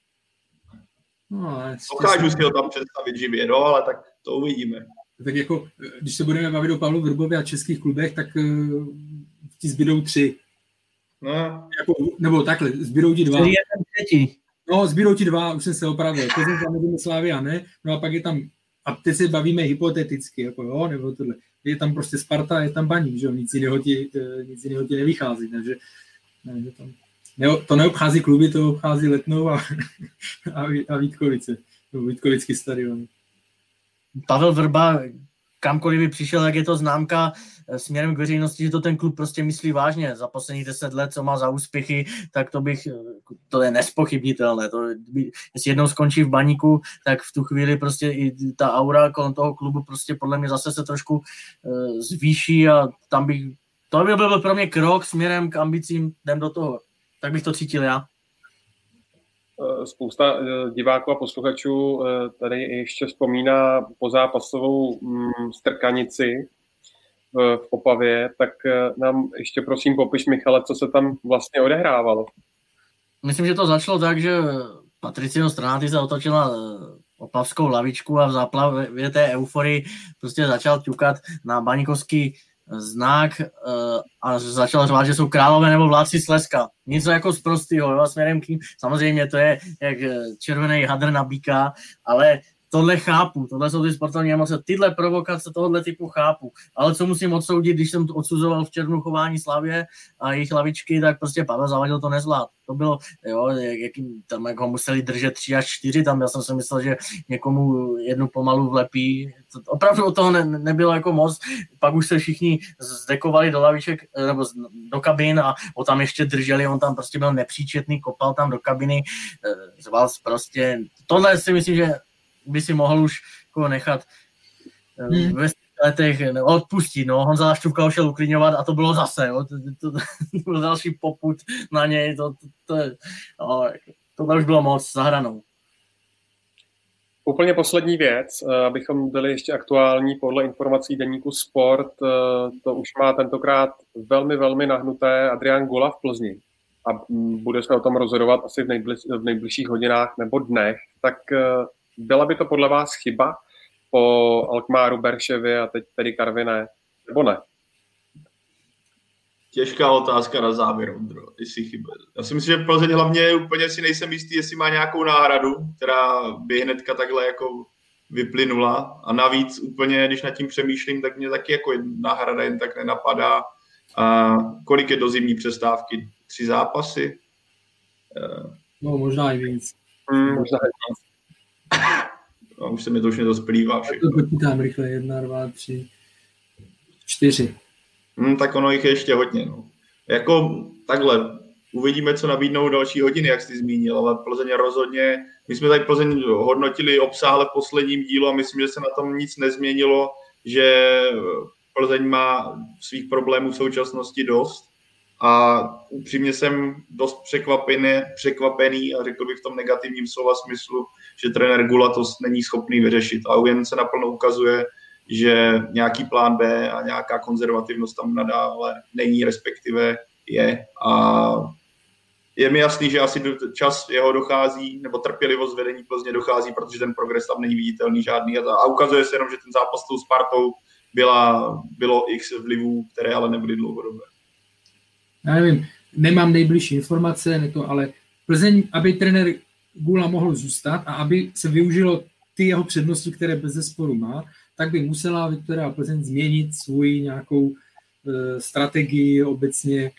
No, dokážu si ho tam představit živě, no, ale tak to uvidíme. Tak jako, když se budeme bavit o Pavlu Vrbovi a českých klubech, tak ti zbydou 3. No. Jako, nebo takhle, zbydou ti 2. Třetí. No, zbydou ti 2, už jsem se opravil. Plzeň tam nebudeme Slavia, ne? No a pak je tam, a teď se bavíme hypoteticky, jako jo, nebo tohle. Je tam prostě Sparta, je tam Baník, že jo, nic jiného ti nevychází, takže tam, to neobchází kluby, to obchází Letnou a Vítkovice, nebo Vítkovický stadion. Pavel Vrba, kamkoliv by přišel, jak je to známka směrem k veřejnosti, že to ten klub prostě myslí vážně. Za posledních 10 let, co má za úspěchy, tak to je nespochybnitelné. Jestli jednou skončí v Baníku, tak v tu chvíli prostě i ta aura kolem toho klubu prostě podle mě zase se trošku zvýší a to by byl pro mě krok směrem k ambicím, jdem do toho. Tak bych to cítil já. Spousta diváků a posluchačů tady ještě vzpomíná pozápasovou strkanici v Opavě, tak nám ještě prosím popiš, Michale, co se tam vlastně odehrávalo. Myslím, že to začalo tak, že Patricio Stranaty se otočil na opavskou lavičku a v záplavě té euforii prostě začal ťukat na baníkovský znak a začal řvát, že jsou králové nebo vládci Slezska. Něco jako zprostýho, jo, směrem k ním. Samozřejmě to je jak červený hadr na býka, ale tohle chápu, tohle jsou ty sportovní emoce, tyhle provokace tohohle typu chápu, ale co musím odsoudit, když jsem odsuzoval v červnu chování Slavie a jejich lavičky, tak prostě Pavel Zavadil to nezvlád. To bylo, jo, tam jak ho museli držet 3 až 4, tam já jsem si myslel, že někomu jednu pomalu vlepí, opravdu od toho nebylo jako moc, pak už se všichni zdekovali do laviček, nebo do kabin a ho tam ještě drželi, on tam prostě byl nepříčetný, kopal tam do kabiny, zval prostě, tohle si myslím, že by si mohl už jako nechat ve letech odpustit. No. Honza Laštůvka ho šel uklidňovat a to bylo zase. Jo. To byl další popud na něj. Tohle už bylo moc za hranou. Úplně poslední věc, abychom byli ještě aktuální podle informací deníku Sport, to už má tentokrát velmi, velmi nahnuté Adrián Gula v Plzni a bude se o tom rozhodovat asi v nejbližších hodinách nebo dnech. Tak byla by to podle vás chyba po Alkmáru, Berševi a teď tedy Karviné, nebo ne? Těžká otázka na závěr, Ondro, jestli chyba. Já si myslím, že Plzeň hlavně úplně si nejsem jistý, jestli má nějakou náhradu, která by hnedka takhle jako vyplynula. A navíc úplně, když nad tím přemýšlím, tak mě taky jako náhrada jen tak nenapadá. A kolik je do zimní přestávky? 3 zápasy? No, možná i víc. Možná i víc. A už se mi to už nedosplývá všechno. To počítám rychle, 1, 2, 3, 4. Tak ono jich je ještě hodně. No. Jako takhle, uvidíme, co nabídnou další hodiny, jak jsi zmínil, ale Plzeň rozhodně, my jsme tady Plzeň hodnotili obsáhle v posledním dílu a myslím, že se na tom nic nezměnilo, že Plzeň má svých problémů v současnosti dost a upřímně jsem dost překvapený a řekl bych v tom negativním slova smyslu, že trenér Gula to není schopný vyřešit a jen se naplno ukazuje, že nějaký plán B a nějaká konzervativnost tam nadále není, respektive je. A je mi jasný, že asi čas jeho dochází, nebo trpělivost vedení Plzně dochází, protože ten progres tam není viditelný žádný. A ukazuje se jenom, že ten zápas s tou Spartou bylo x vlivů, které ale nebyly dlouhodobé. Já nevím, nemám nejbližší informace, ale Plzeň, aby trenér Gula mohl zůstat a aby se využilo ty jeho přednosti, které bezesporu má, tak by musela Viktoria Plzeň změnit svou nějakou strategii obecně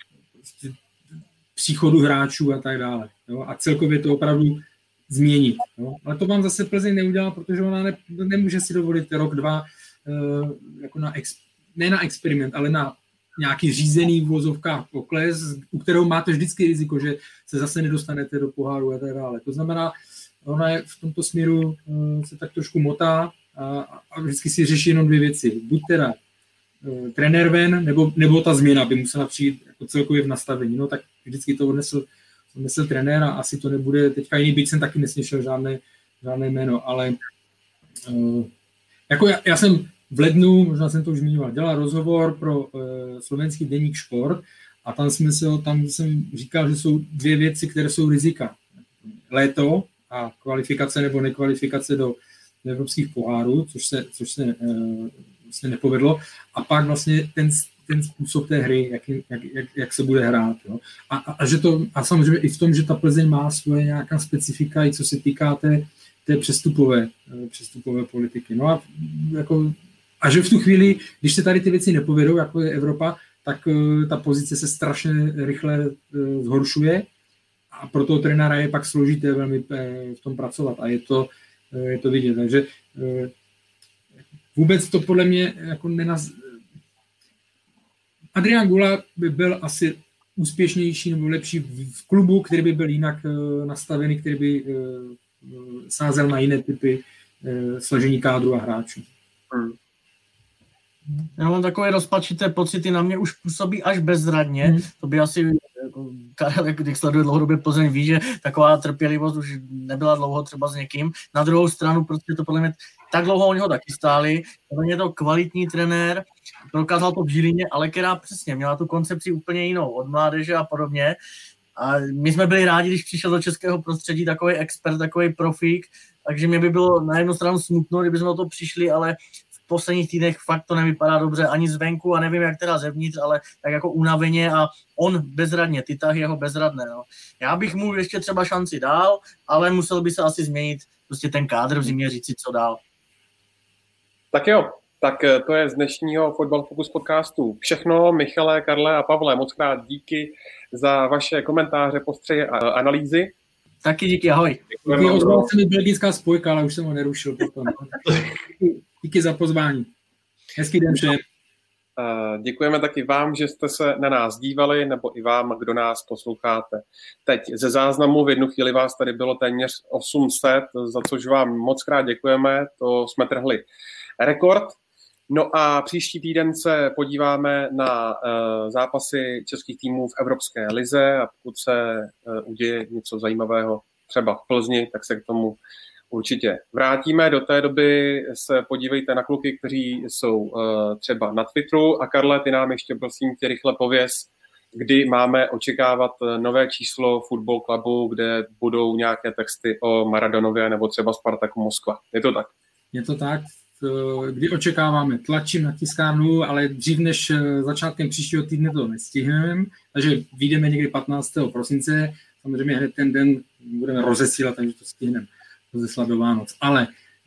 příchodu hráčů a tak dále. Jo? A celkově to opravdu změnit. Jo? Ale to vám zase Plzeň neudělá, protože ona nemůže si dovolit rok, 2 jako ne na experiment, ale na nějaký řízený v vozovkách pokles, u kterého máte vždycky riziko, že se zase nedostanete do poháru a tak dále. To znamená, ona je v tomto směru se tak trošku motá a vždycky si řeší jenom 2 věci. Buď teda trenér ven, nebo ta změna by musela přijít jako celkově v nastavení. No tak vždycky to odnesl trenér a asi to nebude teďka jiný, byť jsem taky neslyšel žádné jméno, ale jako já jsem v lednu, možná jsem to už zmiňoval, dělal rozhovor pro slovenský deník Šport a tam jsem říkal, že jsou 2 věci, které jsou rizika. Léto a kvalifikace nebo nekvalifikace do evropských pohárů, což se nepovedlo. A pak vlastně ten způsob té hry, jak se bude hrát. Jo. A samozřejmě i v tom, že ta Plzeň má svoje nějaká specifika, i co se týká té přestupové politiky. No a že v tu chvíli, když se tady ty věci nepovedou, jako je Evropa, tak ta pozice se strašně rychle zhoršuje a pro toho trenéra je pak složité velmi v tom pracovat a je to vidět. Takže vůbec to podle mě jako Adrián Gula by byl asi úspěšnější nebo lepší v klubu, který by byl jinak nastavený, který by sázel na jiné typy složení kádru a hráčů. Já mám takové rozpačité pocity, na mě už působí až bezradně. To by asi Karel, když sleduje dlouhodobě Plzeň, ví, že taková trpělivost už nebyla dlouho třeba s někým. Na druhou stranu prostě to podle mě tak dlouho oni ho taky stáli. Podle mě to kvalitní trenér, prokázal to v Žilině, ale která přesně měla tu koncepci úplně jinou od mládeže a podobně. A my jsme byli rádi, když přišel do českého prostředí takový expert, takový profík, takže mě by bylo na jednu stranu smutno, kdyby jsme o to přišli, ale v posledních týdnech fakt to nevypadá dobře ani zvenku a nevím, jak teda zevnitř, ale tak jako unaveně a on bezradně, ty tahy jeho bezradné. No. Já bych mu ještě třeba šanci dal, ale musel by se asi změnit prostě ten kádr v zimě, říct si, co dál. Tak jo, tak to je z dnešního Fotbal Focus podcastu všechno. Michale, Karle a Pavle, moc krát díky za vaše komentáře, postřehy a analýzy. Taky díky, ahoj. Ozval se mi belgická spojka, ale už jsem ho nerušil potom. Díky za pozvání. Hezký den všem. Děkujeme taky vám, že jste se na nás dívali, nebo i vám, kdo nás posloucháte. Teď ze záznamu v jednu chvíli vás tady bylo téměř 800, za což vám moc krát děkujeme, to jsme trhli rekord. No a příští týden se podíváme na zápasy českých týmů v Evropské lize a pokud se uděje něco zajímavého třeba v Plzni, tak se k tomu určitě vrátíme. Do té doby se podívejte na kluky, kteří jsou třeba na Twitteru. A Karle, ty nám ještě prosím tě rychle pověz, kdy máme očekávat nové číslo Football Clubu, kde budou nějaké texty o Maradonově nebo třeba Spartaku Moskva. Je to tak? Je to tak. Kdy očekáváme? Tlačím na tiskárnu, ale dřív než začátkem příštího týdne to nestihneme, takže vyjdeme někdy 15. prosince. Samozřejmě hned ten den budeme rozesílat, takže to stihneme rozeslat do Vánoc. Ale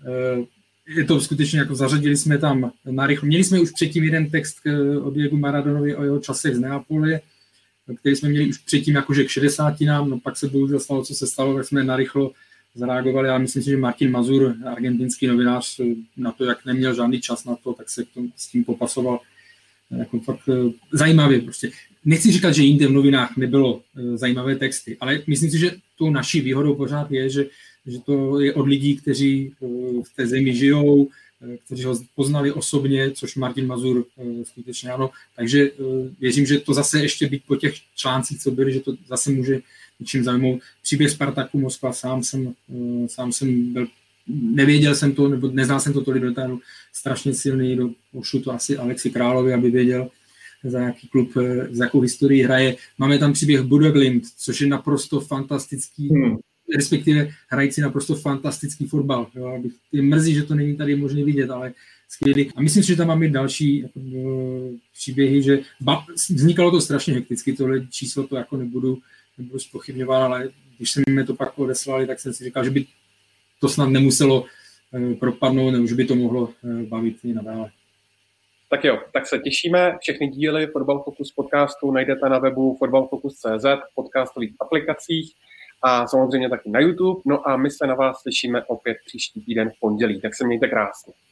je to skutečně, jako zařadili jsme tam narychlo. Měli jsme už předtím jeden text o Diegu Maradonovi, o jeho časech z Neapole, který jsme měli už předtím jakože k 60. no pak se bohužel stalo, co se stalo, tak jsme narychlo zareagovali, ale myslím si, že Martin Mazur, argentinský novinář, na to, jak neměl žádný čas na to, tak se s tím popasoval jako fakt zajímavě prostě. Nechci říkat, že jinde v novinách nebylo zajímavé texty, ale myslím si, že tou naší výhodou pořád je, že to je od lidí, kteří v té zemi žijou, kteří ho poznali osobně, což Martin Mazur skutečně ano. Takže věřím, že to zase ještě být po těch článcích, co byly, že to zase může něčím zajímavou. Příběh Spartaku Moskva, sám jsem byl, nevěděl jsem to, nebo neznal jsem to tolik detailu, strašně silný, pošlu to asi Alexi Královi, aby věděl, za jaký klub, za jakou historii hraje. Máme tam příběh Budaglimt, což je naprosto fantastický, respektive hrající naprosto fantastický fotbal. Je mrzí, že to není tady možné vidět, ale skvělý. A myslím si, že tam máme další příběhy, že vznikalo to strašně hekticky, tohle číslo to jako nebudu zpochybňovat, ale když jsme mi to pak odeslali, tak jsem si říkal, že by to snad nemuselo propadnout, nebo že by to mohlo bavit i nadále. Tak jo, tak se těšíme. Všechny díly Fotbal Focus podcastu najdete na webu fotbalfocus.cz, v podcastových aplikacích a samozřejmě taky na YouTube. No a my se na vás slyšíme opět příští týden v pondělí. Tak se mějte krásně.